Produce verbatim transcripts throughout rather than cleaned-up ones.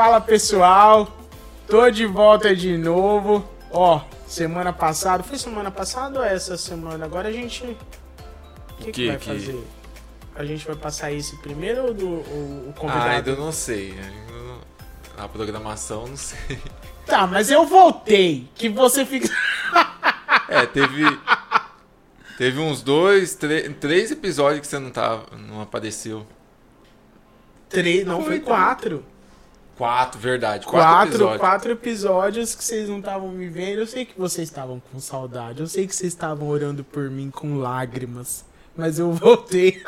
Fala pessoal, tô de volta de novo. Ó, semana passada, foi semana passada ou essa semana? Agora a gente... O que, que, que vai que... fazer? A gente vai passar esse primeiro ou do, o, o convidado? Ah, ainda não sei. A programação, não sei. Tá, mas eu voltei. Que você fica... É, teve... Teve uns dois, três, três episódios que você não, tava, não apareceu. Três? Não, foi, foi quatro. Quatro, verdade. Quatro, quatro episódios. Quatro episódios que vocês não estavam me vendo. Eu sei que vocês estavam com saudade. Eu sei que vocês estavam orando por mim com lágrimas. Mas eu voltei.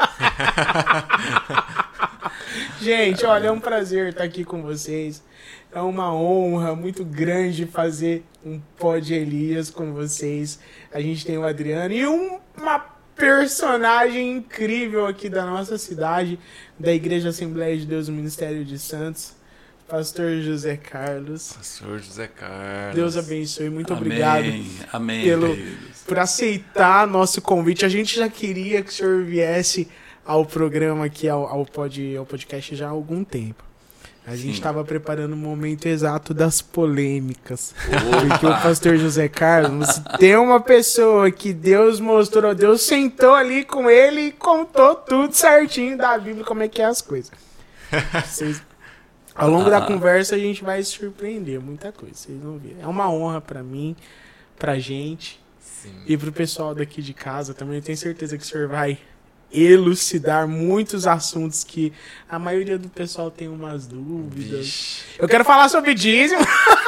Gente, olha, é um prazer estar aqui com vocês. É uma honra muito grande fazer um Pod Elias com vocês. A gente tem o Adriano e um, uma personagem incrível aqui da nossa cidade, da Igreja Assembleia de Deus do Ministério de Santos, Pastor José Carlos. Pastor José Carlos. Deus abençoe. Muito amém, obrigado amém, pelo, por aceitar nosso convite. A gente já queria que o senhor viesse ao programa aqui, ao, ao, pod, ao podcast já há algum tempo. A gente estava preparando o momento exato das polêmicas. Opa. Porque o pastor José Carlos tem uma pessoa que Deus mostrou, Deus sentou ali com ele e contou tudo certinho da Bíblia, como é que é as coisas. Vocês, ao longo ah. da conversa a gente vai se surpreender, muita coisa, vocês vão ver. É uma honra para mim, pra gente. Sim. E pro pessoal daqui de casa também. Eu tenho certeza que o senhor vai elucidar muitos assuntos que a maioria do pessoal tem umas dúvidas. Vixe. Eu quero falar sobre dízimo.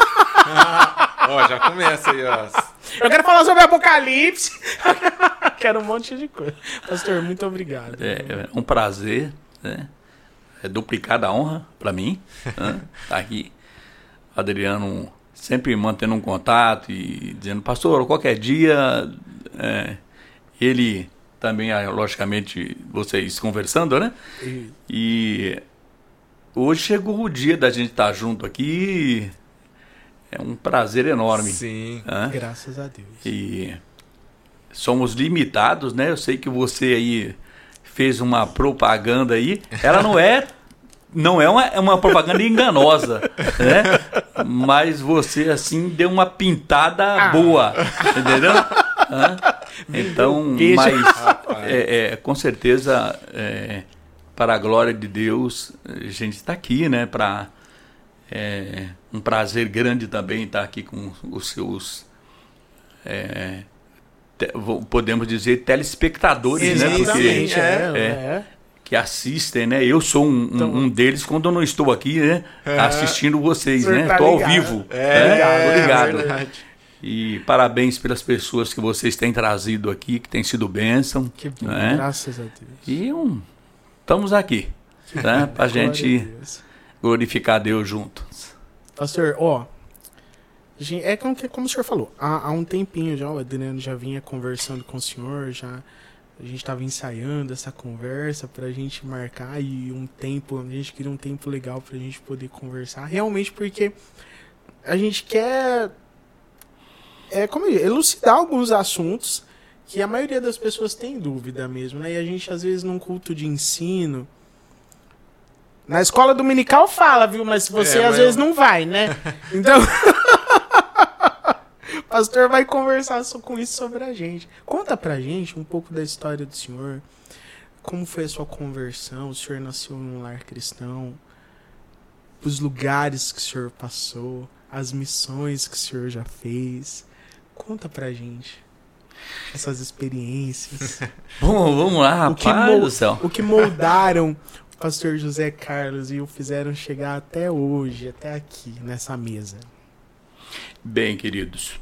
Ah, ó, já começa aí, ó. Eu quero falar sobre Apocalipse. Quero um monte de coisa. Pastor, muito obrigado. É, é um prazer, né? É duplicada a honra para mim, né? Tá aqui. Adriano sempre mantendo um contato e dizendo, pastor, qualquer dia, é, ele... Também, logicamente, vocês conversando, né? E... e hoje chegou o dia da gente estar junto aqui. É um prazer enorme. Sim. Né? Graças a Deus. E somos limitados, né? Eu sei que você aí fez uma propaganda aí. Ela não é, não é uma, é uma propaganda enganosa, né? Mas você, assim, deu uma pintada ah. boa, entendeu? Ah, então, mas é, é, com certeza, é, para a glória de Deus, a gente está aqui, né? Para é, um prazer grande também estar aqui com os seus, é, te, podemos dizer, telespectadores, né? Porque é, é, é, que assistem, né? Eu sou um, então, um deles quando eu não estou aqui, né? Assistindo vocês, né? Estou ao vivo. É, né? Obrigado. É verdade. E parabéns pelas pessoas que vocês têm trazido aqui, que tem sido bênção. Que bom, né? Graças a Deus. E um, estamos aqui, né? Para a gente glorificar Deus juntos. Pastor, ó, é como, como o senhor falou, há, há um tempinho já, o Adriano já vinha conversando com o senhor, já a gente estava ensaiando essa conversa para a gente marcar e um tempo, a gente queria um tempo legal para a gente poder conversar, realmente porque a gente quer... É como elucidar alguns assuntos que a maioria das pessoas tem dúvida mesmo, né? E a gente, às vezes, num culto de ensino... Na escola dominical fala, viu? Mas você, é, às mas... vezes, não vai, né? Então... O pastor vai conversar com isso sobre a gente. Conta pra gente um pouco da história do senhor. Como foi a sua conversão? O senhor nasceu num lar cristão. Os lugares que o senhor passou. As missões que o senhor já fez. Conta pra gente essas experiências. Bom, vamos lá, rapaz o que mo- do céu. O que moldaram o pastor José Carlos e o fizeram chegar até hoje, até aqui, nessa mesa. Bem, queridos,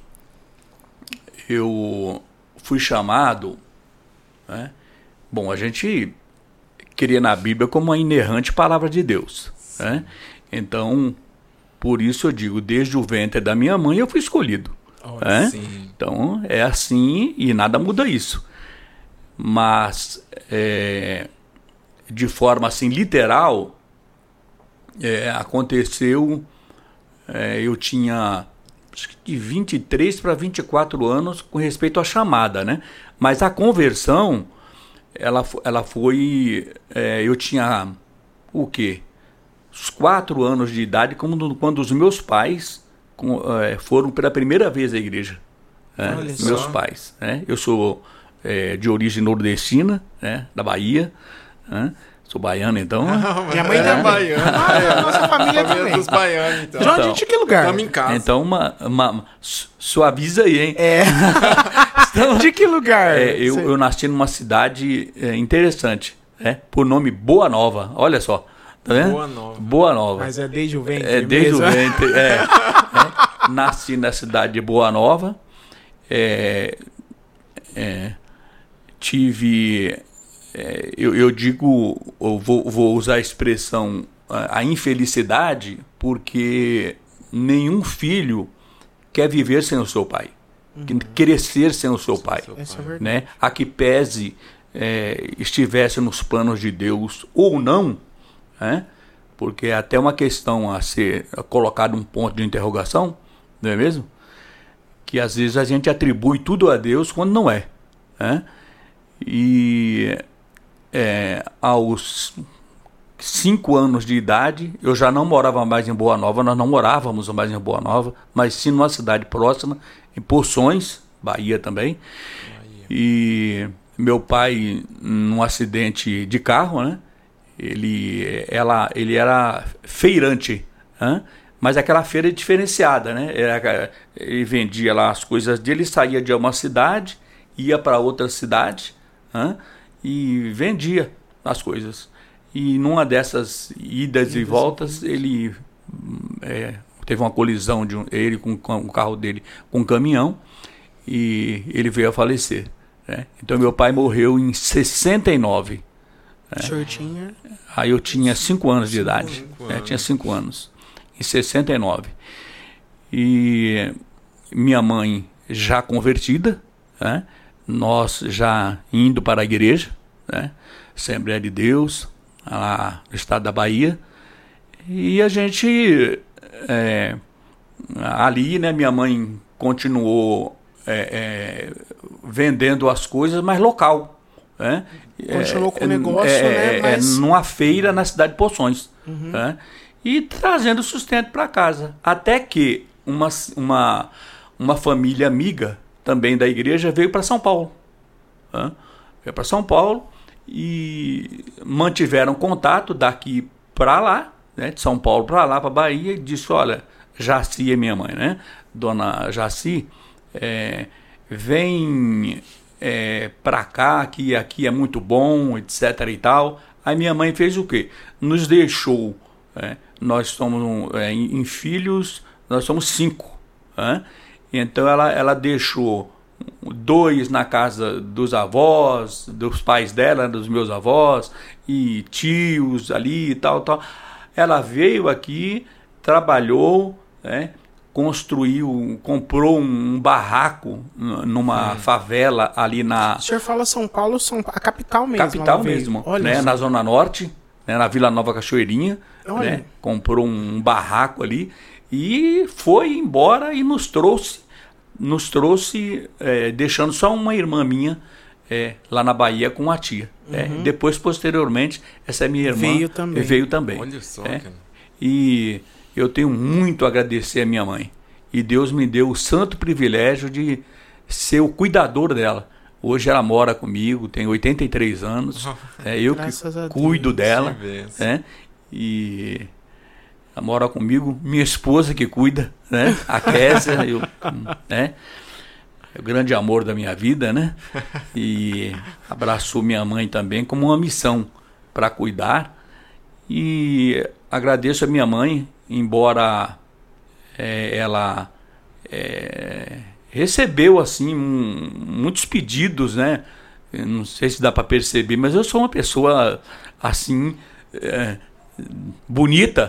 eu fui chamado, né? Bom, a gente cria na Bíblia como a inerrante palavra de Deus, né? Então, por isso eu digo, desde o ventre da minha mãe eu fui escolhido. Oh, né? Então, é assim e nada muda isso. Mas, é, de forma assim literal, é, aconteceu, é, eu tinha acho que de vinte e três para vinte e quatro anos com respeito à chamada, né? Mas a conversão, ela, ela foi, é, eu tinha o quê? os quatro anos de idade, como quando os meus pais com, é, foram pela primeira vez à igreja. Né? Meus só. pais. Né? Eu sou é, de origem nordestina, né? Da Bahia. Né? Sou baiano, então. Não, minha mãe é, é baiana. Ah, é. Nossa família, família também. Dos baianos, então. De onde? De que lugar? Estamos em casa. Então, uma, uma, suaviza aí, hein? É. Então, de que lugar? É, eu, eu nasci numa cidade é, interessante, né? Por nome Boa Nova. Olha só. Tá vendo? Boa Nova. Boa Nova. Mas é desde o ventre. É desde mesmo. o ventre. É, é. Nasci na cidade de Boa Nova. É, é, tive. É, eu, eu digo, eu vou, vou usar a expressão a, a infelicidade, porque nenhum filho quer viver sem o seu pai, uhum. crescer sem o seu pai, seu pai. Né? A que pese é, estivesse nos planos de Deus ou não, né? Porque é até uma questão a ser colocada um ponto de interrogação, não é mesmo? Que às vezes a gente atribui tudo a Deus quando não é, né? E É, aos cinco anos de idade, eu já não morava mais em Boa Nova, nós não morávamos mais em Boa Nova, mas sim numa cidade próxima, em Poções, Bahia também. Bahia. E meu pai, num acidente de carro, né? Ele, ela, ele era feirante, né? Mas aquela feira é diferenciada, né? Era, ele vendia lá as coisas dele, saía de uma cidade, ia para outra cidade, né? E vendia as coisas. E numa dessas idas e voltas, ele é, teve uma colisão, de um, ele com, com o carro dele com um caminhão, e ele veio a falecer. Né? Então meu pai morreu em sessenta e nove. Né? O senhor tinha? Aí eu tinha cinco anos de idade. Cinco né? Tinha cinco anos. Em sessenta e nove. E minha mãe já convertida, né? Nós já indo para a igreja, né? Assembleia de Deus, lá no estado da Bahia, e a gente é, ali, né? Minha mãe continuou é, é, vendendo as coisas, mas local, né? Continuou com o negócio, é, né? Mas... É, numa feira na cidade de Poções, uhum. né? E trazendo sustento para casa, até que uma, uma, uma família amiga também da igreja veio para São Paulo. Né? Veio para São Paulo e mantiveram contato daqui para lá, né? De São Paulo para lá, para Bahia, e disse, olha, Jaci é minha mãe, né? Dona Jaci, é, vem é, para cá, que aqui é muito bom, etc e tal. Aí minha mãe fez o quê? Nos deixou, é, nós somos é, em, em filhos, nós somos cinco, né? Então ela, ela deixou dois na casa dos avós, dos pais dela, dos meus avós, e tios ali e tal, tal. Ela veio aqui, trabalhou, né, construiu, comprou um barraco numa hum. favela ali na... O senhor fala São Paulo, São... a capital mesmo. Capital mesmo, né, na Zona Norte, né, na Vila Nova Cachoeirinha. Né, comprou um barraco ali e foi embora e nos trouxe nos trouxe, é, deixando só uma irmã minha é, lá na Bahia com a tia. Uhum. É. Depois, posteriormente, essa minha irmã veio também. Veio também. Olha só, é. E eu tenho muito a agradecer a minha mãe. E Deus me deu o santo privilégio de ser o cuidador dela. Hoje ela mora comigo, tem oitenta e três anos. É eu Graças que cuido dela. É, e... Ela mora comigo, minha esposa que cuida, né? A Kézia, eu, né? É o grande amor da minha vida, né? E abraçou minha mãe também como uma missão para cuidar. E agradeço a minha mãe, embora é, ela é, recebeu assim um, muitos pedidos, né? Eu não sei se dá para perceber, mas eu sou uma pessoa assim... É, bonita.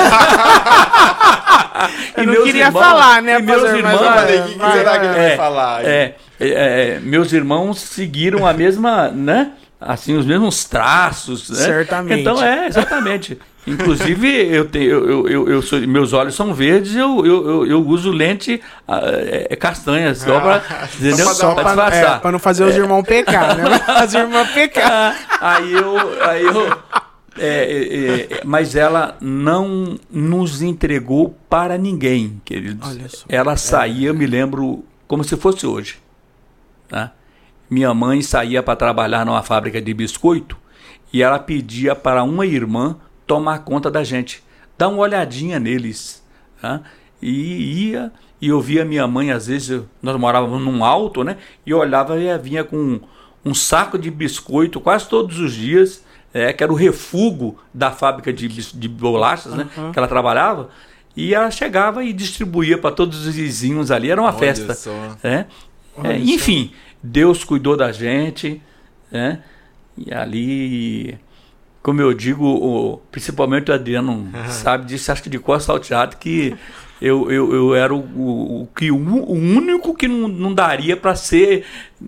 Eu e não queria irmãos, falar, né? E meus fazer, irmãos, mas, o que, que será que ele é, vai falar? É, é, é, meus irmãos seguiram a mesma, né? Assim, os mesmos traços, né? Certamente. Então é, exatamente. Inclusive, eu tenho, eu, eu, eu sou, meus olhos são verdes, eu, eu, eu, eu uso lente é, castanha, só para ah, só para é, não fazer os irmãos pecar, né? As irmãs pecar. Aí eu, aí eu é, é, é, mas ela não nos entregou para ninguém, queridos. Olha só. Ela saía, eu me lembro, como se fosse hoje. Tá? Minha mãe saía para trabalhar numa fábrica de biscoito e ela pedia para uma irmã tomar conta da gente, dar uma olhadinha neles. Tá? E ia, e eu via minha mãe, às vezes, nós morávamos num alto, né? E eu olhava e ela vinha com um saco de biscoito quase todos os dias, é, que era o refúgio da fábrica de, de bolachas, né? Uhum. Que ela trabalhava. E ela chegava e distribuía para todos os vizinhos ali, era uma Olha festa. Só. É? É, enfim, Deus cuidou da gente, né? E ali, como eu digo, o, principalmente o Adriano uhum. sabe disso, acho que de cor salteado, que eu, eu, eu era o, o, o, que, o, o único que não, não daria para ser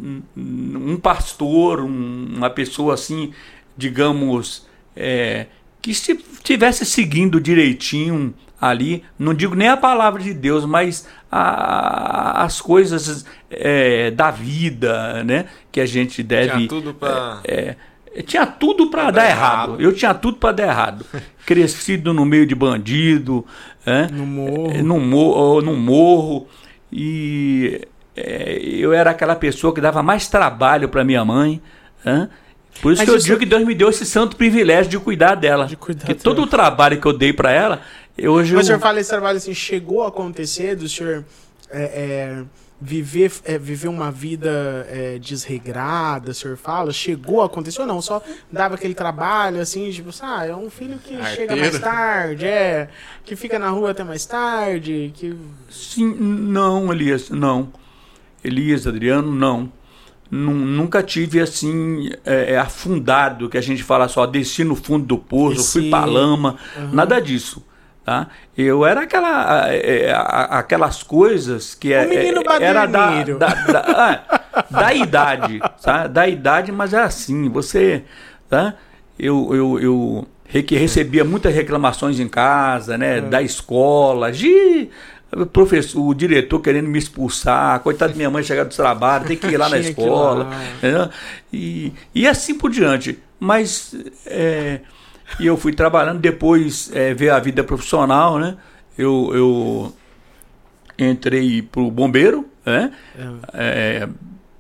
um pastor, um, uma pessoa assim, digamos, é, que estivesse seguindo direitinho ali, não digo nem a palavra de Deus, mas a, as coisas é, da vida, né, que a gente deve... Tinha tudo para... É, é, tinha tudo para dar errado. errado. Eu tinha tudo para dar errado. Crescido no meio de bandido, é, no morro, é, no, morro, no morro, e é, eu era aquela pessoa que dava mais trabalho para minha mãe, é. Por isso Mas que eu isso... digo que Deus me deu esse santo privilégio de cuidar dela. De cuidar Porque todo o trabalho que eu dei para ela, eu, hoje Mas eu... o senhor fala esse trabalho assim, chegou a acontecer do senhor é, é, viver, é, viver uma vida é, desregrada, o senhor fala? Chegou a acontecer ou não? Só dava aquele trabalho assim, tipo, ah, é um filho que Arteiro. chega mais tarde, é, que fica na rua até mais tarde, que... Sim, não, Elias, não. Elias, Adriano, não. Nunca tive assim é, afundado, que a gente fala só, desci no fundo do poço, Esse... fui pra lama, uhum. nada disso, tá? Eu era aquela, é, aquelas coisas que é, era da, da, da, ah, da idade, tá? Da idade, mas é assim, você, tá? Eu, eu, eu recebia muitas reclamações em casa, né? Uhum. Da escola, de... O professor, o diretor querendo me expulsar, coitado de minha mãe chegar do trabalho, tem que ir lá na escola, né? e, e assim por diante. Mas é, e eu fui trabalhando, depois é, ver a vida profissional, né? Eu, eu entrei pro bombeiro, né? É,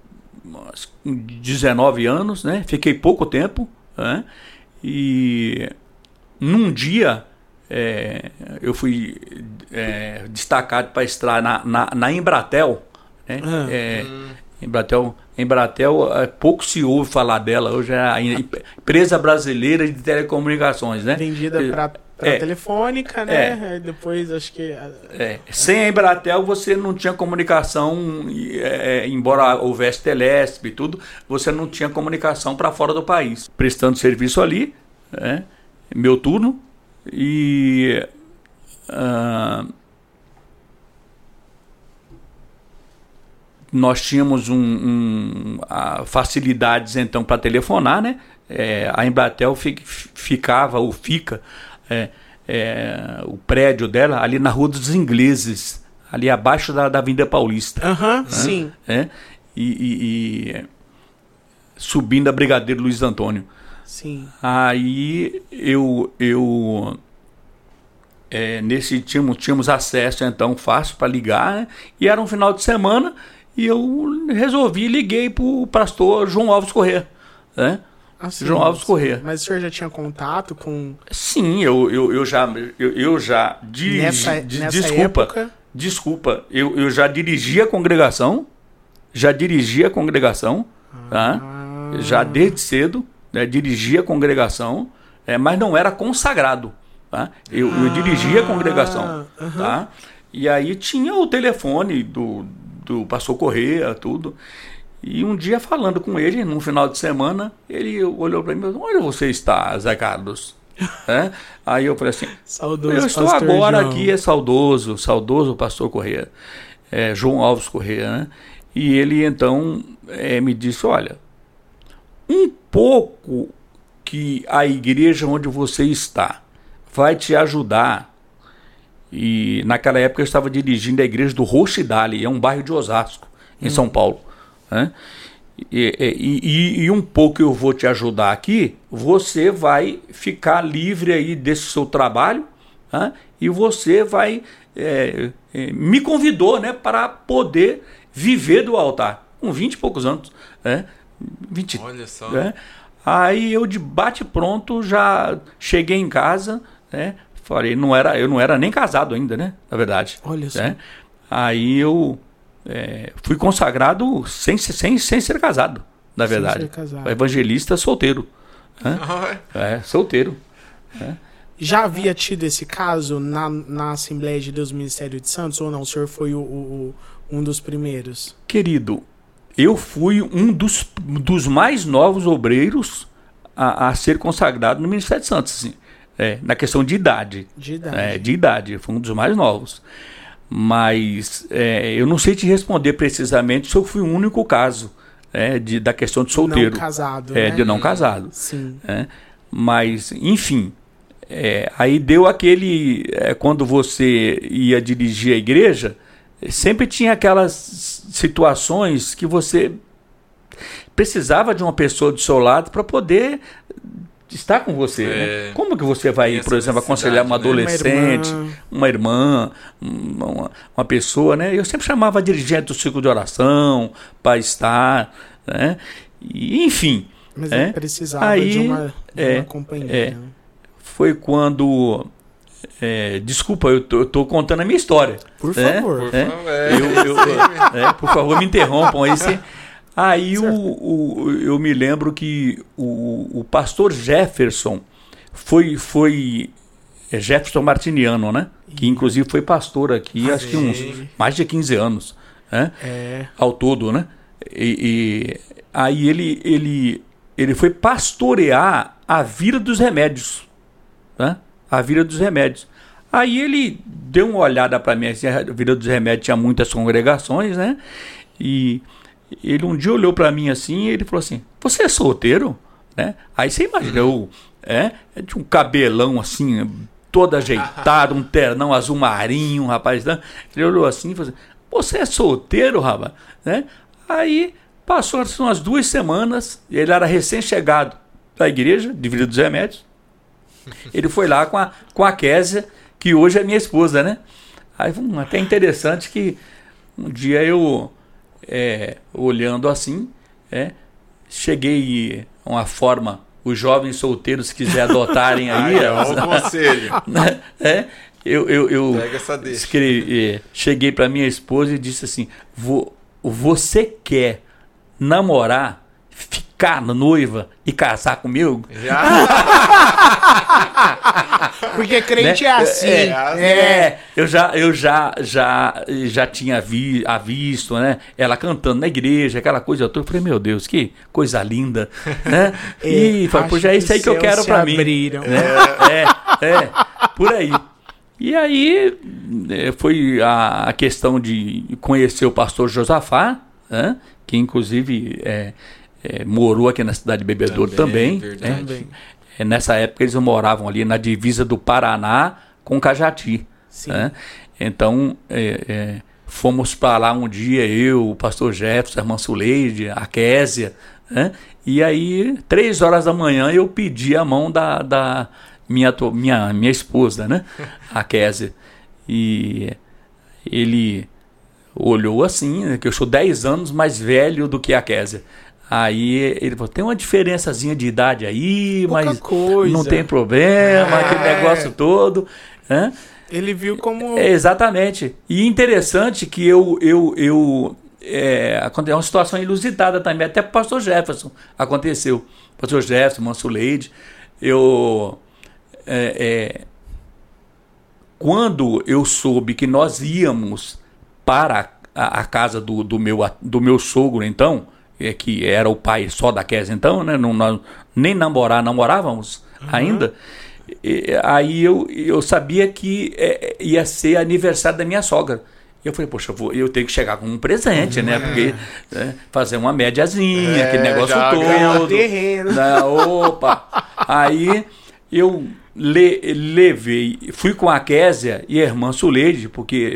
dezenove anos, né? Fiquei pouco tempo, né? E num dia É, eu fui é, destacado para estar na, na, na Embratel, né? Uhum. É, Embratel, Embratel, pouco se ouve falar dela, hoje é a empresa brasileira de telecomunicações, né? Vendida para é, telefônica, né? É, depois acho que... É, sem a Embratel você não tinha comunicação, é, embora houvesse Telesp e tudo, você não tinha comunicação para fora do país. Prestando serviço ali, né? Meu turno. E uh, nós tínhamos um, um, uh, facilidades então para telefonar, né? É, a Embratel fi, ficava ou fica é, é, o prédio dela ali na Rua dos Ingleses, ali abaixo da, da Avenida Paulista. Aham, uhum, né? Sim. É, e, e, e subindo a Brigadeiro Luiz Antônio. Sim. Aí eu, eu é, nesse tínhamos, tínhamos acesso então fácil para ligar, né? E era um final de semana e eu resolvi, liguei para o pastor João Alves Corrêa, né? Assim, João Alves Corrêa. Mas o senhor já tinha contato com... Sim, eu, eu, eu já eu, eu já dirigi, nessa, de, nessa desculpa, época... desculpa, eu, eu já dirigi a congregação, já dirigi a congregação, ah. tá? Já desde cedo. Né, dirigia a congregação, é, mas não era consagrado, tá? Eu, ah, eu dirigia a congregação, uh-huh. tá? E aí tinha o telefone do, do pastor Corrêa, tudo. E um dia falando com ele, num final de semana, ele olhou para mim e falou: onde você está, Zé Carlos? é? Aí eu falei assim: saudoso eu estou agora João. Aqui, é saudoso, saudoso pastor Corrêa, é, João Alves Corrêa, né? E ele então é, me disse: olha, um pouco que a igreja onde você está vai te ajudar. E naquela época eu estava dirigindo a igreja do Rochidale, é um bairro de Osasco, em hum. São Paulo, né? E, e, e um pouco eu vou te ajudar aqui, você vai ficar livre aí desse seu trabalho, tá? E você vai... É, é, me convidou, né, para poder viver do altar, com vinte e poucos anos. Né? vinte, Olha só. Né? Aí eu de bate pronto já cheguei em casa, né? Falei, não era, eu não era nem casado ainda, né? Na verdade. Olha só. Né? Aí eu é, fui consagrado sem, sem, sem ser casado, na verdade. Sem ser casado. Evangelista solteiro. Né? É, solteiro. Né? Já havia tido esse caso na, na Assembleia de Deus Ministério de Santos ou não? O senhor foi o, o, o, um dos primeiros? Querido, eu fui um dos, dos mais novos obreiros a, a ser consagrado no Ministério de Santos, assim, é, na questão de idade. De idade. É, de idade, eu fui um dos mais novos. Mas é, eu não sei te responder precisamente se eu fui o único caso é, de, da questão de solteiro. Não casado, é, né? de não casado. Sim. É, mas, enfim, é, aí deu aquele... É, quando você ia dirigir a igreja, sempre tinha aquelas situações que você precisava de uma pessoa do seu lado para poder estar com você. É. Né? Como que você vai, por exemplo, aconselhar uma adolescente, Uma irmã. uma irmã, uma, uma pessoa, né? Eu sempre chamava dirigente do ciclo de oração para estar, né? E, enfim. Mas é? ele precisava Aí, de uma, de é, uma companhia. é. Né? Foi quando... É, desculpa, eu tô, eu tô contando a minha história. Por né? favor. Por É? favor, é, Eu, eu, é, por favor, me interrompam aí. Se... Aí o, o, eu me lembro que o, o pastor Jefferson foi, foi é Jefferson Martiniano, né? Que inclusive foi pastor aqui, Ah, acho que uns mais de quinze anos, né? É. Ao todo, né? E, e aí ele, ele, ele foi pastorear a Vila dos Remédios, né? A Vila dos Remédios. Aí ele deu uma olhada para mim, assim, a Vila dos Remédios tinha muitas congregações, né? E ele um dia olhou para mim assim e ele falou assim, você é solteiro? Né? Aí você imagina, eu é, tinha um cabelão assim, todo ajeitado, um ternão azul marinho, um rapaz. Né? Ele olhou assim e falou assim, você é solteiro, rapaz? Né? Aí passou assim, umas duas semanas, ele era recém-chegado da igreja de Vila dos Remédios. Ele foi lá com a, com a Késia, que hoje é minha esposa, né? Aí hum, até interessante que um dia eu, é, olhando assim, é, cheguei a uma forma, os jovens solteiros que quiserem adotarem aí... Ai, ó, o conselho. Né? É, eu, eu, eu Pega essa deixa. escrevi, é, cheguei para minha esposa e disse assim, Vo, você quer namorar, ficar noiva e casar comigo? Já. Porque crente Né? é assim. É, É, é, eu já, eu já, já, já tinha vi, a visto, né? Ela cantando na igreja, aquela coisa toda. Eu falei, meu Deus, que coisa linda, né? É, E falei, pô, já é acho isso aí que eu os quero céus pra se mim. abriram. Né? É, é, por aí. E aí é, foi a, a questão de conhecer o pastor Josafá, né? Que inclusive é, é, morou aqui na cidade de Bebedouro também. Também, né? verdade. É, nessa época eles moravam ali na divisa do Paraná com Cajati. Sim. Né? Então é, é, fomos para lá um dia, eu, o pastor Jefferson, a irmã Suleide, a Késia, né? E aí, três horas da manhã, eu pedi a mão da, da minha, minha, minha esposa, né? A Késia. E ele olhou assim, né? Que eu sou dez anos mais velho do que a Késia. Aí ele falou, tem uma diferençazinha de idade aí, Pouca mas coisa. não tem problema, É. aquele negócio todo, né? Ele viu como... É, exatamente. E interessante que eu... eu, eu é, aconteceu uma situação inusitada também, até para o pastor Jefferson aconteceu. Pastor Jefferson, Mansuleide, eu... É, é, quando eu soube que nós íamos para a, a casa do, do, meu, do meu sogro, então, é, que era o pai só da Késia, então, né, não, nós nem namorar, namorávamos uhum. ainda, e, aí eu, eu sabia que é, ia ser aniversário da minha sogra. E eu falei, poxa, eu, vou, eu tenho que chegar com um presente, né? Porque né, fazer uma médiazinha, é, aquele negócio todo. Terreno. Né, opa! Aí eu le, levei, fui com a Késia e a irmã Suleide, porque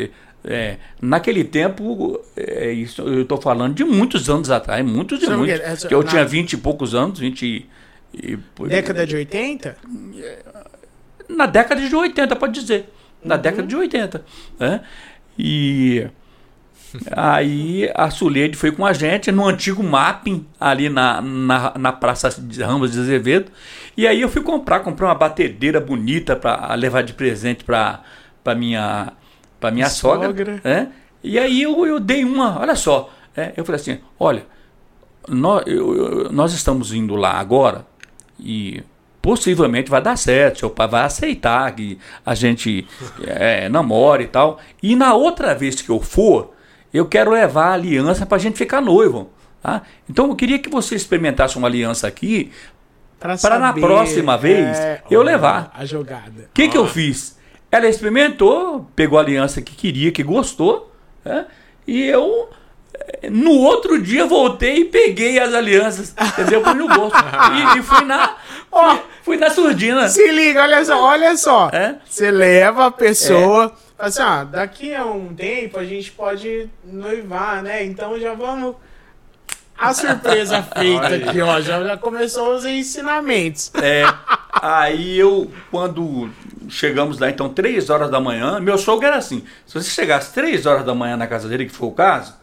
É, naquele tempo, é, isso, eu estou falando de muitos anos atrás, muitos e Sabe o muitos, que é? Essa- que eu na- tinha vinte e poucos anos, vinte e... e- Década de oitenta? Na década de oitenta, pode dizer. Na Uhum. década de oitenta. Né? E aí a Suleide foi com a gente no antigo mapping ali na, na, na Praça de Ramos de Azevedo. E aí eu fui comprar, comprei uma batedeira bonita para levar de presente para minha, pra minha sogra. Sogra. Né? E aí eu, eu dei uma, olha só. É, eu falei assim, olha, nós, eu- eu- nós estamos indo lá agora e possivelmente vai dar certo, seu pai vai aceitar que a gente é, namore e tal. E na outra vez que eu for, eu quero levar a aliança para a gente ficar noivo. Tá? Então eu queria que você experimentasse uma aliança aqui Pra, para na saber, próxima vez é, eu olha, levar. A jogada. O que, que eu fiz? Ela experimentou, pegou a aliança que queria, que gostou, né? E eu, eh, no outro dia, voltei e peguei as alianças, entendeu? Pus no bolso. E, e fui na, fui, fui na surdina. Se liga, olha só, olha só. É? Você leva a pessoa, fala assim, ah, daqui a um tempo a gente pode noivar, né? Então já vamos... A surpresa feita aqui, ó, já, já começou os ensinamentos. É, aí eu, quando chegamos lá, então, três horas da manhã, meu sogro era assim, se você chegasse três horas da manhã na casa dele, que foi o caso,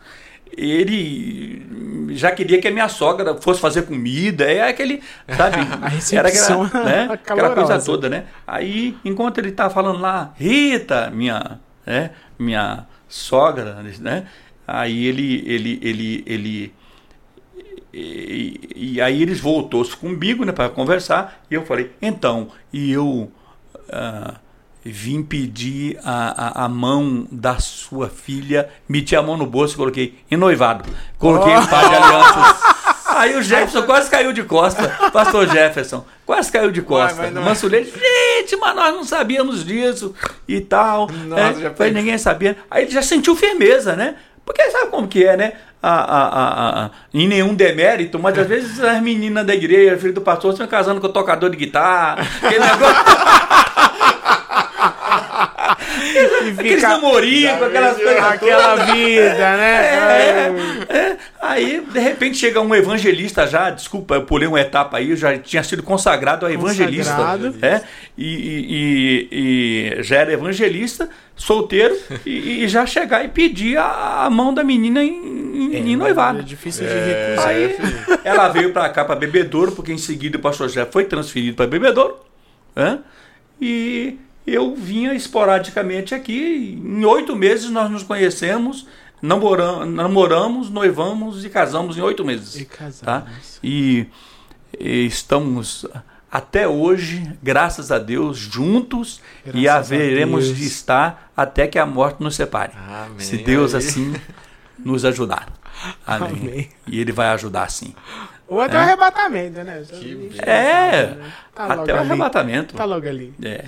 ele já queria que a minha sogra fosse fazer comida, é aquele, sabe, A recepção aquela, né, aquela coisa calorosa. toda, né? Aí, enquanto ele tá falando lá, Rita, minha, né, minha sogra, né? Aí ele, ele, ele, ele E, e aí eles voltou-se comigo, né, para conversar, e eu falei, então, e eu ah, vim pedir a, a, a mão da sua filha, meti a mão no bolso e coloquei em noivado, coloquei um par de alianças. Aí o Jefferson quase caiu de costa, pastor Jefferson, quase caiu de costa. Ué, mas não- Mansulete, gente, mas nós não sabíamos disso e tal. Nossa, é, já foi, foi- ninguém sabia. Aí ele já sentiu firmeza, né? Porque sabe como que é, né? A, a, a, a, em nenhum demérito, mas às vezes as meninas da igreja, filho do pastor, estão casando com o tocador de guitarra, aquele negócio. E Aqueles namorinhos, com aquelas coisas. aquela vida, né? É, é. Aí, de repente, chega um evangelista já, desculpa, eu pulei uma etapa aí, eu já tinha sido consagrado a evangelista. Consagrado. É, e, e- e- e já era evangelista, solteiro, e, e já chegar e pedir a, a mão da menina em, em, em noivado. É difícil de recusar. Aí ela veio pra cá, pra Bebedouro, porque em seguida o pastor José foi transferido pra Bebedouro, né? E eu vinha esporadicamente aqui. Em oito meses nós nos conhecemos, namoramos, namoramos noivamos e casamos em oito meses. E casamos. Tá? E, e estamos até hoje, graças a Deus, juntos e Graças a haveremos Deus. de estar até que a morte nos separe. Amém. Se Deus Aí. assim nos ajudar. Amém. Amém. E Ele vai ajudar sim. Ou até o arrebatamento, né? Que bem. É, Tá logo até o ali. arrebatamento. Tá logo ali. É.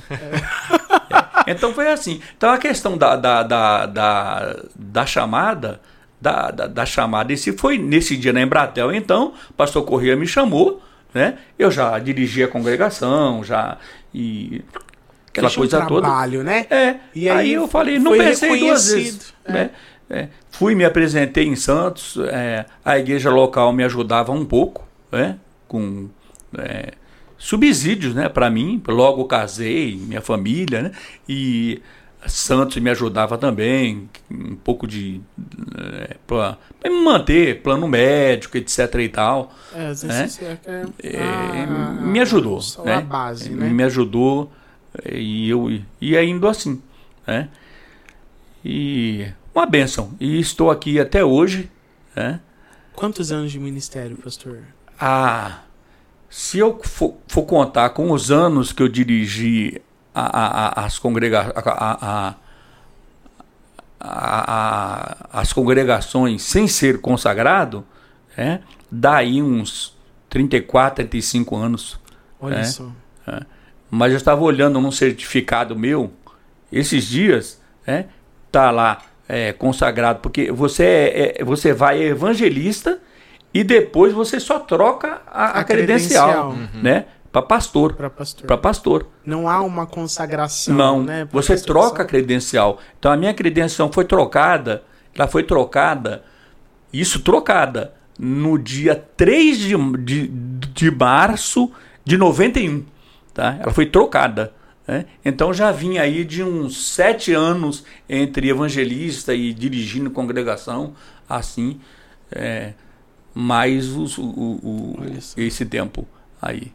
É. Então foi assim. Então a questão da, da, da, da, da chamada, da, da, da chamada, esse foi nesse dia na Embratel, então, o pastor Corrêa me chamou, né? Eu já dirigi a congregação, já. E aquela Deixa um coisa toda. trabalho, né? É. E aí, aí eu falei, não foi pensei duas reconhecido. vezes. Né? É. Fui, me apresentei em Santos, é, a igreja local me ajudava um pouco, né? Com é, subsídios, né, para mim. Logo casei, minha família, né? E Santos me ajudava também, um pouco de é, para me manter, plano médico, etc e tal. É, às né? vezes é, é, É, ah, me ajudou, só né? a base, né? Me ajudou e eu ia indo assim, né? E uma bênção. E estou aqui até hoje, né? Quantos anos de ministério, pastor? Ah, se eu for, for contar com os anos que eu dirigi a, a, a, as, congrega, a, a, a, a, as congregações sem ser consagrado, é, dá aí uns trinta e quatro, trinta e cinco anos. Olha É. só. Mas eu estava olhando num certificado meu, esses dias, é, tá lá é, consagrado, porque você, é, é, você vai evangelista e depois você só troca a, a A credencial, credencial. né? para pastor. Para pastor. Para pastor. Não há uma consagração, Não, né? você troca a credencial. Então a minha credencial foi trocada, ela foi trocada, isso trocada, no dia três de, de, de março de noventa e um. Tá? Ela foi trocada. Né? Então já vinha aí de uns sete anos entre evangelista e dirigindo congregação, assim, é, mais os, o, o, esse tempo aí.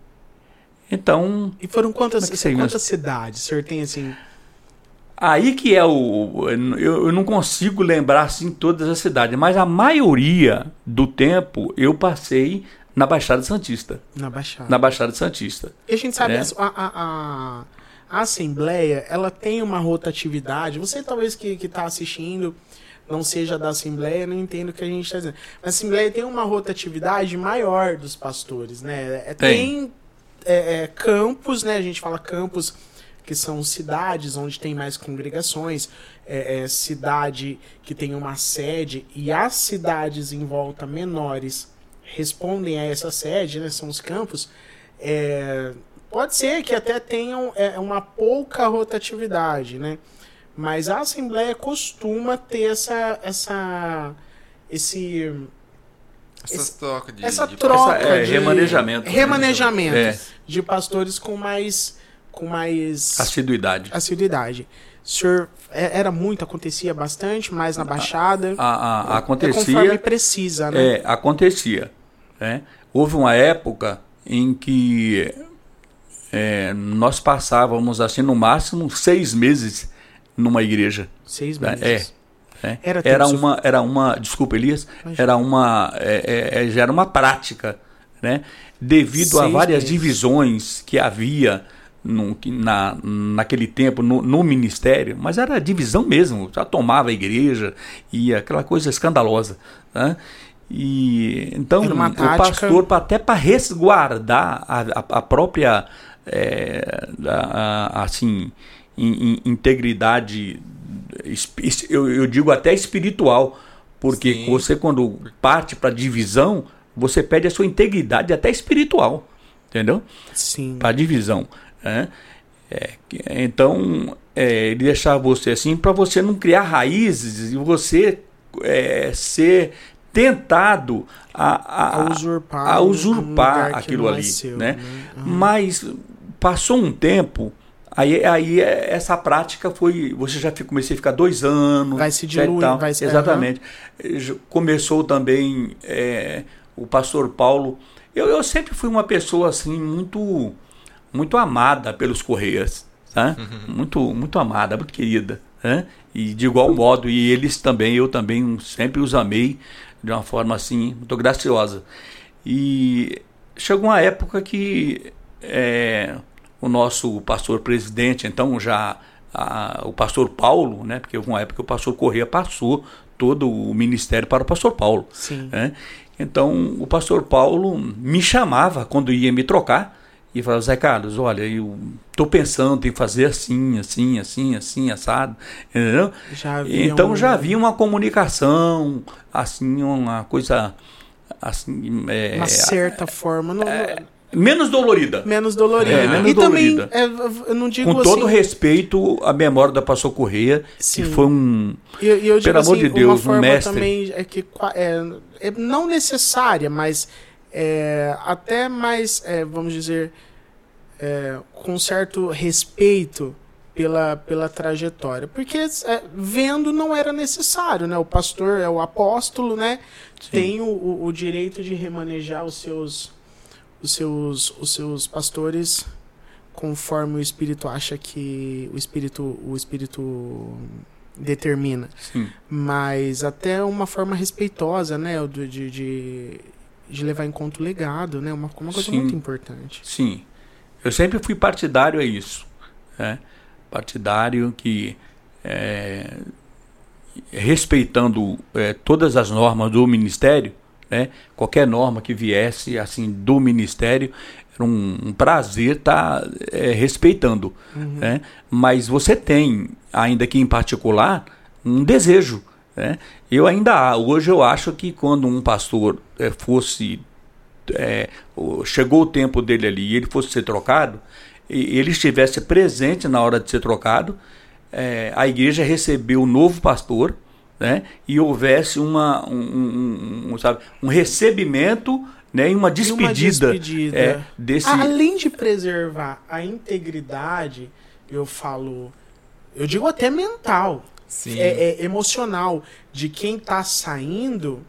Então. E foram quantas, é quantas cidades? O senhor tem assim. Aí que é o. Eu, eu não consigo lembrar assim todas as cidades, mas a maioria do tempo eu passei na Baixada Santista. Na Baixada. Na Baixada Santista. E a gente sabe, É. a, a, a, a Assembleia, ela tem uma rotatividade. Você talvez que está assistindo não seja da Assembleia, não entendo o que a gente está dizendo. Mas a Assembleia tem uma rotatividade maior dos pastores, né? É, Tem. tem é, é, campos, né? A gente fala campos que são cidades onde tem mais congregações, é, é, cidade que tem uma sede, e as cidades em volta menores respondem a essa sede, né, são os campos. É, pode ser que até tenham é, uma pouca rotatividade, né? Mas a Assembleia costuma ter essa, essa, esse, Essa esse- troca de. essa de troca Essa- é, de remanejamento. remanejamento É. de pastores com mais, com mais Assiduidade. assiduidade. O senhor é- era muito, acontecia bastante, mais na Baixada. A, a- É conforme acontecia. precisa, né? É, acontecia. Né? Houve uma época em que é, nós passávamos assim no máximo seis meses numa igreja. Seis Né? meses. É, é. Era Era tempo uma, era uma, desculpa, Elias, Imagina. era uma, é, é, é, já era uma prática, né? Devido a Seis várias meses. divisões que havia no, que na, naquele tempo no, no ministério, mas era divisão mesmo, já tomava a igreja e aquela coisa escandalosa, né? E então Era uma o tática- pastor, pra- até para resguardar a, a, a própria é, a- a- assim in- in- integridade, espi- eu, eu digo até espiritual, porque Sim. você quando parte para divisão, você perde a sua integridade até espiritual, entendeu? Sim. Para divisão, né? É, que- então é, ele deixava você assim para você não criar raízes e você é, ser tentado a, a, A usurpar a um- um usurpar lugar que aquilo não é ali, seu, né? né? Uhum. Mas passou um tempo, aí, aí é- essa prática foi, você já fi- comecei a ficar dois anos, Vai se certo, diluir, tal. vai se- Exatamente. Já começou também é, o pastor Paulo. Eu, eu sempre fui uma pessoa assim muito muito amada pelos Correias, tá? Muito muito amada, muito querida, né? E de igual modo, e eles também, eu também sempre os amei de uma forma assim muito graciosa. E chegou uma época que é, o nosso pastor presidente, então já a- o pastor Paulo, né? Porque houve uma época que o pastor Correia passou todo o ministério para o pastor Paulo. Sim. Né? Então o pastor Paulo me chamava quando ia me trocar e falava: Zé Carlos, olha, eu estou pensando em fazer assim, assim, assim, assim, assado, entendeu? Já havia Então um- já havia uma comunicação, assim, uma coisa assim, é, uma certa forma, não- menos dolorida. menos dolorida. É, menos e também, dolorida. é, eu não digo Com todo assim, respeito à memória da pastor Correia, Sim. que foi um... E eu, e eu digo Pelo amor assim, de Deus, uma um forma mestre. também é que qua- é, é não necessária, mas é, até mais, é, vamos dizer, é, com certo respeito pela, pela trajetória. Porque é, vendo não era necessário, né? O pastor é o apóstolo, né? Tem o, o, o direito de remanejar os seus, os seus, os seus pastores conforme o Espírito acha que o Espírito, o Espírito determina. Sim. Mas até uma forma respeitosa, né? De, de, de, de levar em conta o legado, né? Uma, uma coisa Sim. muito importante. Sim, eu sempre fui partidário a isso, né? Partidário que, é, respeitando é, todas as normas do ministério, né? Qualquer norma que viesse assim do ministério, era um, um prazer estar é, respeitando, Uhum. né? Mas você tem, ainda que em particular, um desejo, né? Eu ainda, hoje eu acho que quando um pastor é, fosse é, chegou o tempo dele ali e ele fosse ser trocado, e ele estivesse presente na hora de ser trocado, é, a igreja recebeu o novo pastor, né, e houvesse uma, um, um, um, sabe, um recebimento, né, e uma despedida, uma despedida. É, desse... Além de preservar a integridade, eu falo, eu digo até mental, é, é, emocional, de quem está saindo,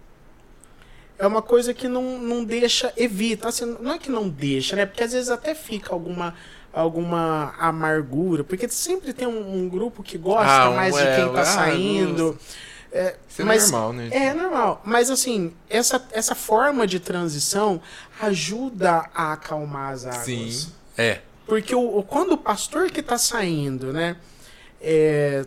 é uma coisa que não, não deixa, evita, assim, não é que não deixa, né, porque às vezes até fica alguma... alguma amargura, porque sempre tem um, um grupo que gosta ah, mais é, de quem tá ah, saindo. É, Isso mas, é normal, né? É normal. Mas assim, essa, essa forma de transição ajuda a acalmar as águas. Sim. É. Porque o, o, quando o pastor que tá saindo, né, é,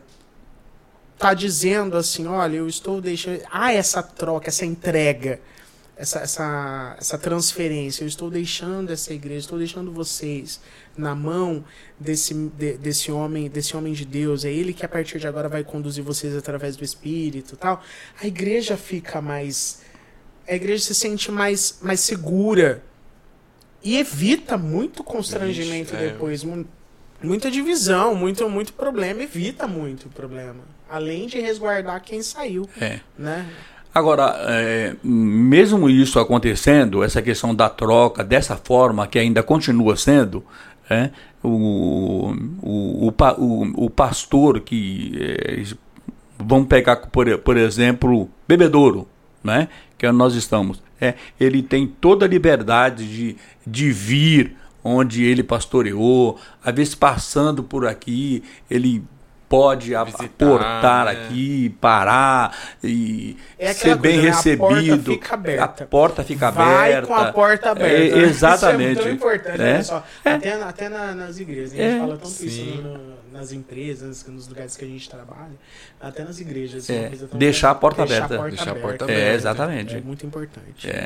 tá dizendo assim, olha, eu estou deixando... Há essa troca, essa entrega, essa, essa, essa transferência. Eu estou deixando essa igreja, estou deixando vocês na mão desse, de, desse homem, desse homem de Deus. É ele que a partir de agora vai conduzir vocês através do Espírito e tal. A igreja fica mais... A igreja se sente mais, mais segura. E evita muito constrangimento Ixi, depois. É. Muita divisão, muito, muito problema. Evita muito problema. Além de resguardar quem saiu. É. Né? Agora, é, mesmo isso acontecendo, essa questão da troca, dessa forma que ainda continua sendo, é, o, o, o, o, o pastor que, é, vamos pegar, por, por exemplo, Bebedouro, né, que nós estamos, é, ele tem toda a liberdade de, de vir onde ele pastoreou, às vezes passando por aqui, ele... pode aportar, né, aqui, parar e é ser bem coisa, né? recebido. A porta fica aberta. A porta fica Vai aberta. com a porta aberta. É, exatamente. Isso é muito importante. É. Olha só, É. Até, até na, nas igrejas. A gente É. fala tanto Sim. isso no, nas empresas, nos lugares que a gente trabalha. Até nas igrejas. É. Uma coisa tão Deixar a porta deixar aberta. A porta Deixar a porta aberta. É, exatamente. É muito importante. É.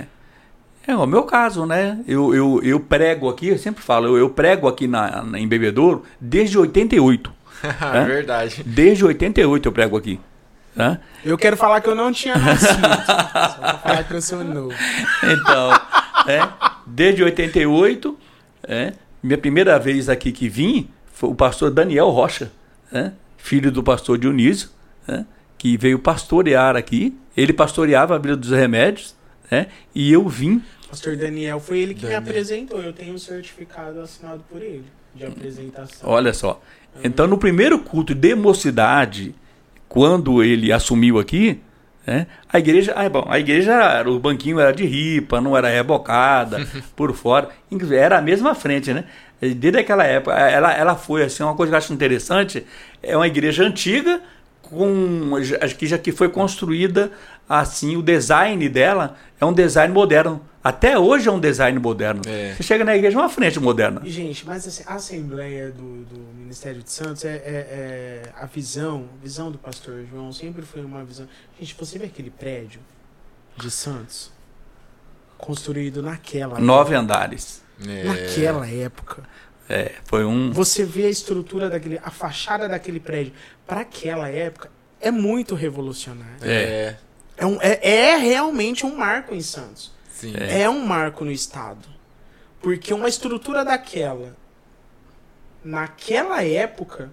É o meu caso, né? Eu, eu, eu prego aqui, eu sempre falo, eu, eu prego aqui na, na, em Bebedouro desde oitenta e oito. É verdade. Desde oitenta e oito eu prego aqui. Tá? Eu quero falar que eu não tinha nascido. Só pra falar que eu sou novo. Então, é, desde oitenta e oito, é, minha primeira vez aqui que vim foi o pastor Daniel Rocha, é, filho do pastor Dionísio, é, que veio pastorear aqui. Ele pastoreava a Vila dos Remédios, é, e eu vim. Pastor Daniel foi ele que Daniel. me apresentou. Eu tenho um certificado assinado por ele de apresentação. Olha só. Então, no primeiro culto de mocidade, quando ele assumiu aqui, né, a igreja, ah, bom, a igreja, era, o banquinho era de ripa, não era rebocada por fora, era a mesma frente, né? Desde aquela época, ela, ela foi assim, uma coisa que eu acho interessante, é uma igreja antiga, com, que já que foi construída assim, o design dela é um design moderno. Até hoje é um design moderno. É. Você chega na igreja, é uma frente moderna. E, gente, mas assim, a Assembleia do, do Ministério de Santos, é, é, é a visão, a visão do pastor João sempre foi uma visão... Gente, você vê aquele prédio de Santos construído naquela Nove época, andares. É. Naquela época. É, foi um... Você vê a estrutura daquele... A fachada daquele prédio para aquela época é muito revolucionário. É. É, um, é, é realmente um marco em Santos. Sim. É. é um marco no estado. Porque uma estrutura daquela, naquela época,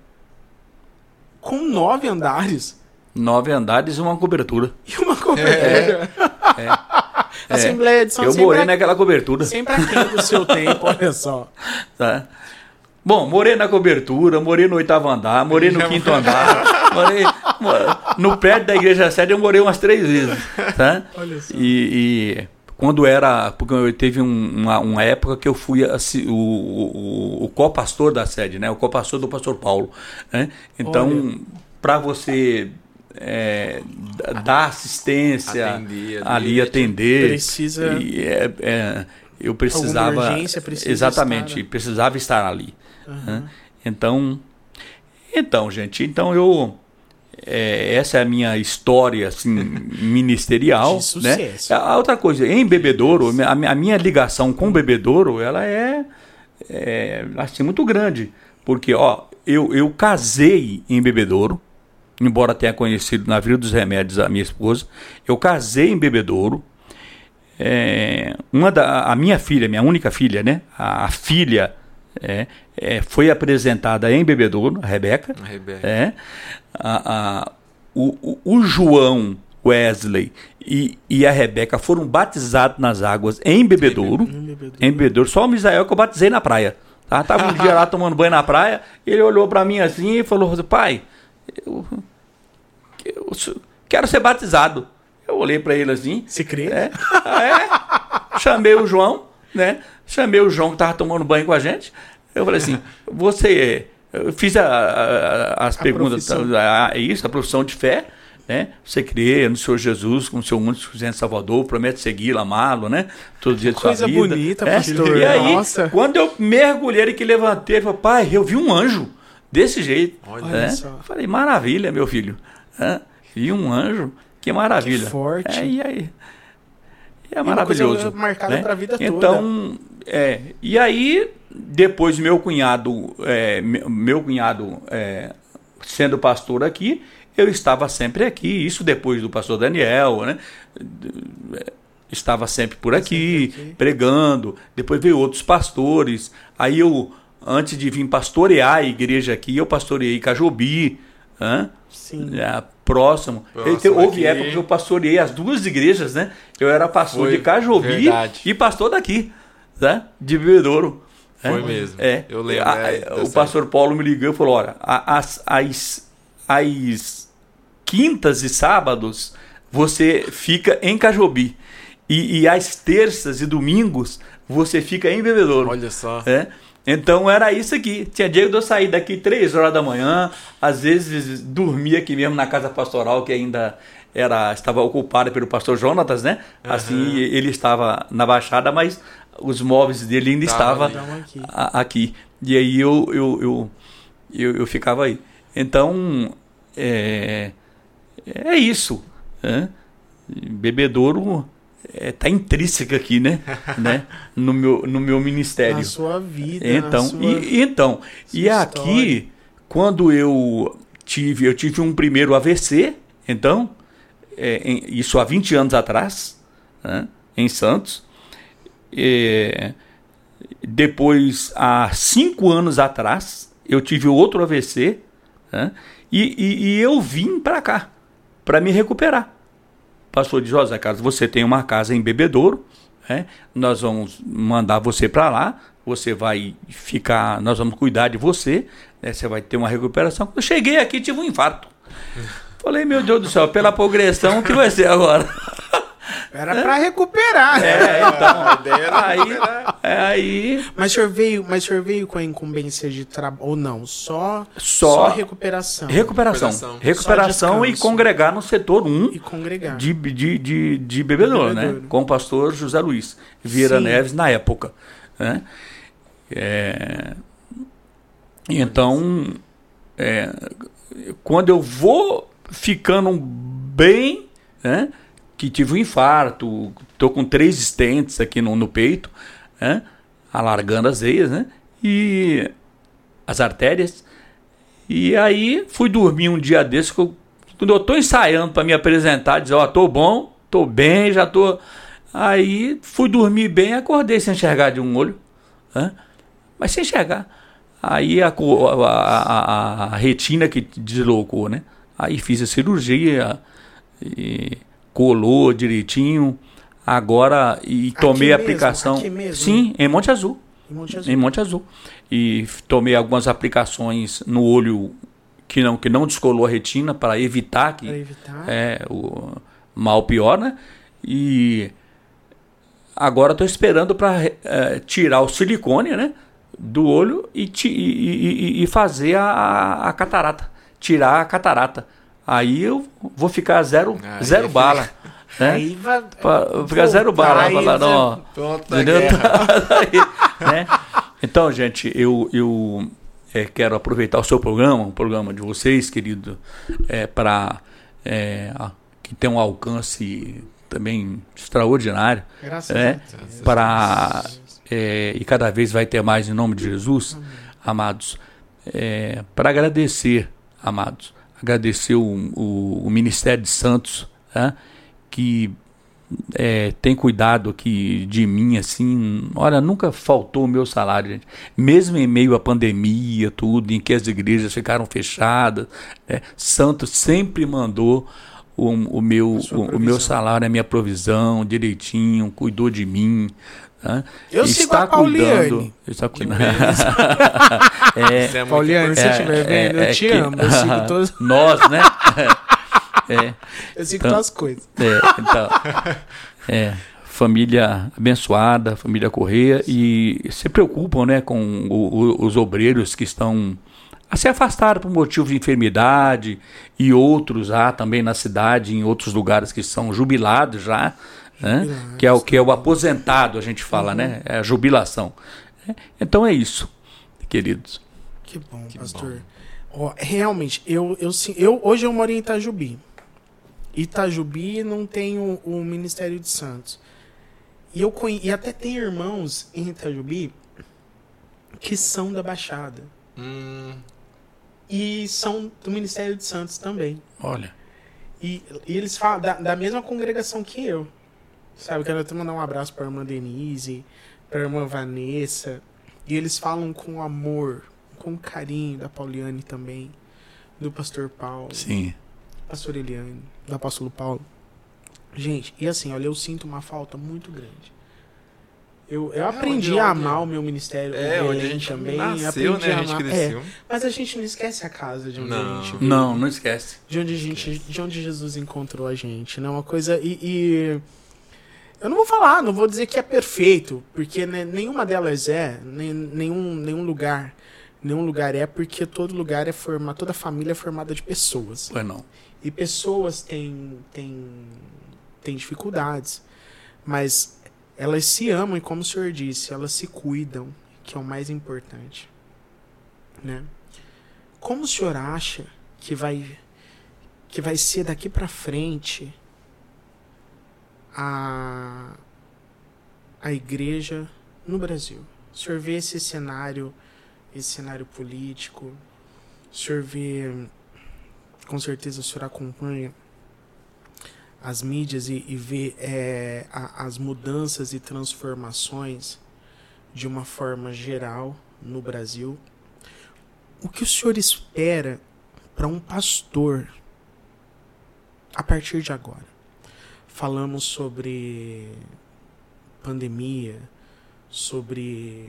com nove andares. Nove andares e uma cobertura. E uma cobertura. É. É. Assembleia de São Eu sempre morei a, naquela cobertura. Sempre aquém do seu tempo, olha só. Tá. Bom, morei na cobertura, morei no oitavo andar, morei no quinto andar, morei no prédio da igreja sede, eu morei umas três vezes, tá? Olha só. E, e quando era, porque eu teve um, uma, uma época que eu fui assim, o, o, o co-pastor da sede, né? O co-pastor do pastor Paulo, né? Então, para você é, dar assistência atender, ali, atender, precisa e, é, é, eu precisava, urgência, precisa exatamente, estar... precisava estar ali. Uhum. Né? Então, então, gente, então eu é, essa é a minha história assim ministerial, de né? sucesso. A outra coisa, em Bebedouro, a, a minha ligação com Bebedouro, ela é, é assim muito grande, porque ó, eu eu casei em Bebedouro, embora tenha conhecido na Vila dos Remédios a minha esposa, eu casei em Bebedouro. é, uma da, a minha filha, minha única filha, né? A, a filha é, é, foi apresentada em Bebedouro, a Rebeca. A Rebeca. É, a, a, o, o, o João Wesley e, e a Rebeca foram batizados nas águas em Bebedouro. Em Bebedouro. Em Bebedouro. Só o Misael que eu batizei na praia. Tá? Tava um dia lá tomando banho na praia, ele olhou para mim assim e falou: pai, eu, eu quero ser batizado. Eu olhei para ele assim. Se crê? É, é, chamei o João, né? Chamei o João que tava tomando banho com a gente. Eu falei assim: você. Eu fiz a, a, as a perguntas, a, a, isso, a profissão de fé. Né? Você crê no Senhor Jesus como seu único suficiente Salvador, promete segui-lo, amá-lo, né? Todo dia de sua vida. Coisa bonita, é? pastor. E aí, Nossa. quando eu mergulhei e que levantei, ele falou: pai, eu vi um anjo desse jeito. Olha né? só. Eu falei: maravilha, meu filho. É? Vi um anjo, que maravilha. Que forte. É, e aí? É e maravilhoso. Uma coisa marcada né? para a vida toda. Então, é, e aí, depois meu cunhado, é, meu cunhado é, sendo pastor aqui, eu estava sempre aqui, isso depois do pastor Daniel, né? Estava sempre por aqui, sempre aqui, pregando. Depois veio outros pastores. Aí eu, antes de vir pastorear a igreja aqui, eu pastoreei Cajobi, né? Sim. É, próximo. Próximo houve aqui. época que eu pastoreei as duas igrejas, né? Eu era pastor Foi, de Cajobi verdade. e pastor daqui, né? De Bebedouro. Foi é? mesmo. É. Eu lembro. A, é, o pastor Paulo me ligou e falou: olha, as, as, as quintas e sábados você fica em Cajobi. E, e às terças e domingos você fica em Bebedouro. Olha só. É? Então era isso aqui. Tinha dia de eu sair daqui três horas da manhã, às vezes dormia aqui mesmo na casa pastoral, que ainda era, estava ocupada pelo pastor Jonatas, né? Uhum. Assim, ele estava na Baixada, mas os móveis dele ainda estavam aqui. aqui. E aí eu, eu, eu, eu, eu ficava aí. Então, é, é isso. Né? Bebedouro está é, intrínseca aqui, né? né? No, meu, no meu ministério. Na sua vida. Então, na sua, e, então, e aqui, quando eu tive, eu tive um primeiro A V C, então, é, em, isso há vinte anos atrás, né? Em Santos. É, depois, há cinco anos atrás, eu tive outro A V C, né? e, e, e eu vim para cá, para me recuperar. Pastor de José Carlos, você tem uma casa em Bebedouro, né? Nós vamos mandar você para lá, você vai ficar, nós vamos cuidar de você, né? Você vai ter uma recuperação. Quando eu cheguei aqui, tive um infarto. Falei: meu Deus do céu, pela progressão, o que vai ser agora? Era para recuperar. É, então. A ideia era aí, recuperar. é, aí. Mas o senhor veio, mas o senhor veio com a incumbência de trabalho ou não? Só, Só, só recuperação. Recuperação. Recuperação, recuperação e congregar no setor um e congregar. de, de, de, de Bebedouro, né? Com o pastor José Luiz Vieira Sim. Neves na época. Né? É, então, é, quando eu vou ficando bem, né? Que tive um infarto, estou com três stents aqui no, no peito, né? Alargando as veias, né? E as artérias. E aí fui dormir um dia desse, quando eu estou ensaiando para me apresentar, dizer: ó, oh, estou bom, estou bem, já estou... Aí fui dormir bem, acordei sem enxergar de um olho, né? Mas sem enxergar. Aí a, a, a, a retina que deslocou, né? Aí fiz a cirurgia e... colou direitinho, agora, e tomei a aplicação. Aqui mesmo? Sim, em Monte Azul. Em Monte Azul. Em Monte Azul. E tomei algumas aplicações no olho que não, que não descolou a retina, para evitar que evitar. É, o mal pior, né? E agora estou esperando para é, tirar o silicone, né, do olho e, ti, e, e, e fazer a, a catarata. Tirar a catarata. Aí eu vou ficar zero, Aí zero fica... bala. Né? Aí vai... Pra ficar zero bala. Falar, não, entendeu? Né? Então, gente, eu, eu é, quero aproveitar o seu programa, o programa de vocês, querido, é, para é, que tem um alcance também extraordinário. Graças né? a Deus. Para, é, e cada vez vai ter mais em nome de Jesus, Amém. Amados. É, para agradecer, amados. Agradecer o, o, o Ministério de Santos, né, que é, tem cuidado aqui de mim, assim, olha, nunca faltou o meu salário, gente. Mesmo em meio à pandemia, tudo, em que as igrejas ficaram fechadas, é, Santos sempre mandou o, o, meu, o, o meu salário, a minha provisão, direitinho, cuidou de mim. Né? Eu está sigo a Pauliane. Cuidando, está cuidando. É, é Pauliane, se você estiver vendo, é, eu te que, amo. Eu sigo todos. Nós, né? É, eu sigo então, todas as coisas. É, então, é, família abençoada, família Correia, e se preocupam, né, com o, o, os obreiros que estão a se afastar por motivo de enfermidade, e outros há também na cidade, em outros lugares que são jubilados já, né, que é o que é o aposentado, a gente fala, uhum. né, é a jubilação. É, então é isso, queridos. Que bom, que pastor. Bom. Oh, realmente, eu, eu, eu, hoje eu moro em Itajubi. Itajubi não tem o, o Ministério de Santos. E, eu conhe... e até tem irmãos em Itajubi que são da Baixada. Hum. E são do Ministério de Santos também. Olha. E, e eles falam da, da mesma congregação que eu. Sabe, eu quero até mandar um abraço para a irmã Denise, para a irmã Vanessa. E eles falam com amor, com carinho da Pauliane também, do pastor Paulo. Sim. Pastor Eliane, do apóstolo Paulo. Gente, e assim, olha, eu sinto uma falta muito grande. Eu, eu é, aprendi onde, a onde, amar o meu ministério. É, onde a gente também. nasceu, aprendi né? a, A gente amar, cresceu. É, mas a gente não esquece a casa de onde não. a gente veio. Não, não esquece. De onde, a gente, de onde Jesus encontrou a gente, né? Uma coisa... E, e eu não vou falar, não vou dizer que é perfeito, porque né, nenhuma delas é, nem, nenhum, nenhum lugar... Nenhum lugar é, porque todo lugar é formado, toda família é formada de pessoas. Pois não. E pessoas têm, têm, têm dificuldades, mas elas se amam e, como o senhor disse, elas se cuidam, que é o mais importante. Né? Como o senhor acha que vai, que vai ser daqui para frente a, a igreja no Brasil? O senhor vê esse cenário... esse cenário político, o senhor vê, com certeza o senhor acompanha as mídias e, e vê é, a, as mudanças e transformações de uma forma geral no Brasil. O que o senhor espera para um pastor a partir de agora? Falamos sobre pandemia, sobre...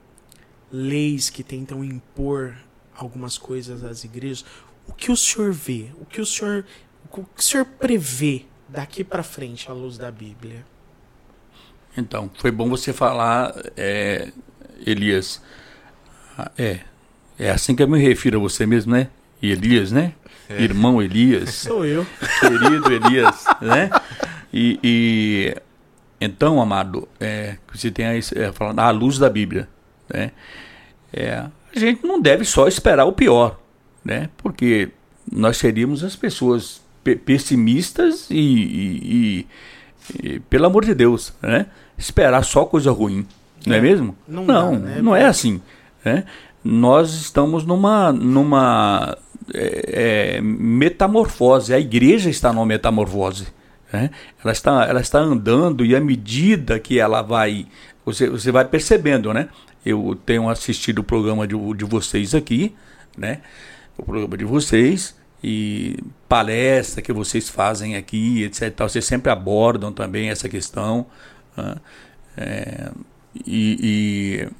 leis que tentam impor algumas coisas às igrejas. O que o senhor vê? O que o senhor, o que o senhor prevê daqui para frente à luz da Bíblia? Então, foi bom você falar, é, Elias. É, é assim que eu me refiro a você mesmo, né? Elias, né? É. Irmão Elias. Sou eu. Querido Elias, né? E, e então, amado, é, você tem aí, é, falando à luz da Bíblia. Né? É, a gente não deve só esperar o pior, né? Porque nós seríamos as pessoas pe- pessimistas e, e, e, e, pelo amor de Deus, né? Esperar só coisa ruim, não é, é mesmo? Não, não, dá, né? não é assim. Né? Nós estamos numa, numa é, é, metamorfose, a igreja está numa metamorfose. Né? Ela está, ela está andando e à medida que ela vai, você, você vai percebendo, né? Eu tenho assistido o programa de, de vocês aqui, né? O programa de vocês e palestra que vocês fazem aqui, etcétera. Vocês sempre abordam também essa questão. Né? É, e, e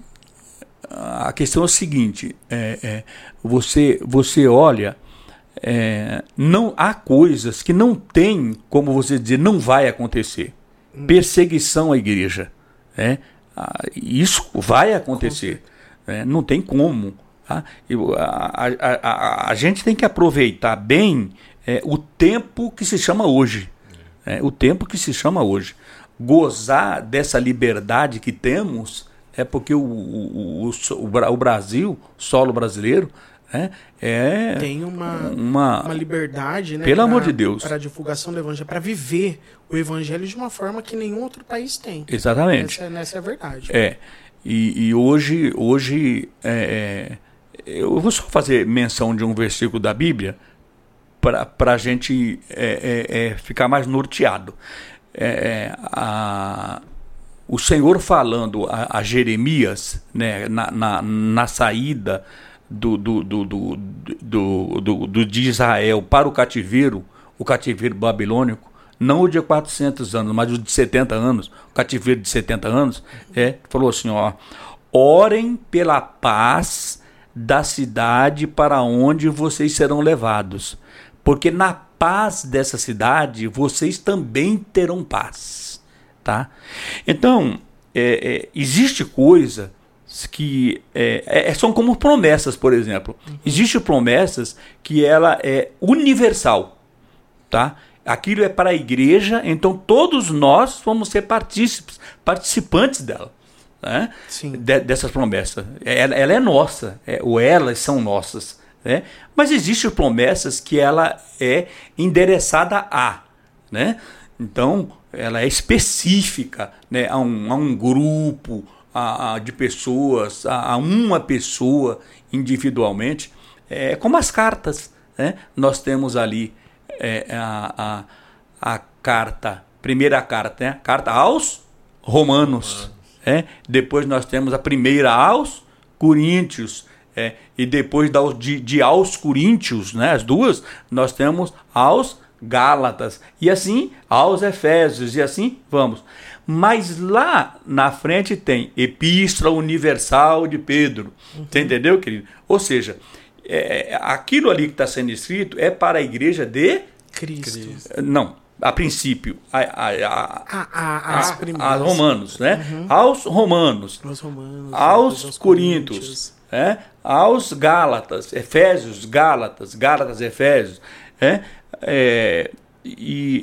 a questão é a seguinte: é, é, você, você olha, é, não, há coisas que não tem como você dizer, não vai acontecer. Perseguição à igreja, né? Isso vai acontecer, né? Não tem como. Tá? Eu, a, a, a, a gente tem que aproveitar bem é, o tempo que se chama hoje. É, o tempo que se chama hoje. Gozar dessa liberdade que temos é porque o, o, o, o, o Brasil, solo brasileiro, né, é tem uma, uma, uma liberdade, né, pelo pra, amor de Deus, para a divulgação do evangelho, para viver o evangelho de uma forma que nenhum outro país tem. Exatamente. Essa, essa é a verdade. É. E, e hoje, hoje é, eu vou só fazer menção de um versículo da Bíblia para a gente é, é, é, ficar mais norteado. é, a, o Senhor falando a, a Jeremias, né, na, na, na saída do, do, do, do, do, do, do, de Israel para o cativeiro, o cativeiro babilônico, não o de quatrocentos anos, mas o de setenta anos, o cativeiro de setenta anos, é, falou assim, ó, orem pela paz da cidade para onde vocês serão levados, porque na paz dessa cidade vocês também terão paz, tá? Então, é, é, existe coisa que é, é, são como promessas, por exemplo. Existem promessas que ela é universal, tá? Aquilo é para a igreja, então todos nós vamos ser partícipes, participantes dela, né? Sim. De, dessas promessas. Ela, ela é nossa, é, ou elas são nossas, né? Mas existem promessas que ela é endereçada a, né? Então, ela é específica, né, a, um, a um grupo a, a de pessoas, a, a uma pessoa individualmente, é, como as cartas, né? Nós temos ali É, a, a, a carta, primeira carta, né? Carta aos Romanos. É? Depois nós temos a primeira aos Coríntios. É? E depois da, de, de aos Coríntios, né? As duas, nós temos aos Gálatas. E assim, aos Efésios. E assim vamos. Mas lá na frente tem Epístola Universal de Pedro. Uhum. Você entendeu, querido? Ou seja, É, aquilo ali que está sendo escrito é para a igreja de Cristo. Não, a princípio, a, a, a, a, a, as a, a Romanos, né? Uhum. Aos Romanos, aos, romanos, aos, aos Coríntios, Coríntios. É? Aos Gálatas, Efésios, Gálatas, Gálatas, Efésios, é? É, e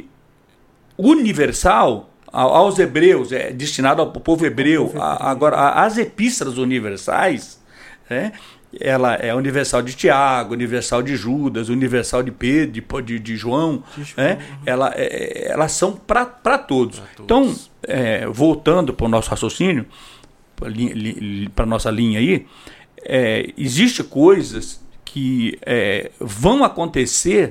universal aos hebreus, é destinado ao povo hebreu. Ao povo hebreu. A, agora, as epístolas universais, é? Ela é universal de Tiago, universal de Judas, universal de Pedro, de, de João. De João. Né? Ela, é, elas são para todos. todos. Então, é, voltando para o nosso raciocínio, para a nossa linha aí, é, existem coisas que é, vão acontecer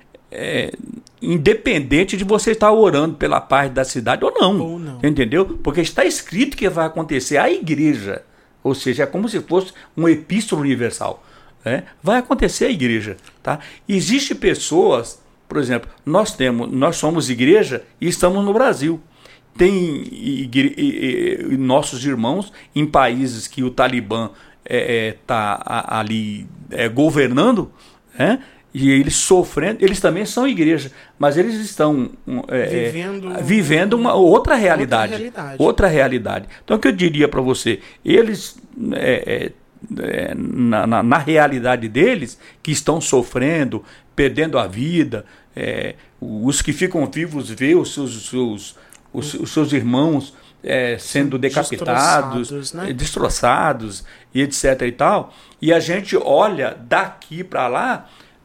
é, independente de você estar orando pela paz da cidade ou não. Ou não. Entendeu? Porque está escrito que vai acontecer a igreja. Ou seja, é como se fosse uma epístola universal, né? Vai acontecer a igreja, tá? Existem pessoas, por exemplo, nós temos, nós somos igreja e estamos no Brasil. Tem igre, e, e, nossos irmãos em países que o Talibã está é, é, ali é, governando, né? E eles sofrendo, eles também são igreja, mas eles estão é, vivendo, vivendo uma outra realidade, outra realidade. Outra realidade. Então, o que eu diria para você? Eles, é, é, na, na, na realidade deles, que estão sofrendo, perdendo a vida, é, os que ficam vivos vê os seus, os seus, os, os seus irmãos é, sendo decapitados, destroçados, né? destroçados e etc e tal. E a gente olha daqui para lá.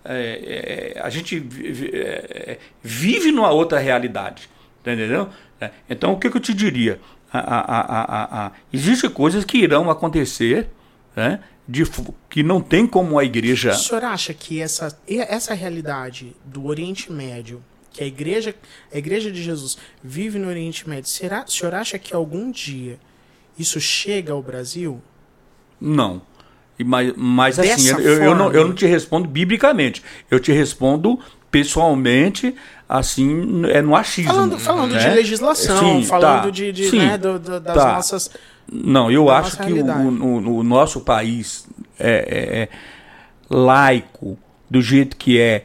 É, é, a gente vive, é, vive numa outra realidade, entendeu? É, então, o que, que eu te diria? A, a, a, a, a, existem coisas que irão acontecer, né, de, que não tem como a igreja... O senhor acha que essa, essa realidade do Oriente Médio, que a igreja, a igreja de Jesus vive no Oriente Médio, será, o senhor acha que algum dia isso chega ao Brasil? Não. Mas, mas assim, eu, eu, não, eu não te respondo biblicamente. Eu te respondo pessoalmente, assim, é no achismo. Falando, falando né? de legislação, sim, falando tá, de, de sim, né, do, do, das tá. nossas... Não, eu acho que o, o, o nosso país é, é laico, do jeito que é,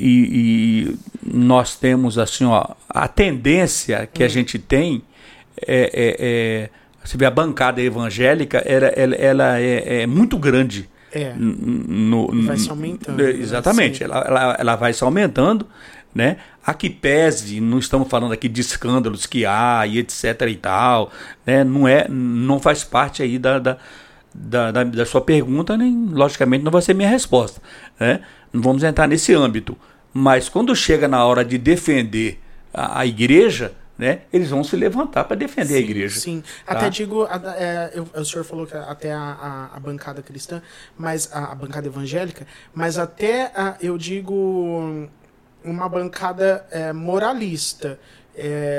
e, e nós temos, assim, ó, a tendência que hum. a gente tem é... é, é você vê a bancada evangélica, ela, ela, ela é, é muito grande. É. No, no, vai se aumentando. Exatamente, né? ela, ela, ela vai se aumentando, né? A que pese, não estamos falando aqui de escândalos que há e etc e tal, né? Não, é, não faz parte aí da, da, da, da, da sua pergunta, nem logicamente não vai ser minha resposta, né? Não vamos entrar nesse âmbito. Mas quando chega na hora de defender a, a igreja, né, eles vão se levantar para defender sim, a igreja. Sim, tá? Até digo, é, eu, o senhor falou que até a, a, a bancada cristã, mas a, a bancada evangélica, mas até a, eu digo uma bancada é, moralista. É,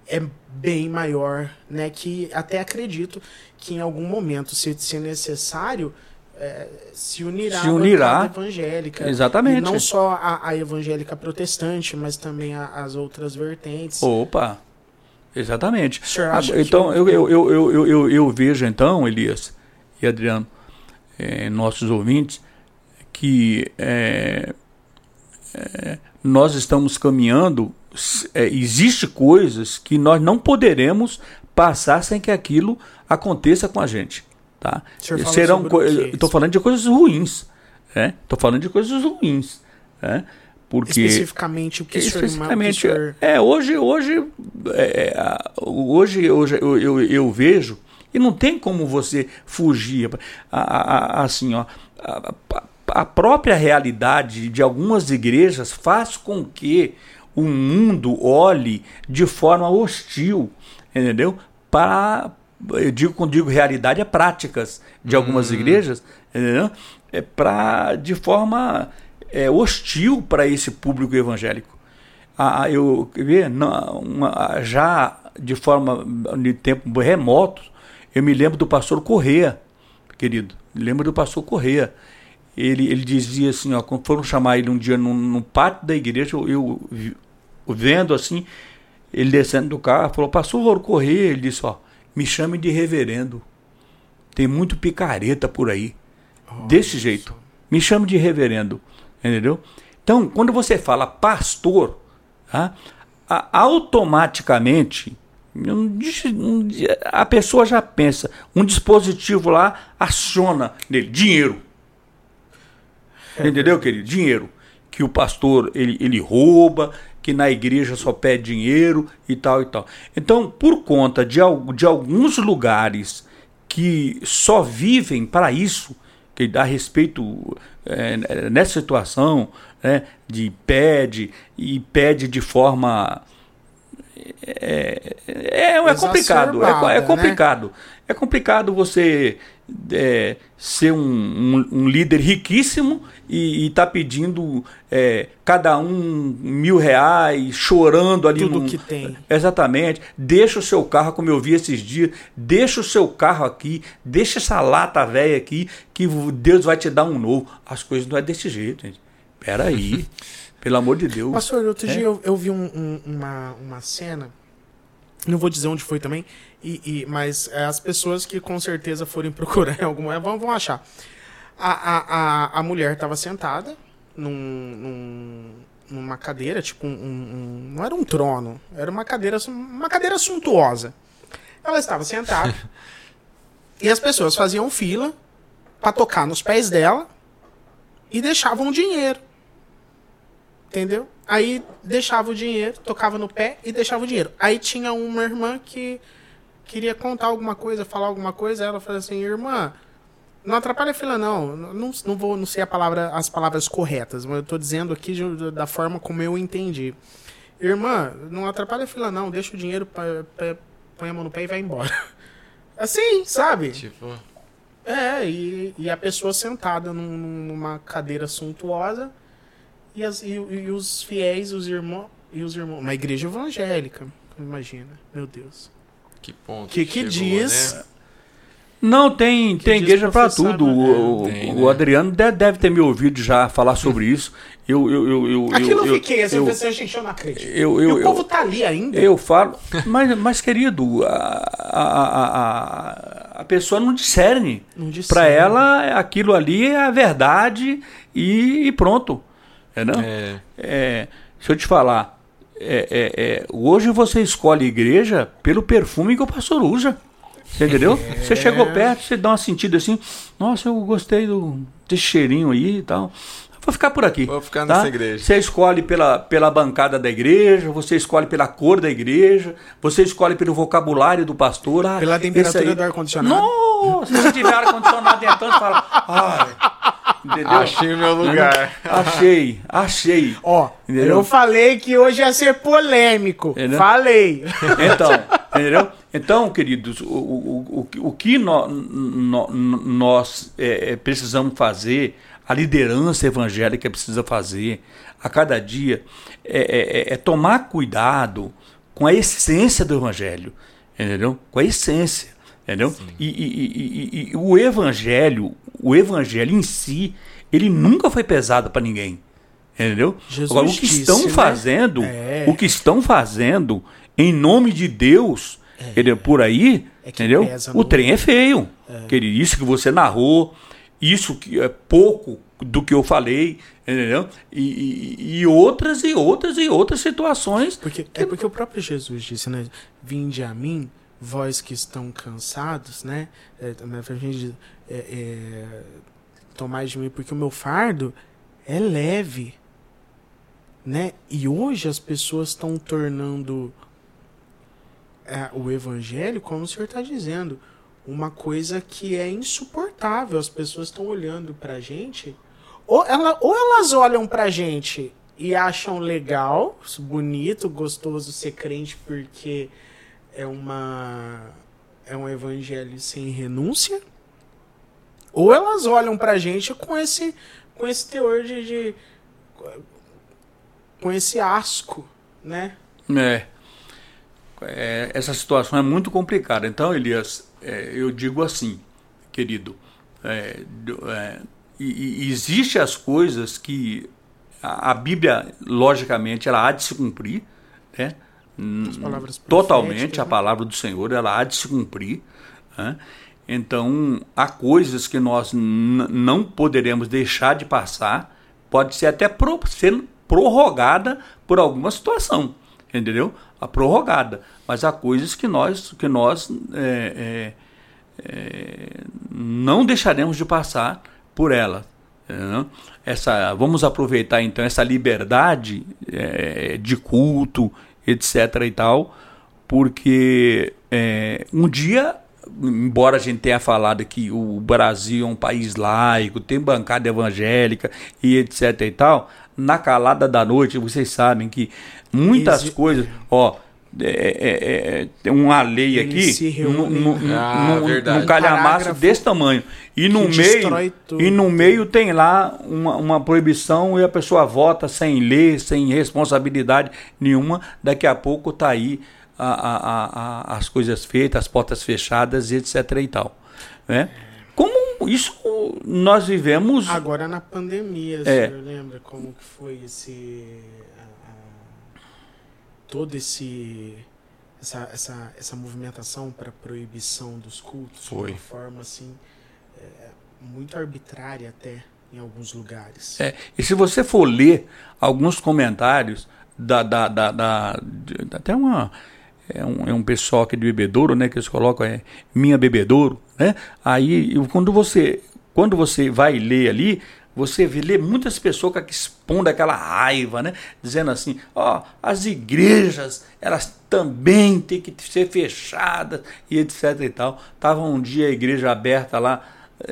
é bem maior, né? Que até acredito que em algum momento, se, se necessário, é, se unirá se unirá a evangélica. Exatamente. E não só a, a evangélica protestante, mas também a, as outras vertentes. Opa! Exatamente. O senhor acha então, que eu, eu, eu, eu, eu, eu, eu vejo então, Elias e Adriano, é, nossos ouvintes, que é, é, nós estamos caminhando, é, existe coisas que nós não poderemos passar sem que aquilo aconteça com a gente. Tá? Serão co- estou falando de coisas ruins. Estou falando de coisas ruins. Né? Porque, especificamente o que especificamente, o senhor... é, hoje, hoje, é, hoje, hoje eu, eu, eu vejo, e não tem como você fugir. A, a, a, assim, ó, a, a própria realidade de algumas igrejas faz com que o mundo olhe de forma hostil, entendeu? Para, eu digo, quando digo realidade, é práticas de algumas hum. igrejas, entendeu? É para, de forma é, hostil para esse público evangélico. Ah, eu ver, já de forma de tempo remoto, eu me lembro do pastor Correia, querido, me lembro do pastor Correia. Ele, ele dizia assim, ó, quando foram chamar ele um dia no, no pátio da igreja, eu, eu, eu vendo assim, ele descendo do carro, falou, pastor Correia, ele disse, ó, me chame de reverendo, tem muito picareta por aí, oh, desse isso. jeito, me chame de reverendo, entendeu? Então, quando você fala pastor, tá, automaticamente a pessoa já pensa, um dispositivo lá aciona nele, dinheiro. Entendeu, querido? Dinheiro. Que o pastor ele, ele rouba, que na igreja só pede dinheiro e tal e tal. Então, por conta de, de alguns lugares que só vivem para isso, que dá respeito é, nessa situação, né, de pede e pede de forma... É, é, é complicado, é, é complicado. Né? É complicado você é, ser um, um, um líder riquíssimo e estar tá pedindo é, cada um mil reais, chorando ali. Tudo num, que tem. Exatamente. Deixa o seu carro, como eu vi esses dias, deixa o seu carro aqui, deixa essa lata velha aqui, que Deus vai te dar um novo. As coisas não é desse jeito, gente. Peraí. Pelo amor de Deus. Pastor, outro é? dia eu, eu vi um, um, uma, uma cena, não vou dizer onde foi também, e, e, mas é, as pessoas que com certeza forem procurar em alguma vão, vão achar. A, a, a, a mulher estava sentada num, num, numa cadeira, tipo um, um, não era um trono, era uma cadeira, uma cadeira suntuosa. Ela estava sentada e as pessoas faziam fila para tocar nos pés dela e deixavam dinheiro. Entendeu? Aí deixava o dinheiro, tocava no pé e deixava o dinheiro. Aí tinha uma irmã que queria contar alguma coisa, falar alguma coisa. Ela falou assim, irmã, não atrapalha a fila não. Não, não vou, não sei a palavra, as palavras corretas, mas eu tô dizendo aqui de, da forma como eu entendi. Irmã, não atrapalha a fila não, deixa o dinheiro, pra, pra, põe a mão no pé e vai embora. Assim, sabe? Tipo... É, e, e a pessoa sentada num, numa cadeira suntuosa... E, as, e, e os fiéis, os irmãos, e os irmãos, uma igreja evangélica, imagina, meu Deus. Que ponto que que chegou, diz? Né? Não, tem, que tem diz igreja para tudo. O, tem, o né? Adriano deve, deve ter me ouvido já falar sobre isso. Eu, eu, eu, eu, Aquilo eu, eu fiquei, essa eu, pessoa, gente, eu não acredito. Eu, eu, e o eu, povo tá ali ainda. Eu falo, mas, mas querido, a, a, a, a pessoa não discerne. Não discerne. Para ela, aquilo ali é a verdade e, e pronto. É, não? É. É, deixa eu te falar, é, é, é, hoje você escolhe igreja pelo perfume que o pastor usa, você entendeu? É. Você chegou perto, você dá uma sentida assim, nossa, eu gostei do, desse cheirinho aí e tal, vou ficar por aqui. Vou ficar tá? nessa igreja. Você escolhe pela, pela bancada da igreja, você escolhe pela cor da igreja, você escolhe pelo vocabulário do pastor. Ah, pela temperatura aí... do ar-condicionado. Nossa, se tiver ar-condicionado então, você fala, ai... Entendeu? Achei o meu lugar. Achei, achei. Ó, entendeu? Eu falei que hoje ia ser polêmico. Entendeu? Falei. Então, entendeu? Então, queridos, o, o, o, o que nós, nós é, precisamos fazer, a liderança evangélica precisa fazer a cada dia, é, é, é tomar cuidado com com a essência do evangelho, entendeu? Com a essência, entendeu? E, e, e, e, e o evangelho, o evangelho em si, ele nunca foi pesado para ninguém, entendeu? Jesus Agora, o que disse, estão né? fazendo, É. o que estão fazendo em nome de Deus, É. entendeu? Por aí, É que entendeu? pesa O no- trem é feio, querido. Isso que você narrou, isso que é pouco do que eu falei, entendeu? E, e, e outras e outras e outras situações. Porque, é porque o próprio Jesus disse, né? Vinde a mim, vós que estão cansados, né? É, na verdade, é, é, tomai de mim, porque o meu fardo é leve, né? E hoje as pessoas estão tornando é, o evangelho, como o senhor está dizendo, uma coisa que é insuportável. As pessoas estão olhando pra gente, ou, ela, ou elas olham pra gente e acham legal, bonito, gostoso ser crente porque é uma é um evangelho sem renúncia, ou elas olham pra gente com esse com esse teor de, de com esse asco, né? É. É, essa situação é muito complicada. Então, Elias, é, eu digo assim, querido, é, do- é, e, e existe as coisas que a, a Bíblia, logicamente, ela há de se cumprir, né? As palavras Totalmente, proféticas, a né? palavra do Senhor, ela há de se cumprir, né? Então, há coisas que nós n- não poderemos deixar de passar, pode ser até pro, ser prorrogada por alguma situação, entendeu? A prorrogada, mas há coisas que nós, que nós é, é, é, não deixaremos de passar por ela. Entendeu? Essa, vamos aproveitar então essa liberdade é, de culto, etc e tal, porque é, um dia, embora a gente tenha falado que o Brasil é um país laico, tem bancada evangélica e etc e tal, na calada da noite, vocês sabem que muitas Exi- coisas, ó, é, é, é, tem uma lei Eles aqui, se num, reúnem. num, num- Ah, num- verdade. num calhamaço Parágrafo desse tamanho, e no que meio, destrói tudo. e no meio tem lá uma, uma proibição e a pessoa vota sem ler, sem responsabilidade nenhuma, daqui a pouco tá aí a, a, a, a- as coisas feitas, as portas fechadas, etc e tal, né? Como isso nós vivemos... Agora na pandemia, o É. senhor lembra como que foi esse a- a- todo esse essa, essa, essa movimentação para proibição dos cultos Foi. de uma forma assim é, muito arbitrária até em alguns lugares. É, e se você for ler alguns comentários da, da, da, da- de- até uma é um, é um pessoal aqui de bebedouro, né, que eles colocam é minha bebedouro, né? Aí eu- quando você quando você vai ler ali, você vê lê muitas pessoas que expondo aquela raiva, né, dizendo assim, ó, as igrejas elas também têm que ser fechadas e etc e tal. Tava um dia a igreja aberta lá,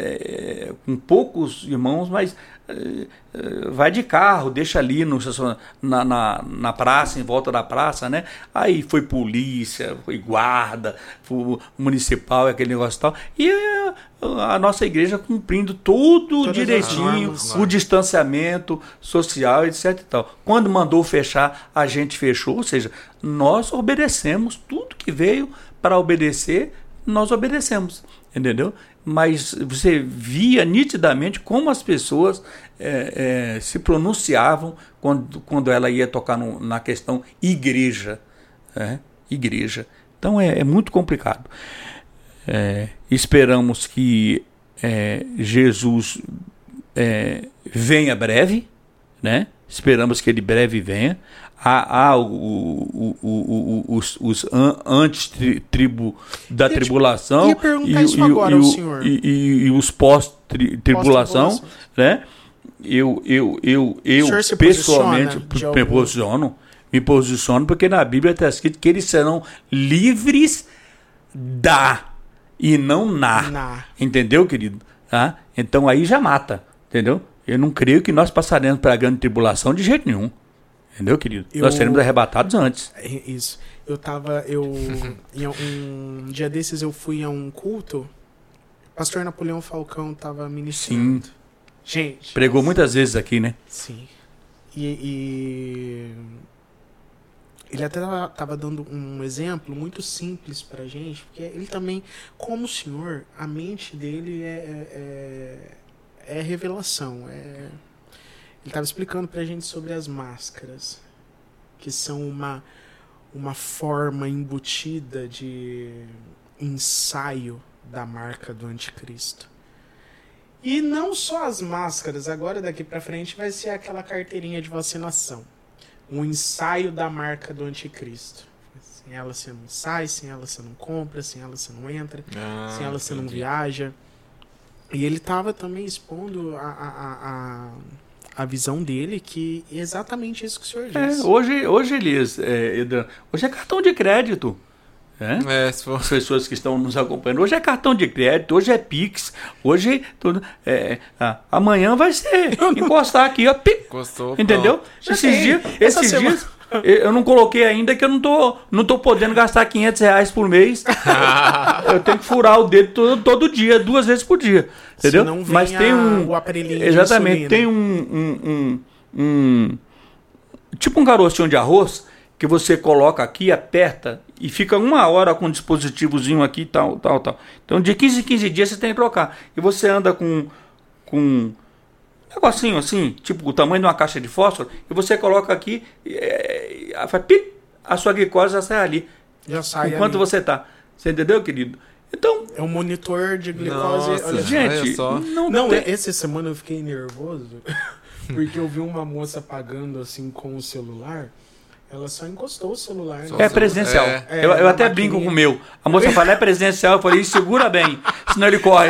é, com poucos irmãos, mas é, é, vai de carro, deixa ali no, na, na, na praça, em volta da praça, né? Aí foi polícia, foi guarda, foi municipal, aquele negócio e tal. E é, a nossa igreja cumprindo tudo Todas as direitinho, normas. o distanciamento social, etc e tal. Quando mandou fechar, a gente fechou, ou seja, nós obedecemos tudo que veio para obedecer, nós obedecemos, entendeu? Mas você via nitidamente como as pessoas é, é, se pronunciavam quando, quando ela ia tocar no, na questão igreja, é, igreja. Então é, é muito complicado. É, esperamos que é, Jesus é, venha breve, né? Esperamos que ele breve venha. Há, há o, o, o, o, os, os an, antes-tribo da Ia te- tribulação ia perguntar isso agora ao senhor. e, e, e os pós-tribulação, Pós-tribulação. né? Eu, eu, eu, eu O senhor se pessoalmente posiciona de me algum- posiciono, me posiciono porque na Bíblia está escrito que eles serão livres da e não na. Na. Entendeu, querido? Tá? Então aí já mata, entendeu? Eu não creio que nós passaremos para a grande tribulação de jeito nenhum. Entendeu, querido? Eu- Nós seremos arrebatados antes. É isso. Eu tava. Eu, em um dia desses eu fui a um culto. Pastor Napoleão Falcão tava ministrando. Sim. Gente. Pregou muitas vezes aqui, né? Sim. E, e ele até estava dando um exemplo muito simples pra gente, porque ele também, como o senhor, a mente dele é, é, é revelação. É, ele estava explicando pra gente sobre as máscaras, que são uma, uma forma embutida de ensaio da marca do anticristo. E não só as máscaras, agora daqui pra frente vai ser aquela carteirinha de vacinação. Um ensaio da marca do anticristo. Sem ela você não sai, sem ela você não compra, sem ela você não entra, Ah, sem ela você não entendi. viaja. E ele estava também expondo a, a, a, a visão dele, que é exatamente isso que o senhor É, disse. hoje, hoje, Elias, é, Edan, hoje é cartão de crédito. É? É, se for... As pessoas que estão nos acompanhando. Hoje é cartão de crédito, hoje é Pix, hoje tudo, é, ah, amanhã vai ser encostar aqui, ó, pic, Gostou, entendeu? pronto. Já Esses tem. dias, Essa esses semana- dias eu não coloquei ainda que eu não tô, não tô podendo gastar quinhentos reais por mês. Eu tenho que furar o dedo todo, todo dia, duas vezes por dia, entendeu? Senão vem Mas tem a- um, o aparelhinho de exatamente, insulina. tem um, um, um, um tipo um carocinho de arroz que você coloca aqui, aperta e fica uma hora com um dispositivozinho aqui, tal, tal, tal. Então, de quinze em quinze dias você tem que trocar. E você anda com, com um negocinho assim, tipo o tamanho de uma caixa de fósforo, e você coloca aqui, e, e, faz pip, a sua glicose já sai ali. Já sai Enquanto ali. você tá. Você entendeu, querido? Então, É um monitor de glicose. Nossa, olha, gente, olha só. não, Não, tem... essa semana eu fiquei nervoso porque eu vi uma moça pagando assim com o celular. Ela só encostou o celular. Só né? É presencial. É. É, eu eu na até maquininha. brinco com o meu. A moça fala, é presencial. Eu falei, segura bem, senão ele corre.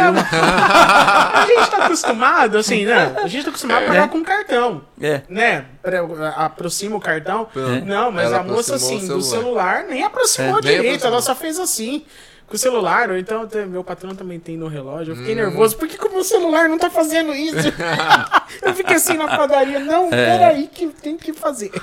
A gente tá acostumado, assim, né? A gente tá acostumado a pagar É. com cartão. É. Né? Pra- Aproxima o cartão. É. Não, mas Ela a moça, aproximou assim, o do celular. celular nem aproximou É, nem direito. aproximou. Ela só fez assim. Com o celular, ou então te- meu patrão também tem no relógio. Eu fiquei Hum. nervoso. Por que, que o meu celular não tá fazendo isso? Eu fiquei assim na padaria. Não, É. peraí que tem que fazer.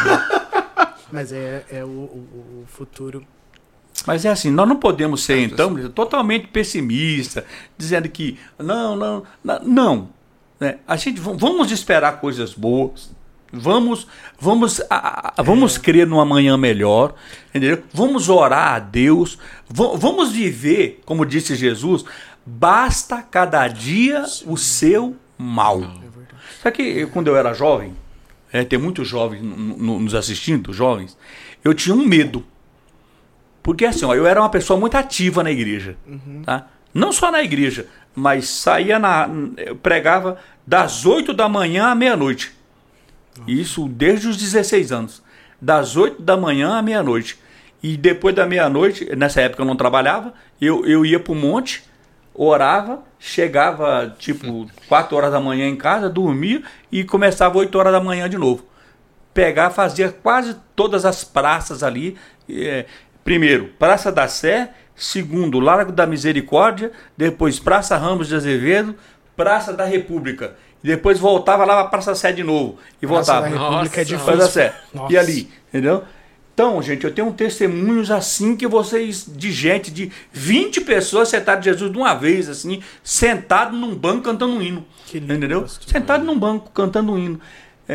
Mas é, é o, o- o futuro. Mas é assim, nós não podemos ser, então, totalmente pessimistas, dizendo que não, não, não. não, né? A gente v- vamos esperar coisas boas, vamos, vamos, a- a- vamos crer num amanhã melhor, entendeu? Vamos orar a Deus, va- vamos viver, como disse Jesus, basta cada dia o seu mal. É verdade. Sabe que eu, quando eu era jovem, é, tem muitos jovens n- n- nos assistindo, jovens, eu tinha um medo. Porque assim, ó, eu era uma pessoa muito ativa na igreja. Tá? Não só na igreja, mas saía na. Eu pregava das oito da manhã à meia-noite. Isso desde os dezesseis anos. Das oito da manhã à meia-noite. E depois da meia-noite, nessa época eu não trabalhava, eu, eu ia pro monte, orava, chegava tipo quatro horas da manhã em casa, dormia e começava oito horas da manhã de novo. Pegar, fazia quase todas as praças ali. É, primeiro, Praça da Sé, segundo, Largo da Misericórdia, depois Praça Ramos de Azevedo, Praça da República. E depois voltava lá para Praça Sé de novo. E Praça voltava. da República é Nossa. difícil. Praça Sé. Nossa. E ali, entendeu? Então, gente, eu tenho testemunhos assim que vocês, de gente, de vinte pessoas sentadas de Jesus de uma vez, assim, sentado num banco cantando um hino. Que lindo, Entendeu? pastor. Sentado num banco cantando um hino. É,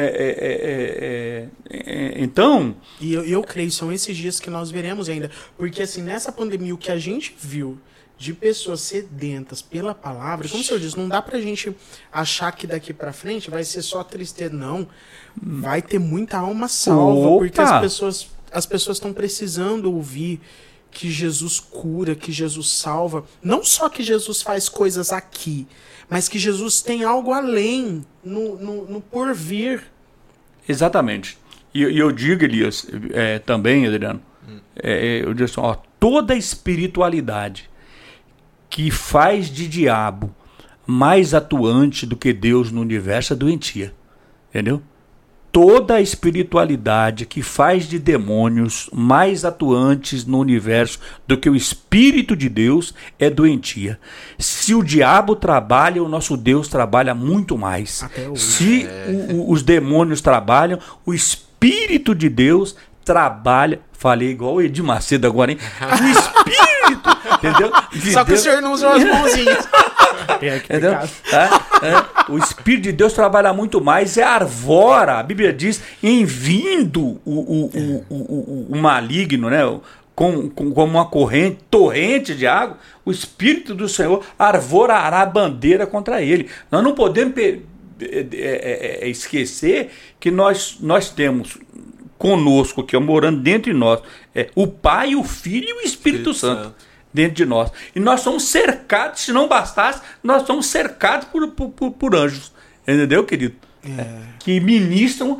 é, é, é, é, então, E eu, eu creio, são esses dias que nós veremos ainda. Porque assim, nessa pandemia, o que a gente viu de pessoas sedentas pela palavra, como o senhor diz, não dá pra gente achar que daqui pra frente vai ser só tristeza, não. Vai ter muita alma salva, Opa! porque as pessoas as pessoas estão precisando ouvir que Jesus cura, que Jesus salva. Não só que Jesus faz coisas aqui, mas que Jesus tem algo além, no, no, no porvir. exatamente. E, e eu digo, Elias, é, também, Adriano, é, eu digo assim, ó, toda espiritualidade que faz de diabo mais atuante do que Deus no universo é doentia. Entendeu? Toda a espiritualidade que faz de demônios mais atuantes no universo do que o Espírito de Deus é doentia. Se o diabo trabalha, o nosso Deus trabalha muito mais. Até hoje. Se o- o- os demônios trabalham, o Espírito de Deus trabalha. Falei igual o Edir Macedo agora, hein? O Espírito Entendeu? Só que o senhor não usou as mãozinhas. É, que Entendeu? É, é. O Espírito de Deus trabalha muito mais, é arvora. A Bíblia diz, em vindo o, o, o, o, o, o maligno, né? Com, com, como uma corrente, torrente de água, o Espírito do Senhor arvorará a bandeira contra ele. Nós não podemos pe- é, é, é, esquecer que nós, nós temos conosco, que é morando dentro de nós, é, o Pai, o Filho e o Espírito, Espírito Santo, Santo dentro de nós. E nós somos cercados, se não bastasse, nós somos cercados por, por, por, por anjos. Entendeu, querido? É. Que ministram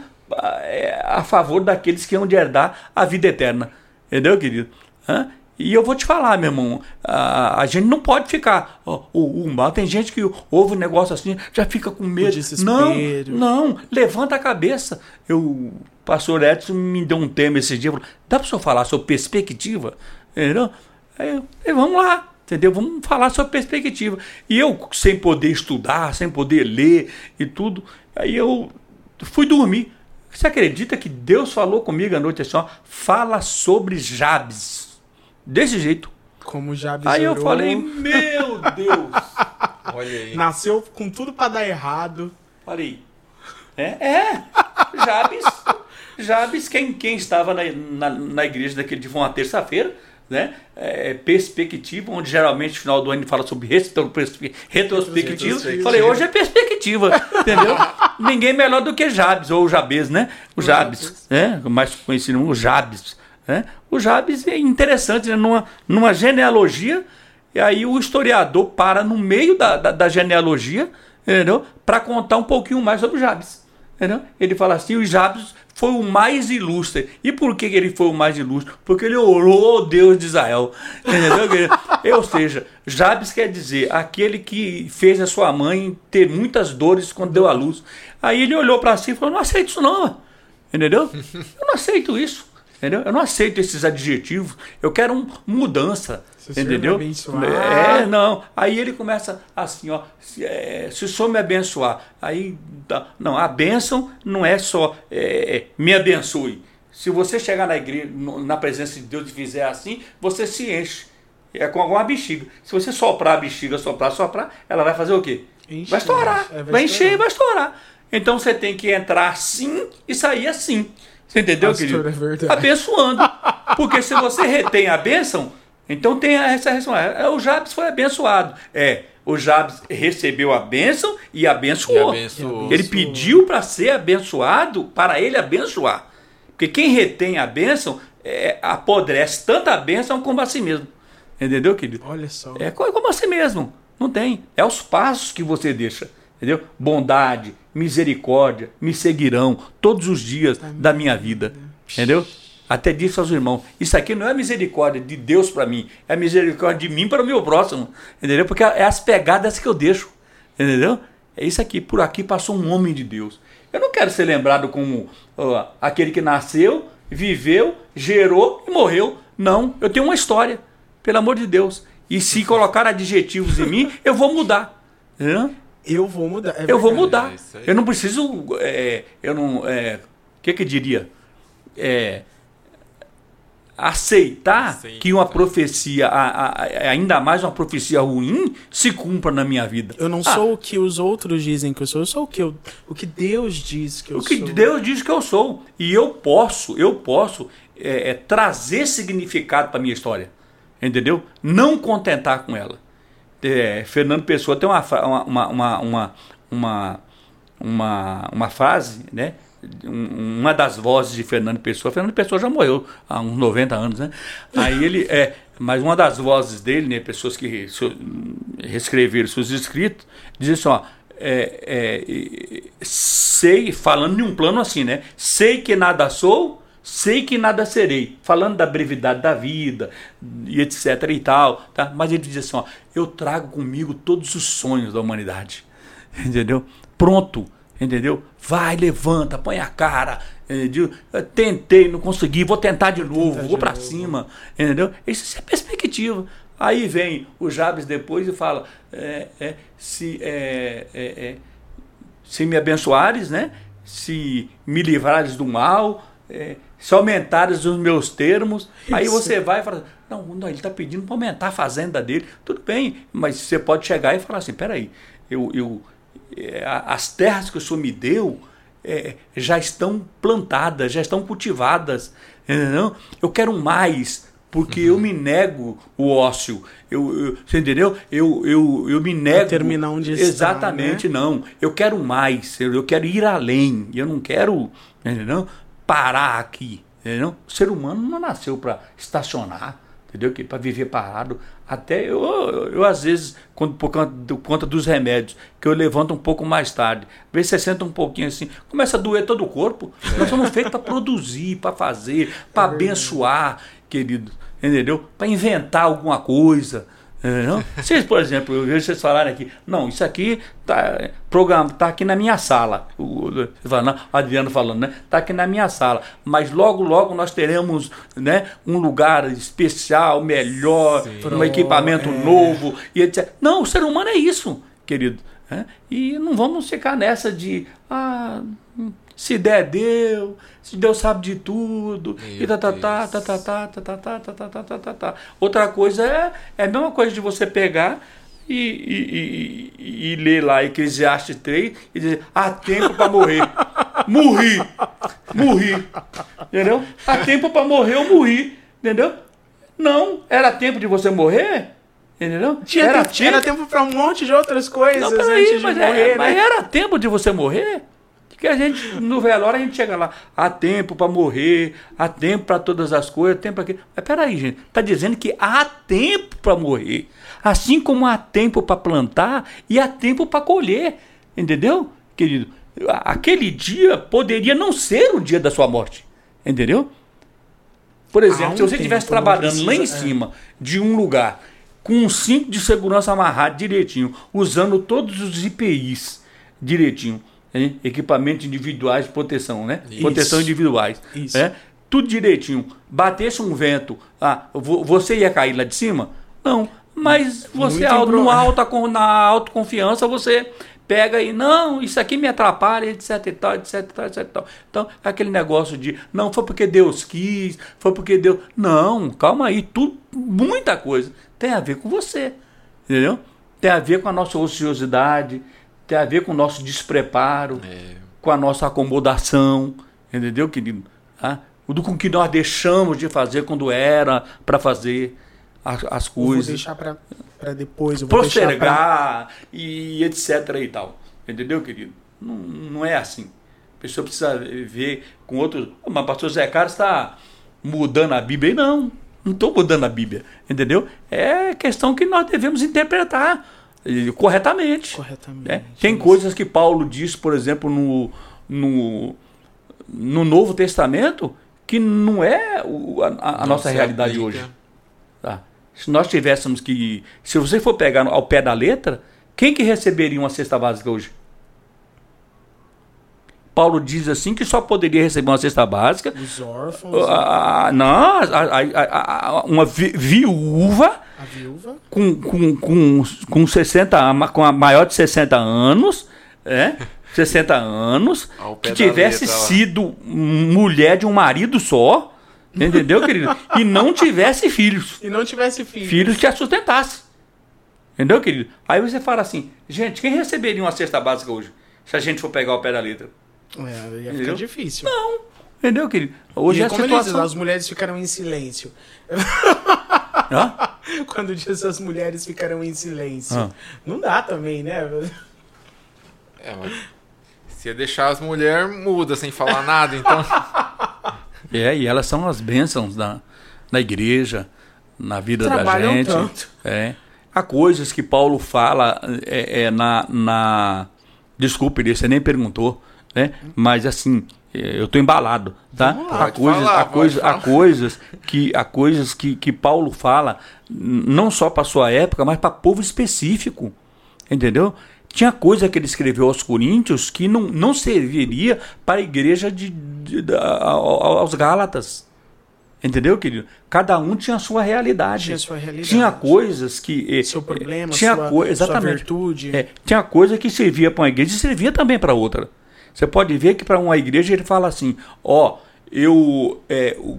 é, a favor daqueles que hão de herdar a vida eterna. Entendeu, querido? Hã? E eu vou te falar, meu irmão, a, a gente não pode ficar. Ó, o, o mal, tem gente que ouve um negócio assim, já fica com medo. Não, não, levanta a cabeça. Eu, o pastor Edson me deu um tema esse dia, falou, dá para o senhor falar sobre perspectiva? Entendeu? Aí eu, aí vamos lá, entendeu? Vamos falar sobre perspectiva. E eu, sem poder estudar, sem poder ler e tudo, aí eu fui dormir. Você acredita que Deus falou comigo à noite assim, ó, fala sobre Jabes. Desse jeito. Como Jabes Aí orou. eu falei, meu Deus. Olha aí. Nasceu com tudo pra dar errado. Falei, é, é, Jabes, Jabes, quem, quem estava na, na, na igreja daquele dia, foi uma terça-feira, né? É, perspectiva, onde geralmente no final do ano ele fala sobre retro, retrospectiva. Falei, hoje é perspectiva, entendeu? Ninguém melhor do que Jabes, ou Jabes, né? O Jabes, né? Mais conhecido como Jabes. Né? O Jabes é interessante, né? numa, numa genealogia, e aí o historiador para no meio da, da, da genealogia, entendeu? Para contar um pouquinho mais sobre o Jabes. Entendeu? Ele fala assim, o Jabes foi o mais ilustre. E por que ele foi o mais ilustre? Porque ele orou ao Deus de Israel. Entendeu? Ou seja, Jabes quer dizer aquele que fez a sua mãe ter muitas dores quando deu à luz. Aí ele olhou para si e falou, não aceito isso não. Entendeu? Eu não aceito isso. Entendeu? Eu não aceito esses adjetivos. Eu quero um, mudança. Se entendeu? É, não. Aí ele começa assim, ó. Se, é, se o Senhor me abençoar, aí não, a bênção não é só é, me abençoe. Se você chegar na igreja, na presença de Deus e fizer assim, você se enche. É com alguma bexiga. Se você soprar a bexiga, soprar, soprar, ela vai fazer o quê? Enche, vai estourar. É, vai, vai encher e vai estourar. Então você tem que entrar assim e sair assim. Você entendeu, pastor, querido? É abençoando. Porque se você retém a bênção, então tem essa resposta. O Jabes foi abençoado. É, o Jabes recebeu a bênção e abençoou. E abençoou. Ele pediu para ser abençoado, para ele abençoar. Porque quem retém a bênção é, apodrece tanto a bênção como a si mesmo. Entendeu, querido? Olha só. É como a si mesmo. Não tem. É os passos que você deixa. Entendeu? Bondade, misericórdia, me seguirão todos os dias da minha vida. Entendeu? Até disse aos irmãos, isso aqui não é misericórdia de Deus para mim, é misericórdia de mim para o meu próximo. Entendeu? Porque é as pegadas que eu deixo. Entendeu? É isso aqui. Por aqui passou um homem de Deus. Eu não quero ser lembrado como ó, aquele que nasceu, viveu, gerou e morreu. Não, eu tenho uma história. Pelo amor de Deus. E se colocar adjetivos em mim, eu vou mudar. Entendeu? Eu vou mudar. É eu vou mudar. É eu não preciso. É, eu não. É, o que que eu diria? É, aceitar Aceita. que uma profecia, a, a, a, ainda mais uma profecia ruim, se cumpra na minha vida. Eu não ah, sou o que os outros dizem que eu sou. Eu sou o que, eu, o que Deus diz que eu sou. O que sou. Deus diz que eu sou. E eu posso, eu posso é, é, trazer significado para a minha história. Entendeu? Não contentar com ela. É, Fernando Pessoa tem uma, uma, uma, uma, uma, uma, uma frase, né? Uma das vozes de Fernando Pessoa. Fernando Pessoa já morreu há uns noventa anos, né? Aí ele é, mas uma das vozes dele, né? Pessoas que reescreveram seus escritos, diz assim, ó, é, é, sei, falando de um plano assim, né? Sei que nada sou, sei que nada serei, falando da brevidade da vida e etc e tal, tá? Mas ele diz assim, ó, eu trago comigo todos os sonhos da humanidade, entendeu? Pronto, entendeu? Vai, levanta, põe a cara, entendeu? Tentei, não consegui, vou tentar de novo, tentar vou para cima, entendeu? Isso é perspectiva. Aí vem o Jabes depois e fala, é, é, se, é, é, é, se me abençoares, né? Se me livrares do mal, é, se aumentares os meus termos, Isso. aí você vai e fala, não, não ele está pedindo para aumentar a fazenda dele. Tudo bem, mas você pode chegar e falar assim, peraí, eu, eu, é, as terras que o senhor me deu é, já estão plantadas, já estão cultivadas, entendeu? Eu quero mais, porque uhum. eu me nego o ócio. Eu, eu, você entendeu? Eu, eu, eu me nego. Pra terminar onde Exatamente, está, né? não. Eu quero mais, eu, eu quero ir além. Eu não quero, entendeu? Parar aqui. Entendeu? O ser humano não nasceu para estacionar, entendeu? Para viver parado. Até eu, eu, eu às vezes, quando, por conta, por conta dos remédios, que eu levanto um pouco mais tarde, às vezes você senta um pouquinho assim, começa a doer todo o corpo. É. Nós somos feitos para produzir, para fazer, para é abençoar, querido. Entendeu? Para inventar alguma coisa. Entendeu? Vocês, por exemplo, eu vejo vocês falarem aqui, não, isso aqui tá, programa, tá aqui na minha sala. O, você fala, não, Adriano falando, né? Tá aqui na minha sala. Mas logo, logo nós teremos, né, um lugar especial, melhor, Sim. um Pro, equipamento é. novo, e etcétera. Não, o ser humano é isso, querido. Né? E não vamos ficar nessa de ah, se der, deu, se Deus sabe de tudo, e tá, tá, tá, tá, tá, tá, tá, tá, tá, tá, tá, tá, tá, tá. Outra coisa é, é a mesma coisa de você pegar e, e, e, e ler lá Eclesiastes três e dizer, há tempo para morrer. Morri. Morri. Entendeu? Há tempo para morrer, eu morri. Entendeu? Não, era tempo de você morrer. Entendeu? Tinha era, tempo, tempo... era tempo para um monte de outras coisas não, peraí, antes de mas morrer, é, né? Mas era tempo de você morrer? Que a gente, no velório, a gente chega lá, há tempo para morrer, há tempo para todas as coisas, tempo para aquilo. Mas peraí, gente, está dizendo que há tempo para morrer, assim como há tempo para plantar e há tempo para colher, entendeu, querido? Aquele dia poderia não ser o dia da sua morte, entendeu? Por exemplo, um se você estivesse trabalhando precisa, lá em é. cima de um lugar, com um cinto de segurança amarrado direitinho, usando todos os I P Is direitinho, hein? Equipamentos individuais de proteção, né? Isso. Proteção individuais. Isso. Né? Tudo direitinho. Batesse um vento, ah, você ia cair lá de cima? Não. Mas você, no alta, na autoconfiança, você pega e, não, isso aqui me atrapalha, etc e tal, etc e tal, etc e tal. Então, aquele negócio de, não, foi porque Deus quis, foi porque Deus... Não, calma aí, tudo, muita coisa tem a ver com você, entendeu? Tem a ver com a nossa ociosidade, tem a ver com o nosso despreparo, é. com a nossa acomodação, entendeu, querido? Ah, do com que nós deixamos de fazer quando era para fazer as, as coisas. Eu vou deixar para depois. Eu vou postergar pra... e etc e tal. Entendeu, querido? Não, não é assim. A pessoa precisa ver com outros... Mas o pastor Zé Carlos está mudando a Bíblia. Não, não estou mudando a Bíblia. Entendeu? É questão que nós devemos interpretar corretamente. Corretamente. Né? Tem coisas que Paulo diz, por exemplo, no, no, no Novo Testamento, que não é o, a, a nossa realidade aplica. Hoje. Tá? Se nós tivéssemos que... Se você for pegar ao pé da letra, quem que receberia uma cesta básica hoje? Paulo diz assim que só poderia receber uma cesta básica... Os órfãos... A, a, não, a, a, a, uma vi, viúva... A viúva? Com, com, com, com, sessenta, com a maior de sessenta anos, é, sessenta anos, que tivesse sido mulher de um marido só, entendeu, querido? E não tivesse filhos. E não tivesse filhos. Filhos que a sustentassem. Entendeu, querido? Aí você fala assim, gente, quem receberia uma cesta básica hoje? Se a gente for pegar o pé da letra. É, ia ficar entendeu? Difícil. Não, entendeu, querido? Hoje e a como situação... eles, as mulheres ficaram em silêncio. Hã? Quando diz as mulheres ficaram em silêncio. Hã? Não dá também, né? É, mas se eu deixar as mulheres muda sem falar nada, então... É, e elas são as bênçãos da, da igreja, na vida Trabalham da gente. Tanto. É. Há coisas que Paulo fala é, é, na, na... Desculpe, você nem perguntou, né? Mas assim... Eu estou embalado, tá? Há coisas, falar, há, coisa, há coisas que há coisas que, que Paulo fala não só para sua época, mas para povo específico, entendeu? Tinha coisa que ele escreveu aos Coríntios que não, não serviria para a igreja de, de, de, aos Gálatas, entendeu, querido? Cada um tinha a sua realidade. Tinha a sua realidade. Tinha coisas que seu problema, tinha sua, co exatamente, sua virtude. É, tinha coisa que servia para uma igreja e servia também para outra. Você pode ver que para uma igreja ele fala assim, ó, eu é, o,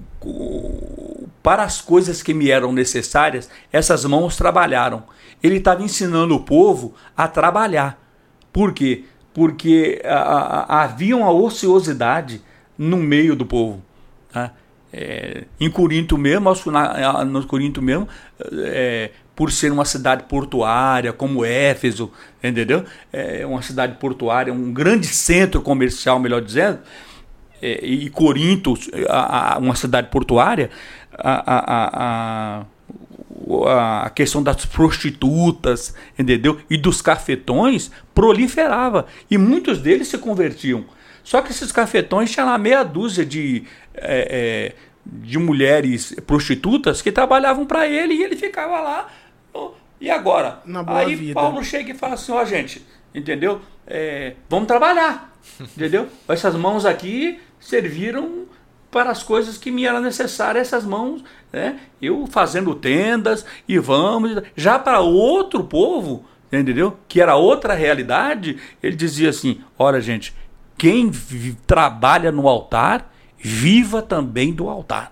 o, para as coisas que me eram necessárias, essas mãos trabalharam. Ele estava ensinando o povo a trabalhar. Por quê? Porque a, a, havia uma ociosidade no meio do povo. Tá? É, em Corinto mesmo, na, no Corinto mesmo, é, por ser uma cidade portuária, como Éfeso, entendeu? É uma cidade portuária, um grande centro comercial, melhor dizendo, é, e Corinto, a, a, uma cidade portuária, a, a, a, a questão das prostitutas, entendeu? E dos cafetões proliferava, e muitos deles se convertiam. Só que esses cafetões tinham lá meia dúzia de, é, é, de mulheres prostitutas que trabalhavam para ele, e ele ficava lá. E agora? Na boa Aí vida. Paulo chega e fala assim, ó, gente, entendeu? É, vamos trabalhar, entendeu? Essas mãos aqui serviram para as coisas que me eram necessárias, essas mãos, né? Eu fazendo tendas, e vamos... Já para outro povo, entendeu? Que era outra realidade, ele dizia assim, olha, gente, quem vi- trabalha no altar, viva também do altar.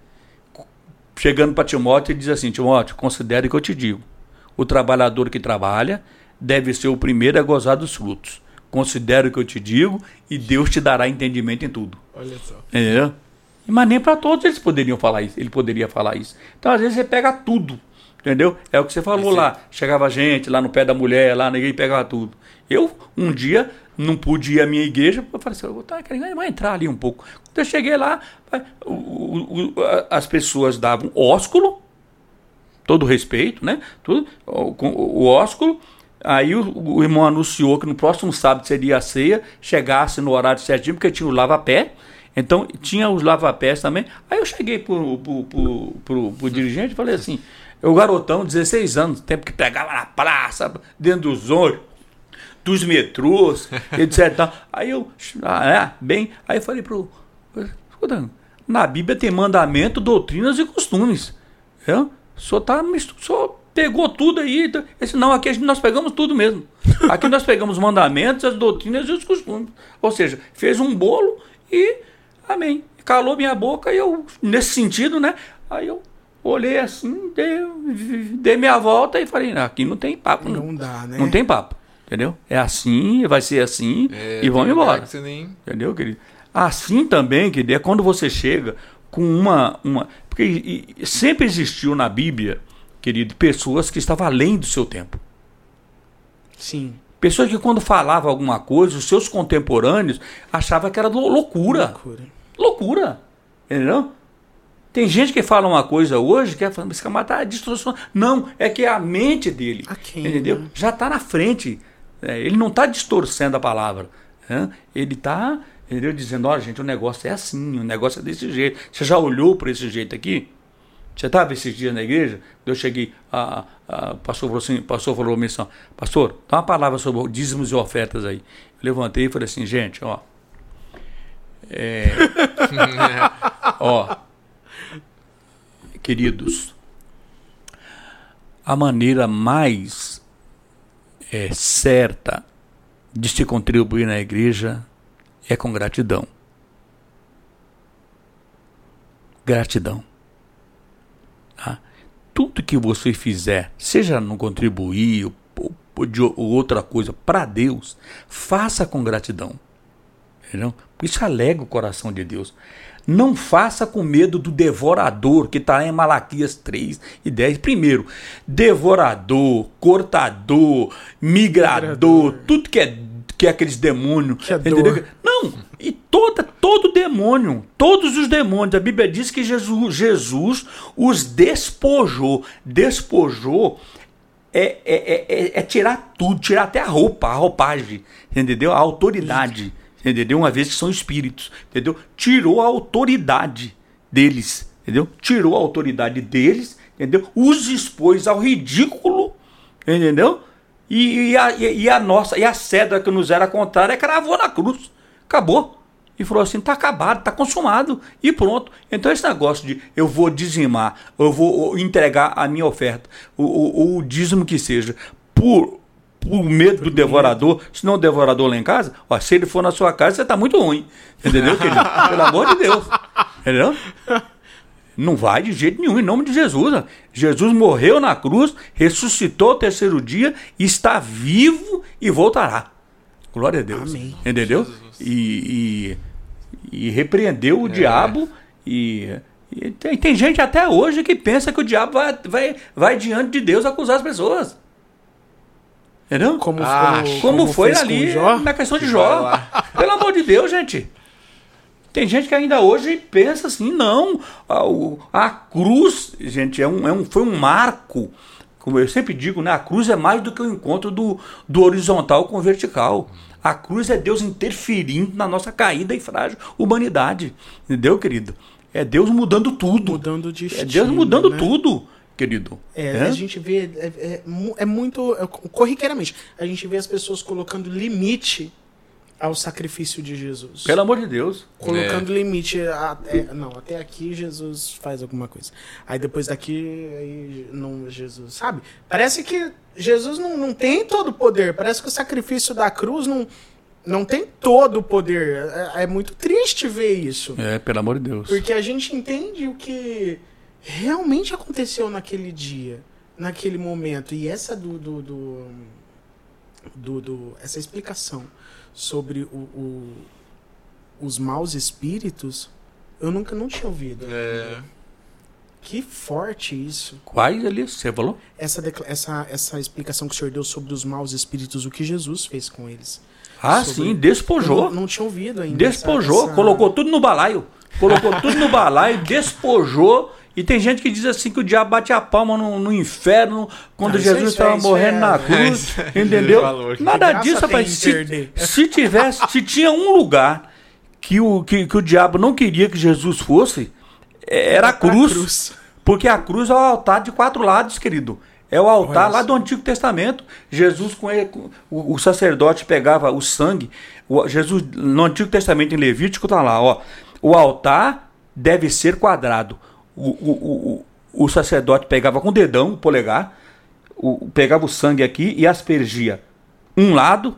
Chegando para Timóteo, ele diz assim, Timóteo, considere o que eu te digo. O trabalhador que trabalha deve ser o primeiro a gozar dos frutos. Considere o que eu te digo e Deus te dará entendimento em tudo. Olha só. Entendeu? Mas nem para todos eles poderiam falar isso. Ele poderia falar isso. Então, às vezes, você pega tudo. Entendeu? É o que você falou Esse... lá. Chegava gente lá no pé da mulher, lá ninguém pegava tudo. Eu, um dia, não pude ir à minha igreja, eu falei assim, tá, vai entrar ali um pouco. Quando eu cheguei lá, o, o, o, as pessoas davam ósculo, todo respeito, né? Tudo, o, o, o ósculo. Aí o, o irmão anunciou que no próximo sábado seria a ceia, chegasse no horário certinho, porque tinha o lava-pé. Então, tinha os lava-pés também. Aí eu cheguei pro, pro, pro, pro, pro dirigente e falei assim, o garotão, dezesseis anos, tempo que pegava na praça, dentro dos ônibus, dos metrôs, etcétera. Aí eu, ah, é, bem, aí eu falei pro, escuta, na Bíblia tem mandamento, doutrinas e costumes. É? O senhor tá, o senhor pegou tudo aí. Esse, não, aqui nós pegamos tudo mesmo. Aqui nós pegamos os mandamentos, as doutrinas e os costumes. Ou seja, fez um bolo e, amém, calou minha boca e eu, nesse sentido, né, aí eu olhei assim, dei, dei minha volta e falei, aqui não tem papo. Não, Não dá, né? não tem papo, entendeu? É assim, vai ser assim É, e vamos tem lugar embora. que você nem... Entendeu, querido? Assim também, querido, é quando você chega com uma... uma porque e, e sempre existiu na Bíblia, querido, pessoas que estavam além do seu tempo. Sim. Pessoas que quando falavam alguma coisa, os seus contemporâneos achavam que era lou- loucura. Loucura. Loucura. Entendeu? Tem gente que fala uma coisa hoje que é falando, esse camarada está distorcionando. Não, é que é a mente dele. A quem, entendeu? né? Já está na frente. É, ele não está distorcendo a palavra. Né? Ele está dizendo, olha, gente, o negócio é assim, o negócio é desse jeito. Você já olhou para esse jeito aqui? Você estava esses dias na igreja? Eu cheguei, a, a, a pastor falou assim, pastor falou missão, pastor, dá uma palavra sobre dízimos e ofertas aí. Eu levantei e falei assim, gente, ó. É, ó, queridos, a maneira mais é, certa de se contribuir na igreja é com gratidão. Gratidão. Tá? Tudo que você fizer, seja no contribuir ou, ou de outra coisa, para Deus, faça com gratidão. Entendeu? Isso alega o coração de Deus. Não faça com medo do devorador, que está em Malaquias três e dez. Primeiro, devorador, cortador, migrador, migrador. tudo que é, que é aqueles demônios. Que é entendeu? dor. Não, e toda, todo demônio, todos os demônios, a Bíblia diz que Jesus, Jesus os despojou. Despojou é, é, é, é tirar tudo, tirar até a roupa, a roupagem, entendeu? A autoridade. Entendeu? Uma vez que são espíritos, entendeu? Tirou a autoridade deles, entendeu? Tirou a autoridade deles, entendeu? Os expôs ao ridículo, entendeu? E, e, a, e a nossa, e a cedra que nos era contrária, cravou na cruz, acabou. E falou assim, tá acabado, tá consumado, e pronto. Então esse negócio de eu vou dizimar, eu vou entregar a minha oferta, o, o, o dízimo que seja, por... por medo do devorador, se não o devorador lá em casa, ó, se ele for na sua casa, você tá muito ruim. Entendeu, querido? Pelo amor de Deus. Entendeu? Não vai de jeito nenhum, em nome de Jesus. Jesus morreu na cruz, ressuscitou ao terceiro dia, está vivo e voltará. Glória a Deus. Amém. Entendeu? E, e, e repreendeu o é. diabo. E, e tem, tem gente até hoje que pensa que o diabo vai, vai, vai diante de Deus acusar as pessoas. Entendeu? Como, ah, como, como foi ali na questão de Jó. Pelo amor de Deus, gente. Tem gente que ainda hoje pensa assim, não, a, a cruz, gente, é um, é um, foi um marco, como eu sempre digo, né? A cruz é mais do que o encontro do, do horizontal com o vertical. A cruz é Deus interferindo na nossa caída e frágil humanidade, entendeu, querido? É Deus mudando tudo. Mudando o destino. É Deus mudando né? tudo, querido. É, é? a gente vê, é, é, é muito, é, corriqueiramente, a gente vê as pessoas colocando limite ao sacrifício de Jesus. Pelo amor de Deus. Colocando é. limite. A, é, não, até aqui Jesus faz alguma coisa. Aí depois daqui, aí não, Jesus. Sabe? Parece que Jesus não, não tem todo o poder. Parece que o sacrifício da cruz não, não tem todo o poder. É, é muito triste ver isso. É, pelo amor de Deus. Porque a gente entende o que realmente aconteceu naquele dia, naquele momento. E essa do. do, do, do, do essa explicação sobre o, o, os maus espíritos, eu nunca não tinha ouvido. É. Que forte isso. Quais ali você falou? Essa, essa, essa explicação que o senhor deu sobre os maus espíritos, o que Jesus fez com eles. Ah, sobre... sim, despojou. Eu não, não tinha ouvido ainda. Despojou, essa, essa... colocou tudo no balaio. Colocou tudo no balaio, despojou. E tem gente que diz assim que o diabo bate a palma no, no inferno quando ah, Jesus estava morrendo é, na cruz, é, entendeu? Nada disso, rapaz. Se, se tivesse, se tinha um lugar que o, que, que o diabo não queria que Jesus fosse, era a cruz, cruz. Porque a cruz é o altar de quatro lados, querido. É o altar lá do Antigo Testamento. Jesus, com ele, o, o sacerdote pegava o sangue. O, Jesus, no Antigo Testamento, em Levítico, está lá, ó. O altar deve ser quadrado. O, o, o, o sacerdote pegava com o dedão, o polegar, o, pegava o sangue aqui e aspergia um lado,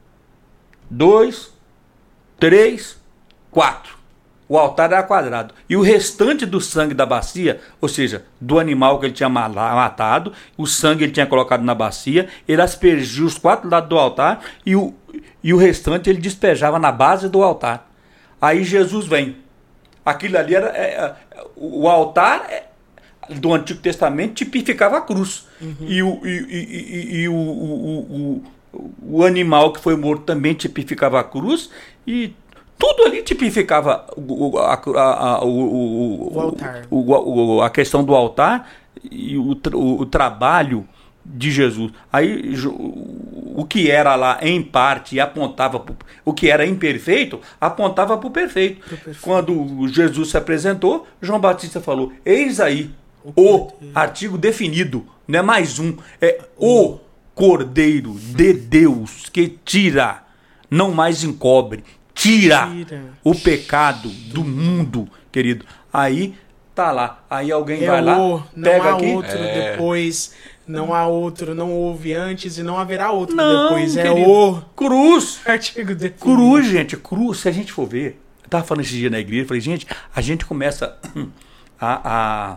dois, três, quatro. O altar era quadrado. E o restante do sangue da bacia, ou seja, do animal que ele tinha matado, o sangue ele tinha colocado na bacia, ele aspergia os quatro lados do altar e o, e o restante ele despejava na base do altar. Aí Jesus vem. Aquilo ali era... É, é, o altar é, do Antigo Testamento tipificava a cruz. Uhum. E, o, e, e, e o, o, o, o animal que foi morto também tipificava a cruz. E tudo ali tipificava o, a, a, o, o, o, altar. O, o, a questão do altar e o, o, o trabalho de Jesus. Aí o que era lá em parte apontava pro, o que era imperfeito apontava para o perfeito. perfeito. Quando Jesus se apresentou, João Batista falou: eis aí o, o artigo definido, não é mais um, é o Cordeiro de Deus que tira, não mais encobre, tira, tira. o pecado do mundo, querido. Aí tá lá, aí alguém é vai lá, o, pega não há aqui, outro é. depois. Não há outro, não houve antes e não haverá outro não, depois. É querido. o cruz. Artigo definido. Cruz, gente, cruz. Se a gente for ver, eu tava falando esse dia na igreja, eu falei, gente, a gente começa a, a,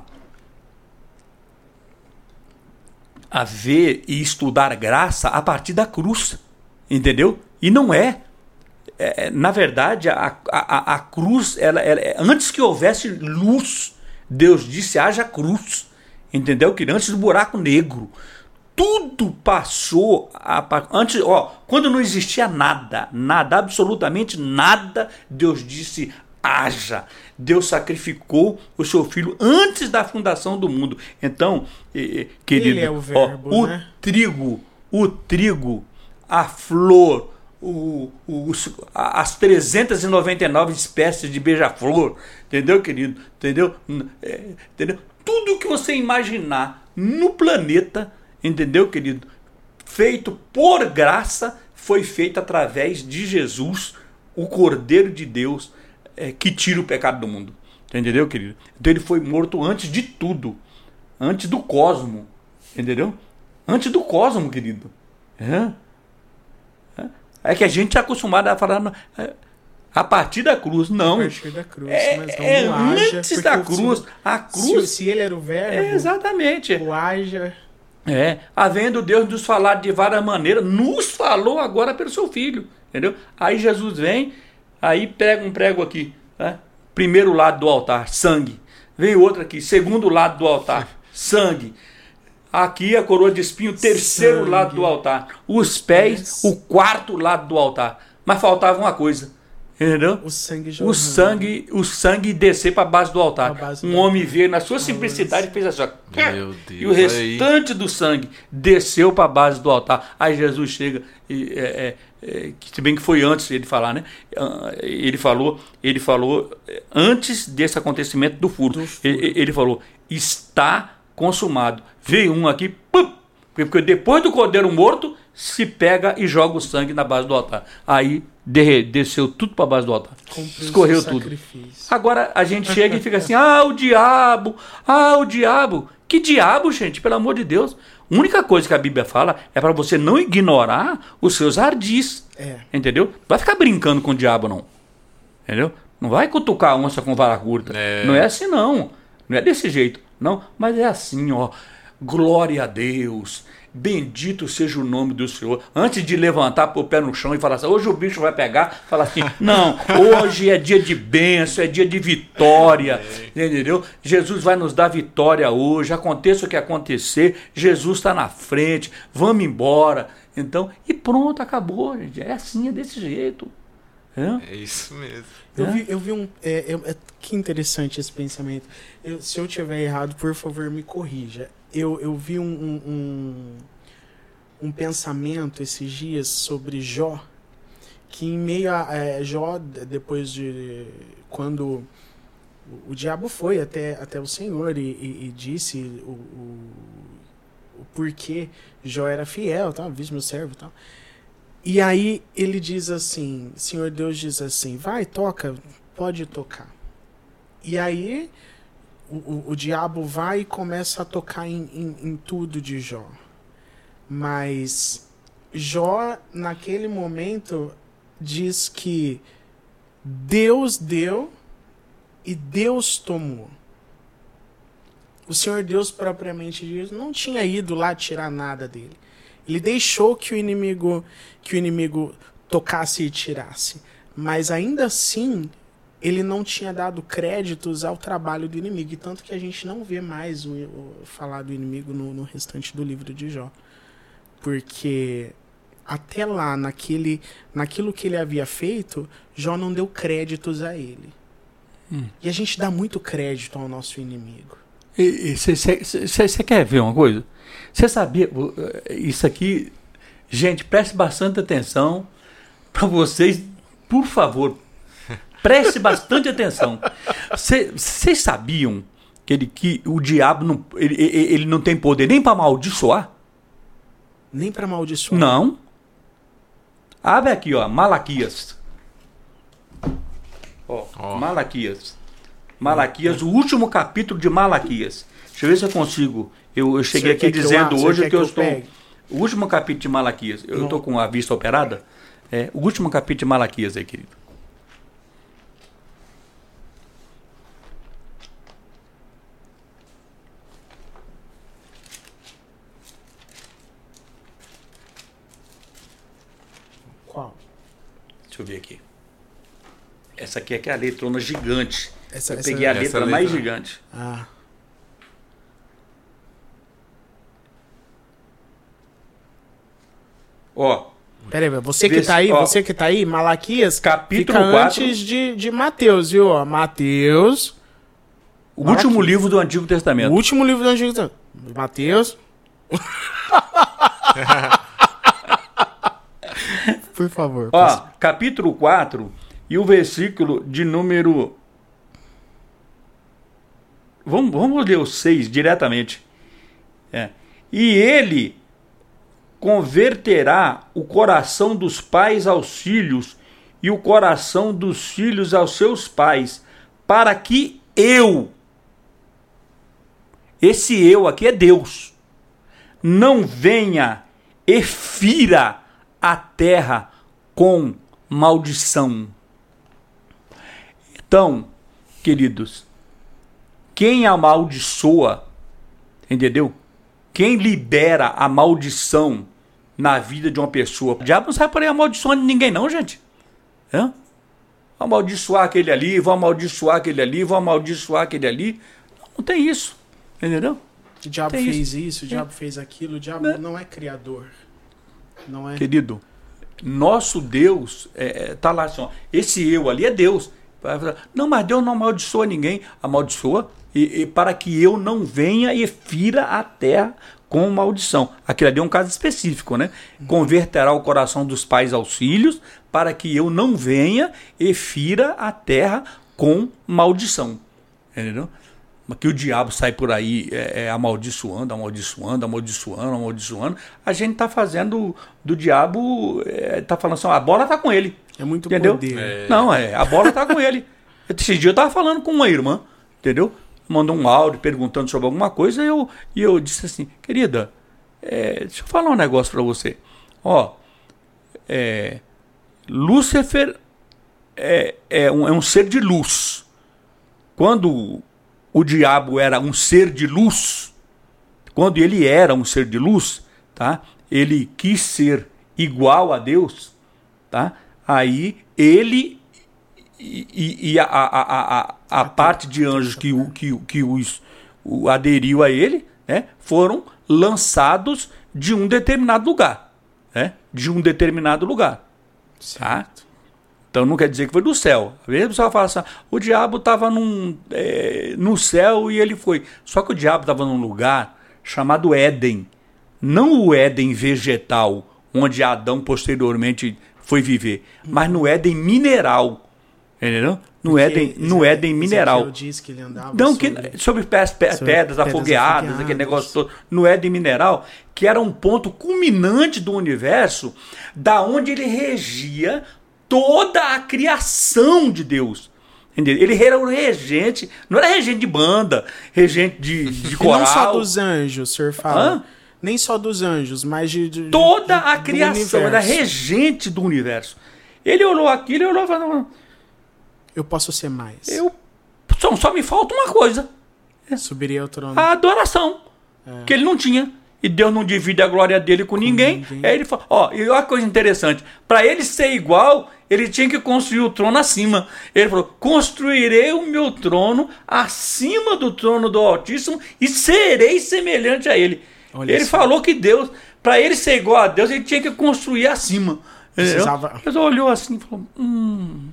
a ver e estudar graça a partir da cruz, entendeu? E não é. é na verdade, a, a, a cruz, ela, ela, antes que houvesse luz, Deus disse, haja cruz. Entendeu? Que antes do buraco negro, tudo passou a, antes, ó, quando não existia nada, nada, absolutamente nada, Deus disse haja. Deus sacrificou o seu filho antes da fundação do mundo. Então, eh, querido, Ele é o verbo, ó, o né? trigo, o trigo, a flor, o, o, as trezentas e noventa e nove espécies de beija-flor, entendeu, querido? Entendeu? É, entendeu? Tudo que você imaginar no planeta, entendeu, querido? Feito por graça, foi feito através de Jesus, o Cordeiro de Deus, é, que tira o pecado do mundo. Entendeu, querido? Então ele foi morto antes de tudo. Antes do cosmo. Entendeu? Antes do cosmo, querido. É, é que a gente é acostumado a falar a partir da cruz. Não. A partir da cruz. É, mas não é haja, antes da cruz. Se, a cruz. Se, se ele era o verbo. É, exatamente. O haja. É, havendo Deus nos falar de várias maneiras, nos falou agora pelo seu filho. Entendeu? Aí Jesus vem, aí pega um prego aqui. Né? Primeiro lado do altar, sangue. Vem outro aqui, segundo lado do altar, sangue. Aqui a coroa de espinho, terceiro sangue. Lado do altar. Os pés, o quarto lado do altar. Mas faltava uma coisa, entendeu? O sangue o sangue, o sangue descer para a base do altar. Base um do homem veio na sua simplicidade e fez assim. Meu Deus, e o restante aí. Do sangue desceu para a base do altar. Aí Jesus chega, e, é, é, se bem que foi antes ele falar, né? Ele falou, ele falou antes desse acontecimento do furo. Do furo. Ele, ele falou, está consumado. Veio um aqui, pum, porque depois do cordeiro morto se pega e joga o sangue na base do altar. Aí de, desceu tudo para a base do altar. Cumpriu escorreu tudo. Sacrifício. Agora a gente chega e fica assim, ah, o diabo, ah, o diabo. Que diabo, gente, pelo amor de Deus. A única coisa que a Bíblia fala é para você não ignorar os seus ardis. É. Entendeu? Não vai ficar brincando com o diabo, não. Entendeu? Não vai cutucar a onça com vara curta. É. Não é assim, não. Não é desse jeito, não. Mas é assim, ó. Glória a Deus. Bendito seja o nome do Senhor. Antes de levantar pôr o pé no chão e falar assim, hoje o bicho vai pegar, falar assim, não, hoje é dia de bênção, é dia de vitória, é. Entendeu? Jesus vai nos dar vitória hoje, aconteça o que acontecer, Jesus está na frente, vamos embora. Então, e pronto, acabou, gente. É assim, é desse jeito. É, é isso mesmo. Eu, é? vi, eu vi um... É, é, que interessante esse pensamento. Eu, se eu tiver errado, por favor, me corrija. Eu, eu vi um, um, um, um pensamento esses dias sobre Jó, que em meio a é, Jó, depois de quando o, o diabo foi até, até o Senhor e, e, e disse o, o, o porquê Jó era fiel, tá? Visto meu servo e tal. E aí ele diz assim, Senhor Deus diz assim, vai, toca, pode tocar. E aí... O, o, o diabo vai e começa a tocar em, em, em tudo de Jó. Mas Jó, naquele momento, diz que Deus deu e Deus tomou. O Senhor Deus, propriamente dito, não tinha ido lá tirar nada dele. Ele deixou que o inimigo, que o inimigo tocasse e tirasse. Mas ainda assim... ele não tinha dado créditos ao trabalho do inimigo. E tanto que a gente não vê mais o, o falar do inimigo no, no restante do livro de Jó. Porque até lá, naquele, naquilo que ele havia feito, Jó não deu créditos a ele. Hum. E a gente dá muito crédito ao nosso inimigo. Você quer ver uma coisa? Você sabia... Isso aqui... Gente, preste bastante atenção para vocês, por favor. Preste bastante atenção. Vocês sabiam que, ele, que o diabo não, ele, ele não tem poder nem para amaldiçoar? Nem para amaldiçoar? Não. Abre aqui, ó, Malaquias. Ó, oh. Malaquias. Malaquias, oh. O último capítulo de Malaquias. Deixa eu ver se eu consigo. Eu, eu cheguei aqui dizendo eu, hoje que, que eu, eu estou... Pegue? O último capítulo de Malaquias. Eu estou com a vista operada. É, o último capítulo de Malaquias aí, querido. Qual? Deixa eu ver aqui. Essa aqui é que é a letrona gigante. Essa, eu essa, peguei a letra, letra mais gigante. Ah. Ó. Pera aí, você que tá aí, ó, você que tá aí, Malaquias, capítulo fica quatro, antes de, de Mateus, viu? Ó, Mateus. O Malaquias. Último livro do Antigo Testamento. O último livro do Antigo Testamento. Mateus. Por favor. Ó, posso... capítulo quatro e o versículo de número... Vamos, vamos ler o seis diretamente. É. E ele converterá o coração dos pais aos filhos e o coração dos filhos aos seus pais, para que eu, esse eu aqui é Deus, não venha e fira a terra com maldição. Então, queridos, quem amaldiçoa, entendeu? Quem libera a maldição na vida de uma pessoa, o diabo não sai por aí amaldiçoando ninguém não, gente. Hã? Vou amaldiçoar aquele ali, vou amaldiçoar aquele ali, vou amaldiçoar aquele ali. Não, não tem isso, entendeu? O diabo tem fez isso, isso, o diabo é. fez aquilo, o diabo é. não é criador. Não é. Querido, nosso Deus é, tá lá assim, ó, esse eu ali é Deus. Não, mas Deus não amaldiçoa ninguém. Amaldiçoa e, e para que eu não venha e fira a terra com maldição. Aquilo ali é um caso específico, né? Uhum. Converterá o coração dos pais aos filhos para que eu não venha e fira a terra com maldição. Entendeu? Que o diabo sai por aí é, é, amaldiçoando, amaldiçoando, amaldiçoando, amaldiçoando. A gente está fazendo do diabo, está é, falando assim, ó, a bola está com ele. É muito entendeu? poder. É. Não, é, a bola está com ele. Esse dia eu estava falando com uma irmã, entendeu? Mandou um áudio perguntando sobre alguma coisa e eu, e eu disse assim, querida, é, deixa eu falar um negócio para você. Ó, é, Lúcifer é, é, um, é um ser de luz. Quando o diabo era um ser de luz, quando ele era um ser de luz, tá? Ele quis ser igual a Deus, tá? Aí ele e, e, e a, a, a, a parte de anjos que, que, que os o, aderiu a ele, né? Foram lançados de um determinado lugar, né? De um determinado lugar, tá? Então não quer dizer que foi do céu. Às vezes a pessoa fala assim, o diabo estava é, no céu e ele foi. Só que o diabo estava num lugar chamado Éden. Não o Éden vegetal, onde Adão posteriormente foi viver, mas no Éden mineral. Entendeu? No Porque Éden, no Éden mineral. Diz que ele andava não, sobre, que, sobre, pe, pe, sobre pedras, pedras afogueadas, afogueadas, aquele negócio todo. No Éden mineral, que era um ponto culminante do universo, da onde ele regia toda a criação de Deus. Entendeu? Ele era o regente, não era regente de banda, regente de, de coral. Não só dos anjos, o senhor fala. Hã? Nem só dos anjos, mas de... de toda de, a criação, era regente do universo. Ele olhou aquilo e olhou e falou... Eu posso ser mais. Eu, só, só me falta uma coisa. Subiria ao trono. A adoração, é. que ele não tinha. E Deus não divide a glória dele com, com ninguém. ninguém. Aí ele falou, ó, e olha uma coisa interessante. Para ele ser igual, ele tinha que construir o trono acima. Ele falou, construirei o meu trono acima do trono do Altíssimo e serei semelhante a ele. Olha ele isso. falou que Deus, para ele ser igual a Deus, ele tinha que construir acima. Precisava... Ele olhou assim e falou, hum...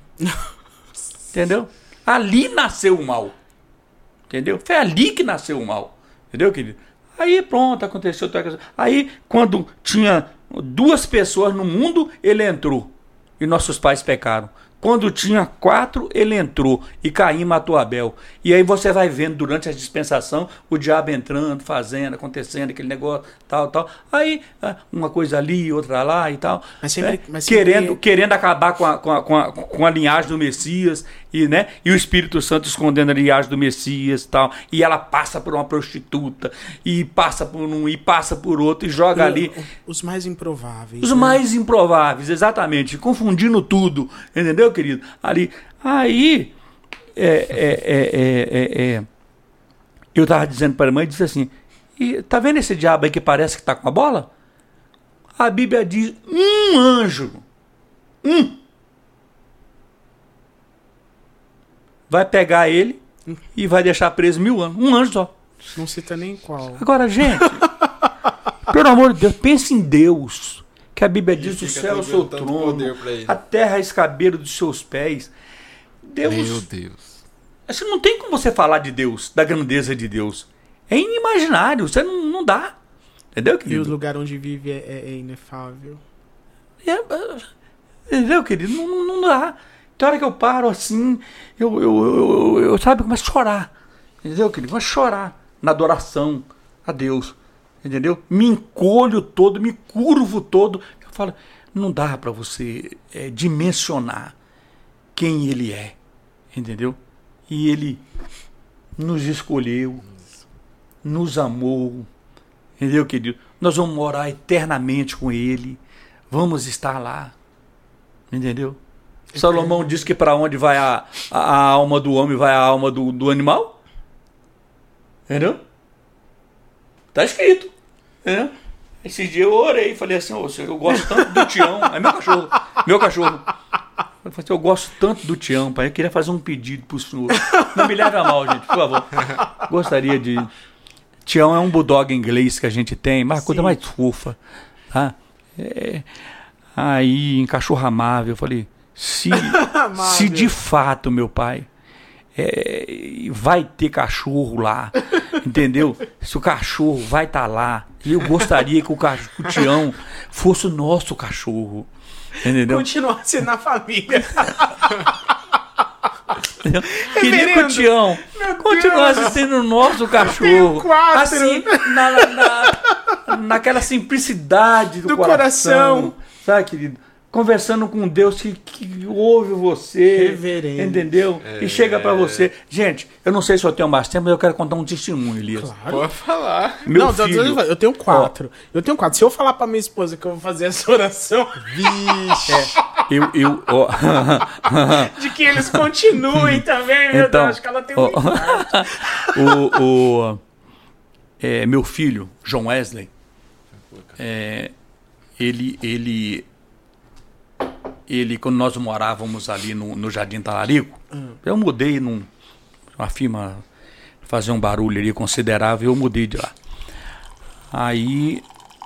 Entendeu? Ali nasceu o mal. Entendeu? Foi ali que nasceu o mal. Entendeu, querido? Aí pronto, aconteceu. Aí quando tinha duas pessoas no mundo, ele entrou. E nossos pais pecaram. Quando tinha quatro, ele entrou. E Caim matou Abel. E aí você vai vendo durante a dispensação o diabo entrando, fazendo, acontecendo, aquele negócio, tal, tal. Aí uma coisa ali, outra lá e tal. Mas sempre, é, mas sempre... Querendo, querendo acabar com a, com, a, com, a, com a linhagem do Messias. E, né, e o Espírito Santo escondendo a linhagem do Messias e tal. E ela passa por uma prostituta. E passa por um, e passa por outro. E joga o, ali. Os mais improváveis. Os né? mais improváveis, exatamente. Confundindo tudo. Entendeu, querido? Ali. Aí, é, é, é, é, é, eu estava dizendo para a irmã e disse assim, e, tá vendo esse diabo aí que parece que está com a bola? A Bíblia diz um anjo, um, vai pegar ele e vai deixar preso mil anos. Um anjo só. Não cita nem qual. Agora, gente, pelo amor de Deus, pense em Deus. Que a Bíblia diz, o céu é o seu trono, a terra é a escabeira dos seus pés. Deus, meu Deus. Assim, não tem como você falar de Deus, da grandeza de Deus. É inimaginário, você não, não dá. Entendeu, querido? E o lugar onde vive é, é inefável. É, entendeu, querido? Não, não, não dá. Tem hora que eu paro assim, eu, eu, eu, eu, eu sabe, eu começo a chorar. Entendeu, querido? Começo a chorar na adoração a Deus. Entendeu? Me encolho todo, me curvo todo. Eu falo, não dá para você é, dimensionar quem ele é. Entendeu? E ele nos escolheu, nos amou. Entendeu, querido? Nós vamos morar eternamente com ele. Vamos estar lá. Entendeu? É. Salomão diz que para onde vai a, a, a alma do homem, vai a alma do, do animal. Entendeu? Tá escrito. Entendeu? Esse dia eu orei, falei assim, oh, eu gosto tanto do Tião. É meu cachorro. Meu cachorro. Eu falei assim, eu gosto tanto do Tião, pai. Eu queria fazer um pedido pro senhor. Não me leve a mal, gente, por favor. Gostaria de... Tião é um bulldog inglês que a gente tem, mas a coisa mais fofa. Tá? É... Aí, em cachorro amável, eu falei, se, se de fato, meu pai, é, vai ter cachorro lá, entendeu? Se o cachorro vai estar tá lá, e eu gostaria que o, cachorro, o Tião fosse o nosso cachorro, entendeu? Continuasse na família. Queria que o Tião continuasse sendo o nosso cachorro. Assim, na, na, na, naquela simplicidade do, do coração. coração. Sabe, querido? Conversando com Deus que, que ouve você. Reverendo. Entendeu? É... E chega pra você. Gente, eu não sei se eu tenho mais tempo, mas eu quero contar um testemunho, Elias. Claro. Pode falar. Meu não, filho... eu tenho quatro. Ó, eu tenho quatro. Se eu falar pra minha esposa que eu vou fazer essa oração. Vixe. É, eu. eu ó. De que eles continuem também, meu então, Deus. Acho que ela tem um ó, o, o é, meu filho, João Wesley. É. Ele, ele, ele, quando nós morávamos ali no, no Jardim Talarico, uhum. eu mudei num, uma firma, fazer um barulho ali considerável, eu mudei de lá. Aí,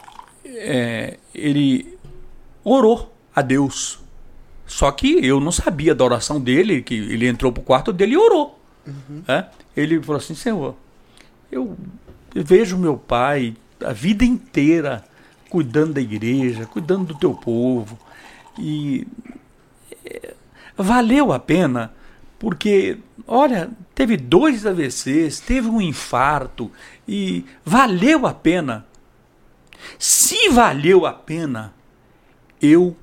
é, ele orou a Deus. Só que eu não sabia da oração dele, que ele entrou pro quarto dele e orou. Uhum. É? Ele falou assim, Senhor, eu vejo meu pai a vida inteira cuidando da igreja, cuidando do teu povo. E é, valeu a pena, porque, olha, teve dois A V Cs, teve um infarto, e valeu a pena. Se valeu a pena, eu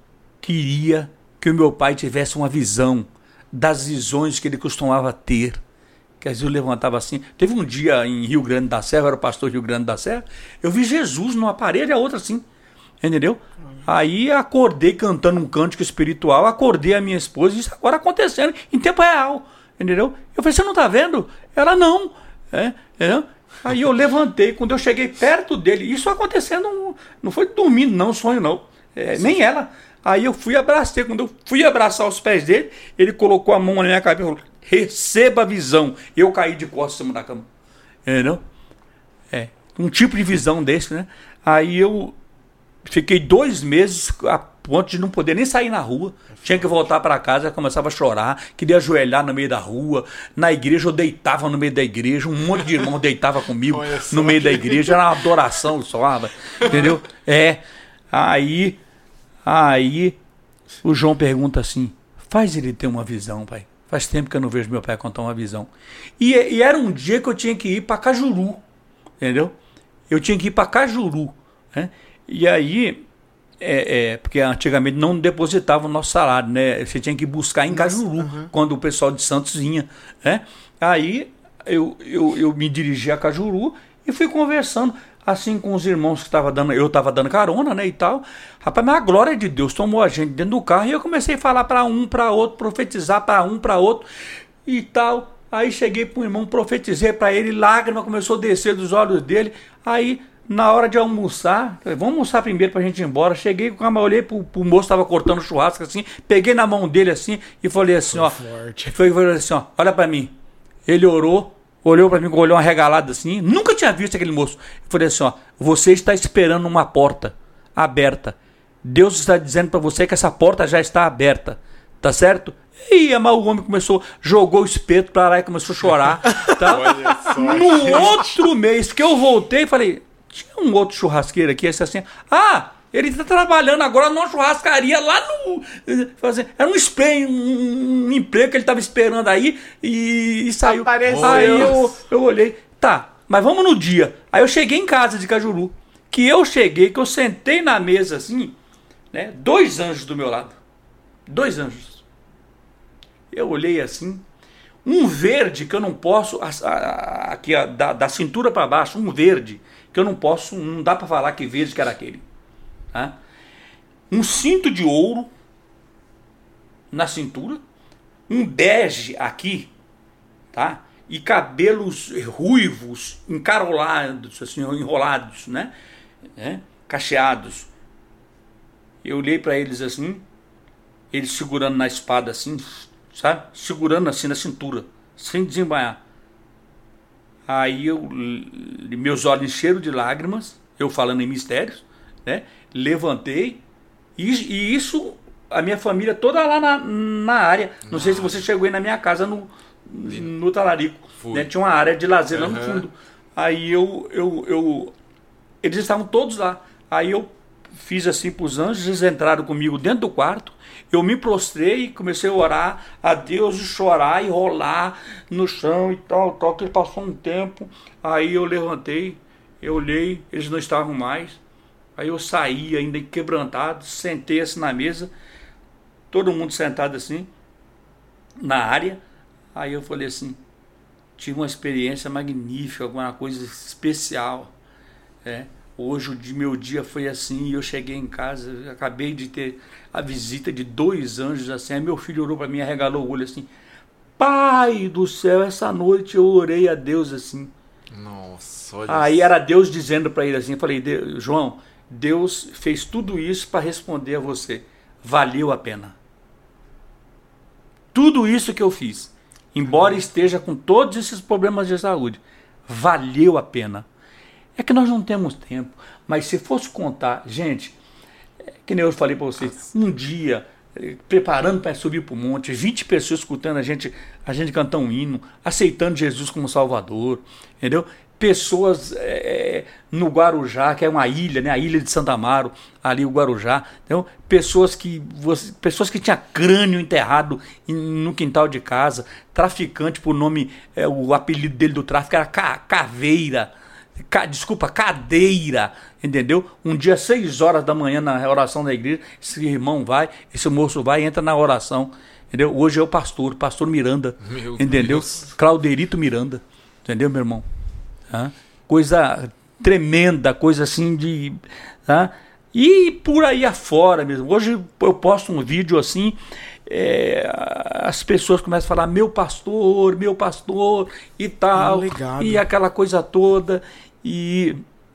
queria que o meu pai tivesse uma visão das visões que ele costumava ter. Que às vezes eu levantava assim. Teve um dia em Rio Grande da Serra, eu era o pastor de Rio Grande da Serra, eu vi Jesus numa parede e a outra assim. Entendeu? Aí acordei cantando um cântico espiritual, acordei a minha esposa e isso agora acontecendo em tempo real. Entendeu? Eu falei, você não está vendo? Ela não. É, é. Aí eu levantei, quando eu cheguei perto dele, isso acontecendo, não foi dormindo, não, sonho não. É, nem ela. Aí eu fui abracei, quando eu fui abraçar os pés dele, ele colocou a mão na minha cabeça e falou, receba a visão. Eu caí de costas em cima da cama. Entendeu? É. Um tipo de visão desse, né? Aí eu fiquei dois meses a ponto de não poder nem sair na rua. Tinha que voltar para casa, eu começava a chorar, queria ajoelhar no meio da rua. Na igreja eu deitava no meio da igreja, um monte de irmão deitava comigo no meio da igreja. Era uma adoração só, entendeu? É. Aí, aí o João pergunta assim, faz ele ter uma visão, pai. Faz tempo que eu não vejo meu pai contar uma visão. E, e era um dia que eu tinha que ir para Cajuru. Entendeu? Eu tinha que ir para Cajuru. Né? E aí, é, é, porque antigamente não depositava o nosso salário, né? Você tinha que buscar em Cajuru, uhum. quando o pessoal de Santos vinha. Né? Aí eu, eu, eu me dirigi a Cajuru e fui conversando assim com os irmãos que estavam dando, eu estava dando carona, né, e tal. Rapaz, mas a glória de Deus tomou a gente dentro do carro e eu comecei a falar para um, para outro, profetizar para um, para outro e tal. Aí cheguei para um irmão, profetizei para ele, lágrima começou a descer dos olhos dele. Aí, na hora de almoçar, falei, vamos almoçar primeiro para a gente ir embora. Cheguei com a mão, olhei pro, pro moço, estava cortando churrasco assim, peguei na mão dele assim e falei assim, foi ó, forte. Foi, foi assim, ó, olha para mim. Ele orou. Olhou para mim com o olhão arregalado assim. Nunca tinha visto aquele moço. Eu falei assim, ó. Você está esperando uma porta aberta. Deus está dizendo para você que essa porta já está aberta. Tá certo? E aí, o homem começou, jogou o espeto para lá e começou a chorar. Tá? No outro mês que eu voltei, falei, tinha um outro churrasqueiro aqui, esse assim. Ah, ele está trabalhando agora numa churrascaria lá no... Era um, spray, um, um emprego que ele estava esperando aí e, e saiu. Apareceu. Aí eu, eu olhei, tá, mas vamos no dia. Aí eu cheguei em casa de Cajuru. Que eu cheguei, que eu sentei na mesa assim, né? Dois anjos do meu lado. Dois anjos. Eu olhei assim, Um verde que eu não posso, a, a, aqui a, da, da cintura para baixo, um verde que eu não posso, não dá para falar que verde que era aquele. Tá? Um cinto de ouro na cintura, um bege aqui, tá? E cabelos ruivos, encarolados, assim, enrolados, né? né? Cacheados. Eu olhei para eles assim, eles segurando na espada assim, sabe? Segurando assim na cintura, sem desembainhar. Aí eu, meus olhos encheram de lágrimas, eu falando em mistérios, né? Levantei, e, e isso, a minha família toda lá na, na área. Não Nossa. sei se você chegou aí na minha casa no, no Talarico. Né? Tinha uma área de lazer uhum. lá no fundo. Aí eu, eu, eu, eles estavam todos lá. Aí eu fiz assim para os anjos, eles entraram comigo dentro do quarto. Eu me prostrei e comecei a orar a Deus e chorar e rolar no chão e tal, tal, que passou um tempo. Aí eu levantei, eu olhei, eles não estavam mais. Aí eu saí ainda quebrantado, sentei assim na mesa, todo mundo sentado assim, na área. Aí eu falei assim, tive uma experiência magnífica, alguma coisa especial. É. Hoje o meu dia foi assim, e eu cheguei em casa, acabei de ter a visita de dois anjos assim, aí meu filho orou para mim, arregalou o olho assim, Pai do céu, essa noite eu orei a Deus assim. Nossa, olha Aí isso. era Deus dizendo para ele assim, eu falei, João, Deus fez tudo isso para responder a você, valeu a pena. Tudo isso que eu fiz, embora esteja com todos esses problemas de saúde, valeu a pena. É que nós não temos tempo, mas se fosse contar, gente, é que nem eu falei para vocês, um dia, preparando para subir para o monte, vinte pessoas escutando a gente, a gente cantar um hino, aceitando Jesus como Salvador, entendeu? Pessoas é, no Guarujá, que é uma ilha, né? A ilha de Santa Amaro, ali o Guarujá, entendeu? Pessoas que, pessoas que tinham crânio enterrado no quintal de casa, traficante, por nome, é, o apelido dele do tráfico era Caveira, Ca, desculpa, cadeira, entendeu? Um dia, seis horas da manhã, na oração da igreja, esse irmão vai, esse moço vai e entra na oração, entendeu? Hoje é o pastor, pastor Miranda, meu entendeu? Deus. Clauderito Miranda, entendeu, meu irmão? Ah, coisa tremenda, coisa assim de... Tá? E por aí afora mesmo. Hoje eu posto um vídeo assim, é, as pessoas começam a falar, meu pastor, meu pastor e tal, Legado. E aquela coisa toda... E,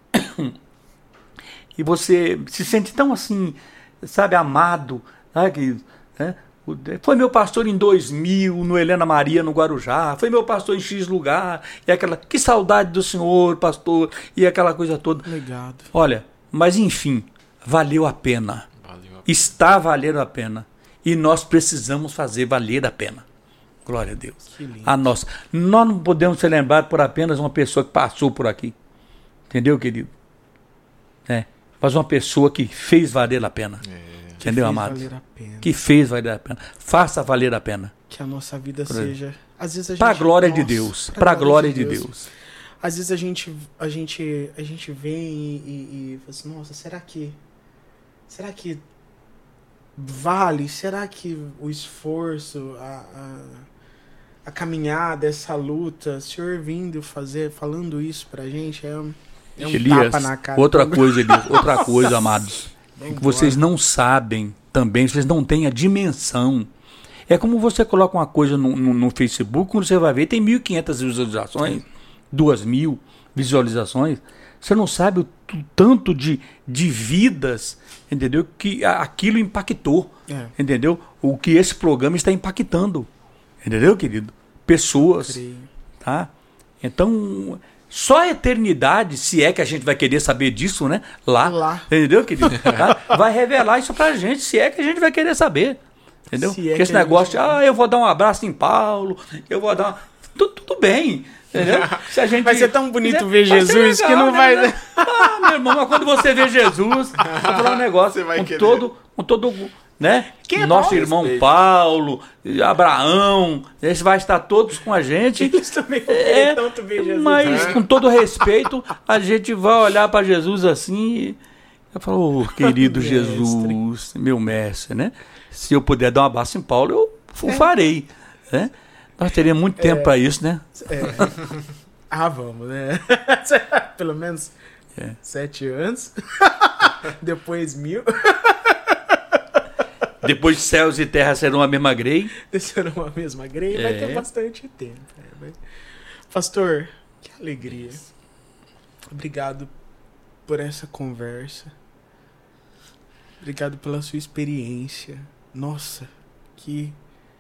e você se sente tão assim, sabe, amado, sabe? Né? Foi meu pastor em dois mil, no Helena Maria, no Guarujá, foi meu pastor em X lugar, e aquela, que saudade do senhor, pastor, e aquela coisa toda. Legado. Olha, mas enfim, valeu a pena. Valeu a pena. Está valendo a pena. E nós precisamos fazer valer a pena. Glória a Deus. Que lindo. A nossa. Nós não podemos ser lembrados por apenas uma pessoa que passou por aqui. Entendeu, querido? É. Mas uma pessoa que fez valer a pena. É. Entendeu, amado? Que fez valer a pena. Faça valer a pena. Que a nossa vida por seja... Às vezes a gente... Para a glória nossa, de Deus. Para a glória de Deus. Deus. Às vezes a gente, a gente, a gente vem e, e, e fala assim, nossa, será que... Será que vale? Será que o esforço, a, a, a caminhada, essa luta, o senhor vindo fazer, falando isso pra gente, é um... É um Elias, tapa na cara. outra coisa, Elias, outra coisa, amados, é que vocês não sabem também, vocês não têm a dimensão. É como você coloca uma coisa no, no, no Facebook, quando você vai ver, tem mil e quinhentas visualizações, duas mil visualizações, você não sabe o, o tanto de, de vidas, entendeu? Que a, aquilo impactou, é. Entendeu? O que esse programa está impactando, entendeu, querido? Pessoas, tá? Então... Só a eternidade, se é que a gente vai querer saber disso, né? Lá, Lá. Entendeu, querido? Tá? Vai revelar isso pra gente, se é que a gente vai querer saber. Entendeu? Se Porque é esse negócio gente... de, ah, eu vou dar um abraço em Paulo, eu vou dar uma... Tudo, tudo bem, entendeu? Se a gente... Vai ser tão bonito ver Jesus legal, que não né? vai... Ah, meu irmão, mas quando você vê Jesus, vou falar um negócio, você vai com, querer. todo, com todo... Né? Que Nosso irmão respeito. Paulo, Abraão, eles vão estar todos com a gente. Eles também vão é, tanto ver Jesus. Mas é. com todo respeito, a gente vai olhar para Jesus assim e eu falo, oh, querido Jesus, meu mestre, né? Se eu puder dar um abraço em Paulo, eu o farei. Né? Nós teríamos muito tempo É. para isso, né? É. Ah, vamos, né? Pelo menos É. sete anos. Depois mil. Depois de céus e terra serão a mesma grei. Desceram a mesma grei, vai É. ter bastante tempo. É, vai- Pastor, que alegria. Obrigado por essa conversa. Obrigado pela sua experiência. Nossa, que.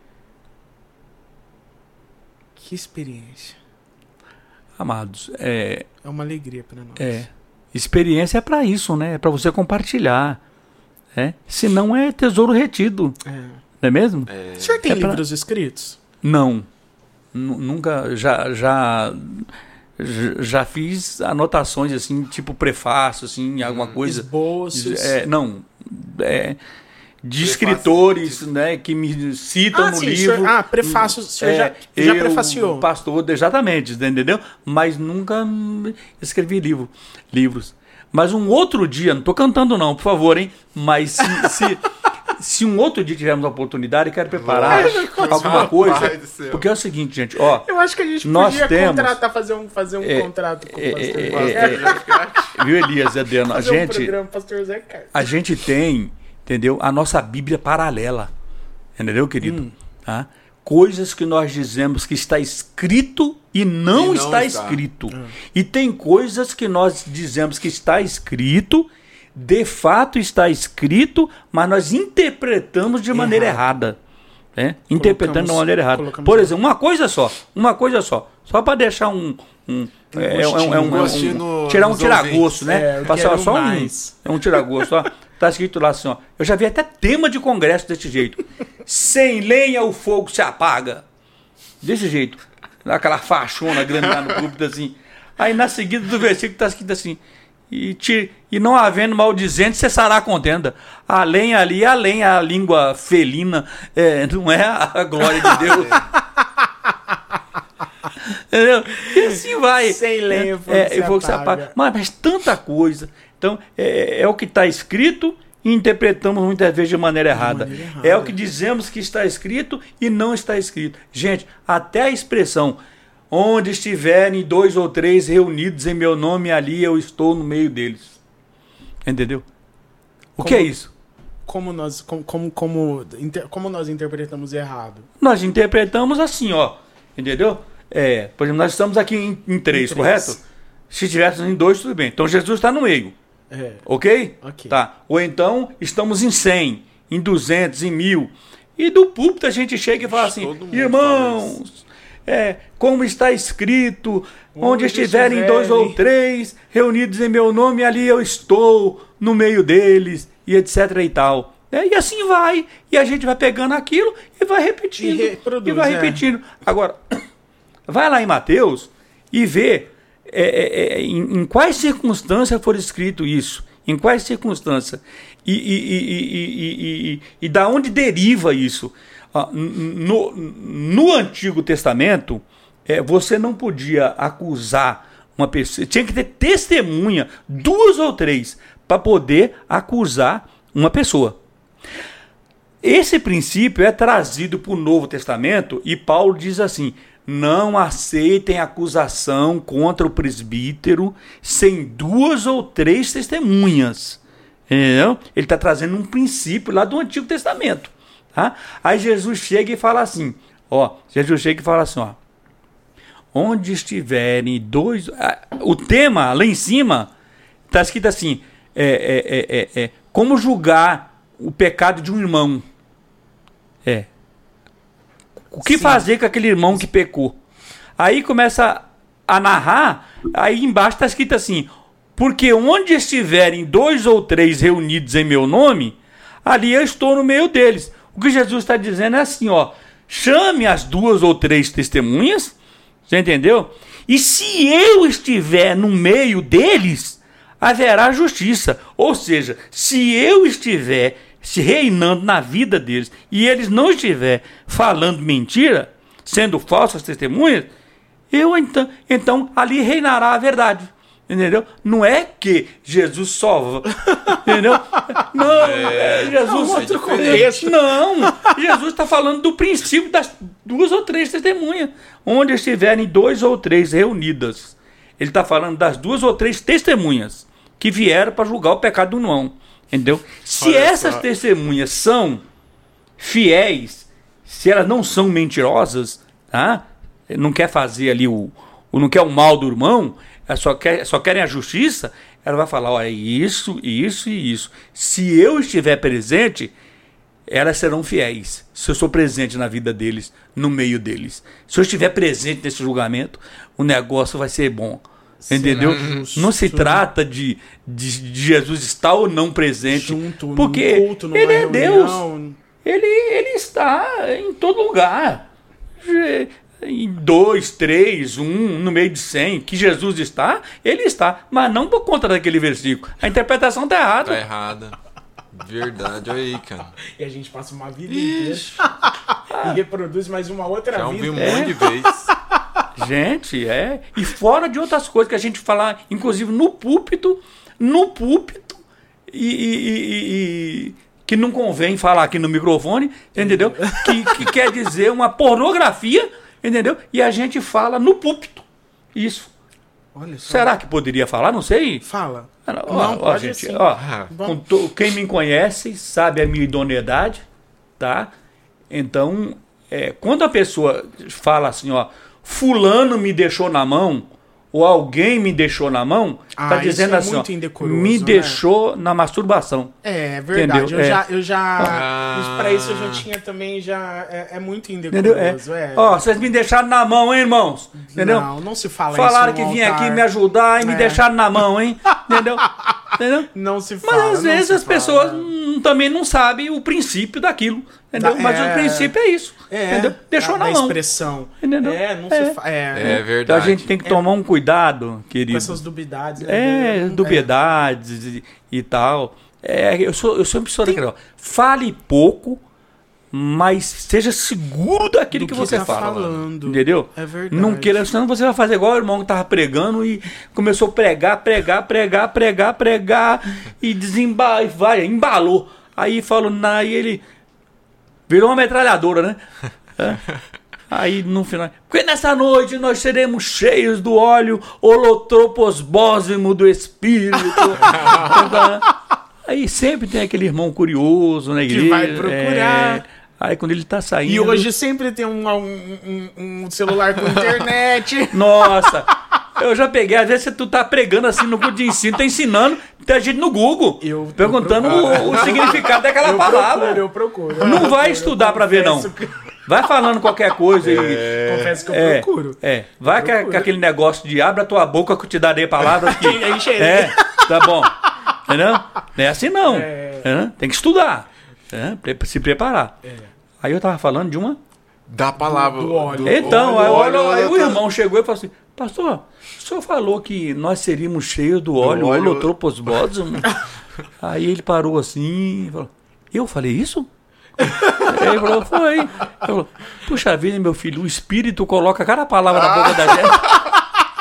Que experiência. Amados, é, É uma alegria para nós. é, experiência é para isso, né? É para você compartilhar. É? Senão é tesouro retido, É. não é mesmo? É, O senhor tem É pra- livros escritos? Não. Nu- Nunca, já, já, j- já fiz anotações assim, tipo prefácio, assim, alguma coisa. Esboços. É, não, é, de Prefácio, escritores, tipo- né, que me citam Ah, no sim, o livro. senhor- ah, prefácio, o senhor já- já eu, prefaciou. Pastor, exatamente, entendeu? Mas nunca hum, escrevi livro, livros. Mas um outro dia, não estou cantando não, por favor, hein? Mas se, se, se um outro dia tivermos a oportunidade, eu quero preparar Lógico, alguma meu coisa. pai do céu. Porque é o seguinte, gente, ó, Eu acho que a gente Nós podia temos- contratar, fazer um, fazer um É, contrato com é, o pastor é, Zé é, Carlos. é, viu, Elias e Adriano? A Fazer um gente, programa pastor Zé Carlos. a gente tem, entendeu? A nossa Bíblia paralela. Entendeu, querido? Hum. Tá? Coisas que nós dizemos que está escrito e não, E não está, está. escrito. E tem coisas que nós dizemos que está escrito, de fato está escrito, mas nós interpretamos de maneira errada. Né? Interpretando de uma maneira errada. colocamos Por errado. exemplo, uma coisa só, uma coisa só. Só para deixar um. um, é, é um- é um- é um- um gostinho no- tirar um nos tiragosto, ouvintes. né? É, eu Passar quero só um. mais. É um tiragosto, ó. Tá escrito lá assim, ó. Eu já vi até tema de congresso desse jeito. Sem lenha o fogo se apaga. Desse jeito. Aquela faixona grande lá no grupo, assim. Aí na seguida do versículo tá escrito assim. E, te, e não havendo maldizente, cessará a contenda. A lenha ali, a lenha, a língua felina, é, não é a glória de Deus. Entendeu? E assim vai. Sem lenha, o fogo é, se o fogo se apaga. apaga. Mas, mas tanta coisa. Então, é, é o que está escrito e interpretamos muitas vezes de maneira errada. maneira errada. É o que dizemos que está escrito e não está escrito. Gente, até a expressão onde estiverem dois ou três reunidos em meu nome, ali eu estou no meio deles. Entendeu? O Como- que é isso? Como nós, como, como, como, inter- como nós interpretamos errado? Nós interpretamos assim, ó. Entendeu? É, por exemplo, nós estamos aqui em, em três, Em três. correto? Se estivéssemos em dois, tudo bem. Então Jesus está no meio. É. Ok? Ok. Tá. Ou então estamos em cem, em duzentos, em mil. E do púlpito a gente chega e fala assim: Todo mundo irmãos, é, como está escrito, onde, Onde estiverem estiverem dois ou três reunidos em meu nome, ali eu estou no meio deles, e etc e tal. É, e assim vai. E a gente vai pegando aquilo e vai repetindo. E reproduz, vai é. repetindo. Agora, vai lá em Mateus e vê é, é, é, em, em quais circunstâncias for escrito isso. Em quais circunstâncias. E, e, e, e, e, e, e da onde deriva isso. Ah, No, no Antigo Testamento, é, você não podia acusar uma pessoa. Tinha que ter testemunha, duas ou três, para poder acusar uma pessoa. Esse princípio é trazido para o Novo Testamento e Paulo diz assim: não aceitem acusação contra o presbítero sem duas ou três testemunhas. Entendeu? Ele está trazendo um princípio lá do Antigo Testamento. Tá? Aí Jesus chega e fala assim: ó, Jesus chega e fala assim, ó. Onde estiverem dois. O tema lá em cima está escrito assim: é, é, é, é, é, como julgar o pecado de um irmão. É. O que Sim. fazer com aquele irmão que pecou? Aí começa a narrar, aí embaixo está escrito assim: porque onde estiverem dois ou três reunidos em meu nome, ali eu estou no meio deles. O que Jesus está dizendo é assim, ó: chame as duas ou três testemunhas, você entendeu? E se eu estiver no meio deles, haverá justiça. Ou seja, se eu estiver se reinando na vida deles e eles não estiver falando mentira, sendo falsas testemunhas, eu então, então ali reinará a verdade. Entendeu? Não é que Jesus só... Entendeu? Não, é, Jesus... Não, outro contexto. Não, Jesus está falando do princípio das duas ou três testemunhas. Onde estiverem dois ou três reunidas. Ele está falando das duas ou três testemunhas que vieram para julgar o pecado do irmão. Entendeu? Se Olha essas só. testemunhas são fiéis, se elas não são mentirosas, tá? Não quer fazer ali o, o não quer o mal do irmão, ela só, quer, só querem a justiça, ela vai falar, olha, isso, isso e isso. Se eu estiver presente, elas serão fiéis. Se eu sou presente na vida deles, no meio deles. Se eu estiver presente nesse julgamento, o negócio vai ser bom. Entendeu? Justo. Não se trata de, de, de Jesus estar ou não presente. Junto, porque num culto, numa ele é reunião. Deus. Ele, ele está em todo lugar. Em dois, três, um, no meio de cem, que Jesus está, ele está. Mas não por conta daquele versículo. A interpretação está errada. Tá errada. Verdade, olha aí, cara. E a gente passa uma vida inteira e reproduz mais uma outra Já vida. ouvi um É. monte de vezes. Gente, é. E fora de outras coisas que a gente fala, inclusive no púlpito, no púlpito, e, e- e- e- que não convém falar aqui no microfone, entendeu? Que, que quer dizer uma pornografia, entendeu? E a gente fala no púlpito. Isso. Olha só. Será que poderia falar? Não sei. Fala. Ó, Não, ó, pode gente, sim. ó, Vamos. com to- quem me conhece sabe a minha idoneidade, tá? Então, é, quando a pessoa fala assim, ó, fulano me deixou na mão, ou alguém me deixou na mão, Ah, tá isso dizendo é assim, muito ó, indecoroso, me né? deixou na masturbação. É, é verdade. Entendeu? Eu É. já. Eu já Ah. isso, pra isso eu já tinha também. Já, é, é muito Entendeu? É. indecoroso. É. Ó, vocês me deixaram na mão, hein, irmãos? Entendeu? Não, não se fala Falaram isso. que no vinha altar. aqui me ajudar e me É. deixaram na mão, hein? Entendeu? Entendeu? Não se fala. Mas às não vezes se as fala. pessoas hum, também não sabem o princípio daquilo. Entendeu? Da- Mas é. o princípio é isso. É, Entendeu? Deixou da, na da mão. expressão. Entendeu? É, não É. se fala. É, É Então a verdade. gente tem que tomar um cuidado, com querido. essas dubiedades. É, né? dubiedades e, e tal. É, eu, sou, eu sempre sou daquele, ó, fale pouco, mas seja seguro daquilo Do que, que você tá fala. falando. Entendeu? É verdade. Não queira, senão você vai fazer igual o irmão que tava pregando e começou a pregar, pregar, pregar, pregar, pregar e desembalou, vai, embalou. Aí falou, na, aí ele virou uma metralhadora, né? É. Aí no final, porque nessa noite nós seremos cheios do óleo holotroposbósimo do Espírito. Aí sempre tem aquele irmão curioso na igreja. vai procurar. é. Aí quando ele tá saindo. E hoje sempre tem um, um, um- um celular com internet. Nossa! Eu já peguei, às vezes tu tá pregando assim no curso de ensino, tá ensinando, tem gente no Google Eu- eu perguntando procuro. o, o significado daquela eu palavra. procuro, eu procuro. eu Não vai procuro, estudar eu pra ver, não. confesso que- Vai falando qualquer coisa e. Confesso que eu É, procuro. é. Vai Eu com, procuro. com aquele negócio de abre a tua boca que eu te darei palavras que. Aí cheirei. É, tá bom. Entendeu? Não é assim não. É. É, tem que estudar. É, pre- se preparar. É. Aí eu tava falando de uma. Da palavra. Do óleo. Então, aí, óleo, olha, aí o óleo, irmão chegou e falou assim: Pastor, o senhor falou que nós seríamos cheios do óleo, óleo. holotroposbósimo. Aí ele parou assim e falou: Eu falei isso? Aí ele falou: Foi. Ele falou: Puxa vida, meu filho, o Espírito coloca cada palavra na boca da gente.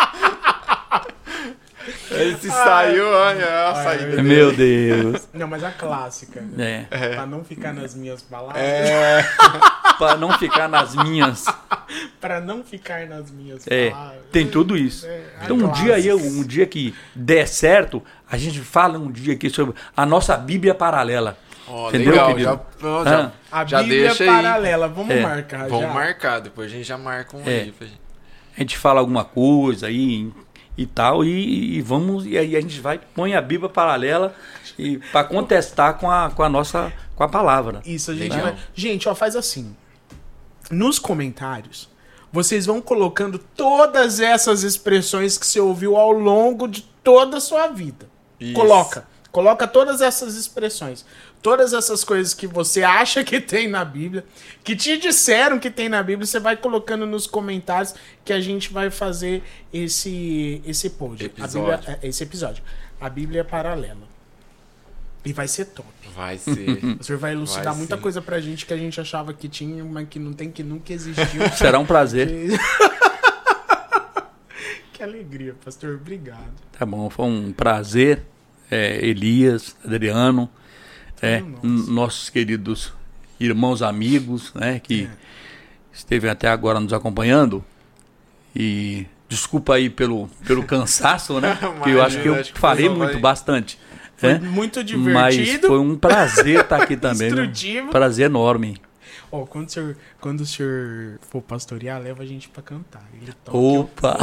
Ele se saiu, olha a saída dele. Meu Deus. Não, mas a clássica. É. Pra não ficar nas minhas palavras. É. Pra não ficar nas minhas. Pra não ficar nas minhas É, palavras. tem tudo isso. É, a Então um dia aí, clássica. um dia que der certo, a gente fala um dia aqui sobre a nossa Bíblia paralela. Ó, Entendeu, legal, querido? já, ó, já, A já Bíblia deixa aí. paralela. Vamos É. marcar Vamos já. marcar, depois a gente já marca um É. aí pra gente. A gente fala alguma coisa aí e tal, e, e vamos, e aí a gente vai, põe a Bíblia paralela e para contestar com a, com a nossa, com a palavra. Isso, a gente Legal. vai... Gente, ó, faz assim. Nos comentários, vocês vão colocando todas essas expressões que você ouviu ao longo de toda a sua vida. Isso. Coloca. Coloca todas essas expressões. Todas essas coisas que você acha que tem na Bíblia, que te disseram que tem na Bíblia, você vai colocando nos comentários que a gente vai fazer esse, esse pod. Episódio. A Bíblia, é, esse episódio. A Bíblia é paralela. E vai ser top. Vai ser. O senhor vai elucidar Vai muita sim. coisa pra gente que a gente achava que tinha, mas que não tem, que nunca existiu. Será um prazer. que... que Que alegria, pastor. Obrigado. Tá bom, foi um prazer. É, Elias, Adriano, é, n- nossos queridos irmãos, amigos, né, que é. esteve até agora nos acompanhando. E desculpa aí pelo, pelo cansaço, né? Porque eu acho que eu acho que falei muito, vai... bastante. Foi né? muito divertido. Mas foi um prazer estar aqui também. Instrutivo. Um prazer enorme. Oh, quando, o senhor, quando o senhor for pastorear, leva a gente pra cantar. Ele toca, Opa!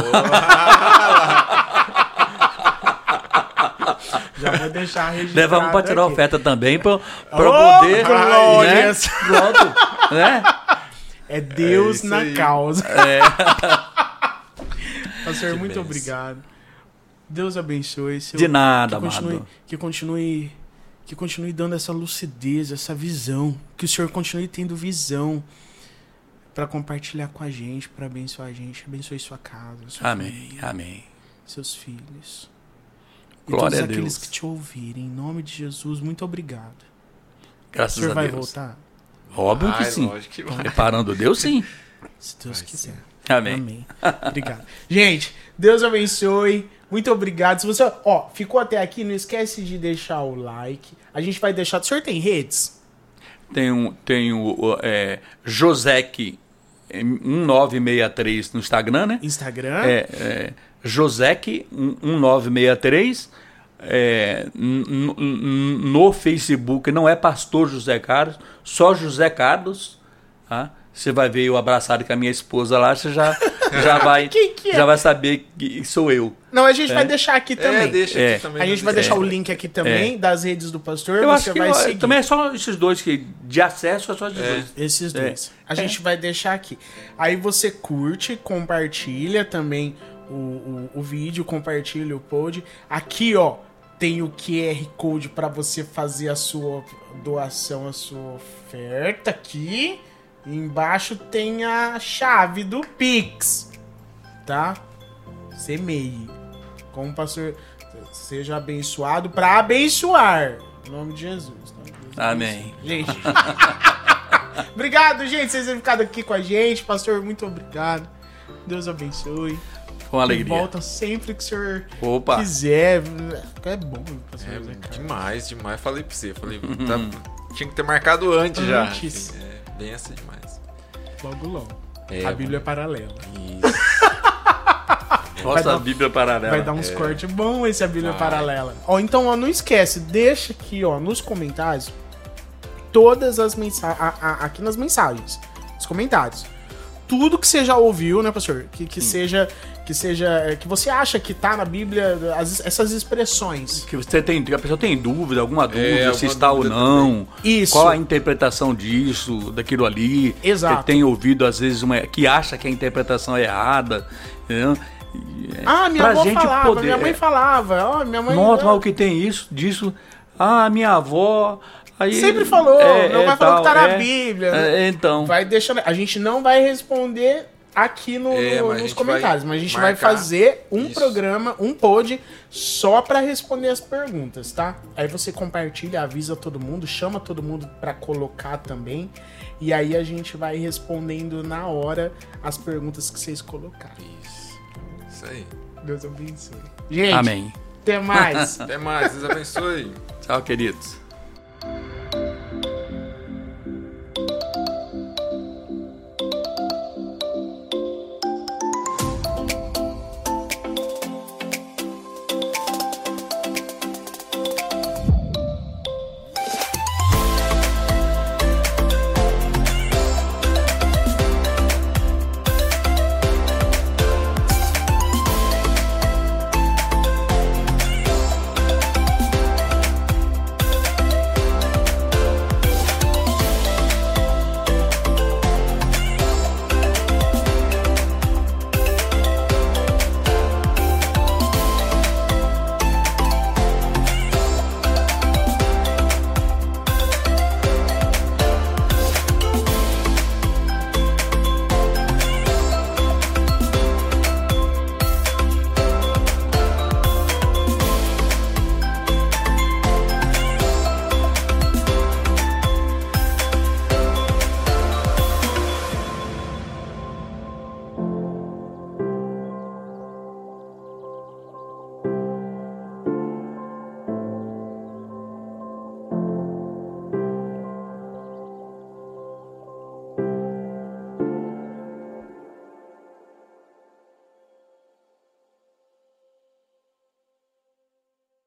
Já vou deixar registrado. Levamos pra tirar aqui. oferta também, pra, pra oh, poder. Glória! Né? Pronto, né? É Deus é na aí. causa. É. Pastor, Que muito benção. obrigado. Deus abençoe. Seu, De nada, que continue, amado. que continue, que continue dando essa lucidez, essa visão. Que o Senhor continue tendo visão para compartilhar com a gente, para abençoar a gente. Abençoe sua casa, sua Amém, família, amém. seus filhos. E Glória todos a aqueles Deus. que te ouvirem. Em nome de Jesus, muito obrigado. Graças o senhor a vai Deus. voltar? Óbvio que Ai, sim. lógico que vai. Preparando Deus, sim. Se Deus Vai quiser. sim. Amém. Amém. Obrigado. Gente, Deus abençoe. Muito obrigado. Se você, ó, ficou até aqui, não esquece de deixar o like. A gente vai deixar. O senhor tem redes? Tem um, tem o é, Josec um nove seis três no Instagram, né? Instagram? É, é, Josec um nove seis três. É, n- n- no Facebook não é Pastor José Carlos, só José Carlos. Tá? Você vai ver eu abraçado com a minha esposa lá, você já, já, vai, Quem que é? já vai saber que sou eu. Não, a gente É. vai deixar aqui também. É, deixa É. aqui também. A gente vai É. deixar o link aqui também das redes do pastor. Eu você acho que vai eu- seguir. também é só esses dois que de acesso é só esses É. dois. Esses É. dois. A gente vai deixar aqui. Aí você curte, compartilha também o, o, o vídeo, compartilha o pod. Aqui, ó, tem o Q R Code para você fazer a sua doação, a sua oferta aqui. E embaixo tem a chave do Pix, tá? Semeie. Como o pastor seja abençoado para abençoar. Em nome de Jesus. Tá? Deus Amém. abençoe. Gente. Obrigado, gente, vocês terem ficado aqui com a gente. Pastor, muito obrigado. Deus abençoe. Com E alegria. volta sempre que o senhor Opa. quiser. É bom, pastor. É, Zé Carlos. demais, demais. Falei pra você. Falei, tá- tinha que ter marcado antes, já. Antes. Assim, é, benção demais. Logo, logo. É, a Bíblia é paralela. Isso. Vai Nossa dar- Bíblia paralela. Vai dar uns É. cortes bons esse a Bíblia Vai. paralela. Ó, então, ó, não esquece, deixa aqui, ó, nos comentários todas as mensagens, aqui nas mensagens, nos comentários. Tudo que você já ouviu, né, pastor? Que, que seja, que seja, é, que você acha que tá na Bíblia, as- essas expressões. Que você tem, que a pessoa tem dúvida, alguma dúvida, alguma se está ou dúvida não. Isso. Qual a interpretação disso, daquilo ali. Exato. Que tem ouvido, às vezes, uma, que acha que a interpretação é errada. Entendeu? E, é, Ah, minha pra avó gente falava, poder- minha mãe falava, ó, minha mãe... Nossa, ó, mas o que tem isso, disso? Ah, minha avó... Aí, Sempre falou, meu pai falou que tá na é, Bíblia. é, então, Vai deixando. A gente não vai responder aqui no, É, no- mas a nos gente comentários, vai mas a gente marcar vai fazer um isso. programa, um pod, só pra responder as perguntas, tá? Aí você compartilha, avisa todo mundo, chama todo mundo pra colocar também. E aí a gente vai respondendo na hora as perguntas que vocês colocarem. Isso. Isso aí. Deus abençoe. Gente, amém. até mais. Até mais. Deus abençoe. Tchau, queridos.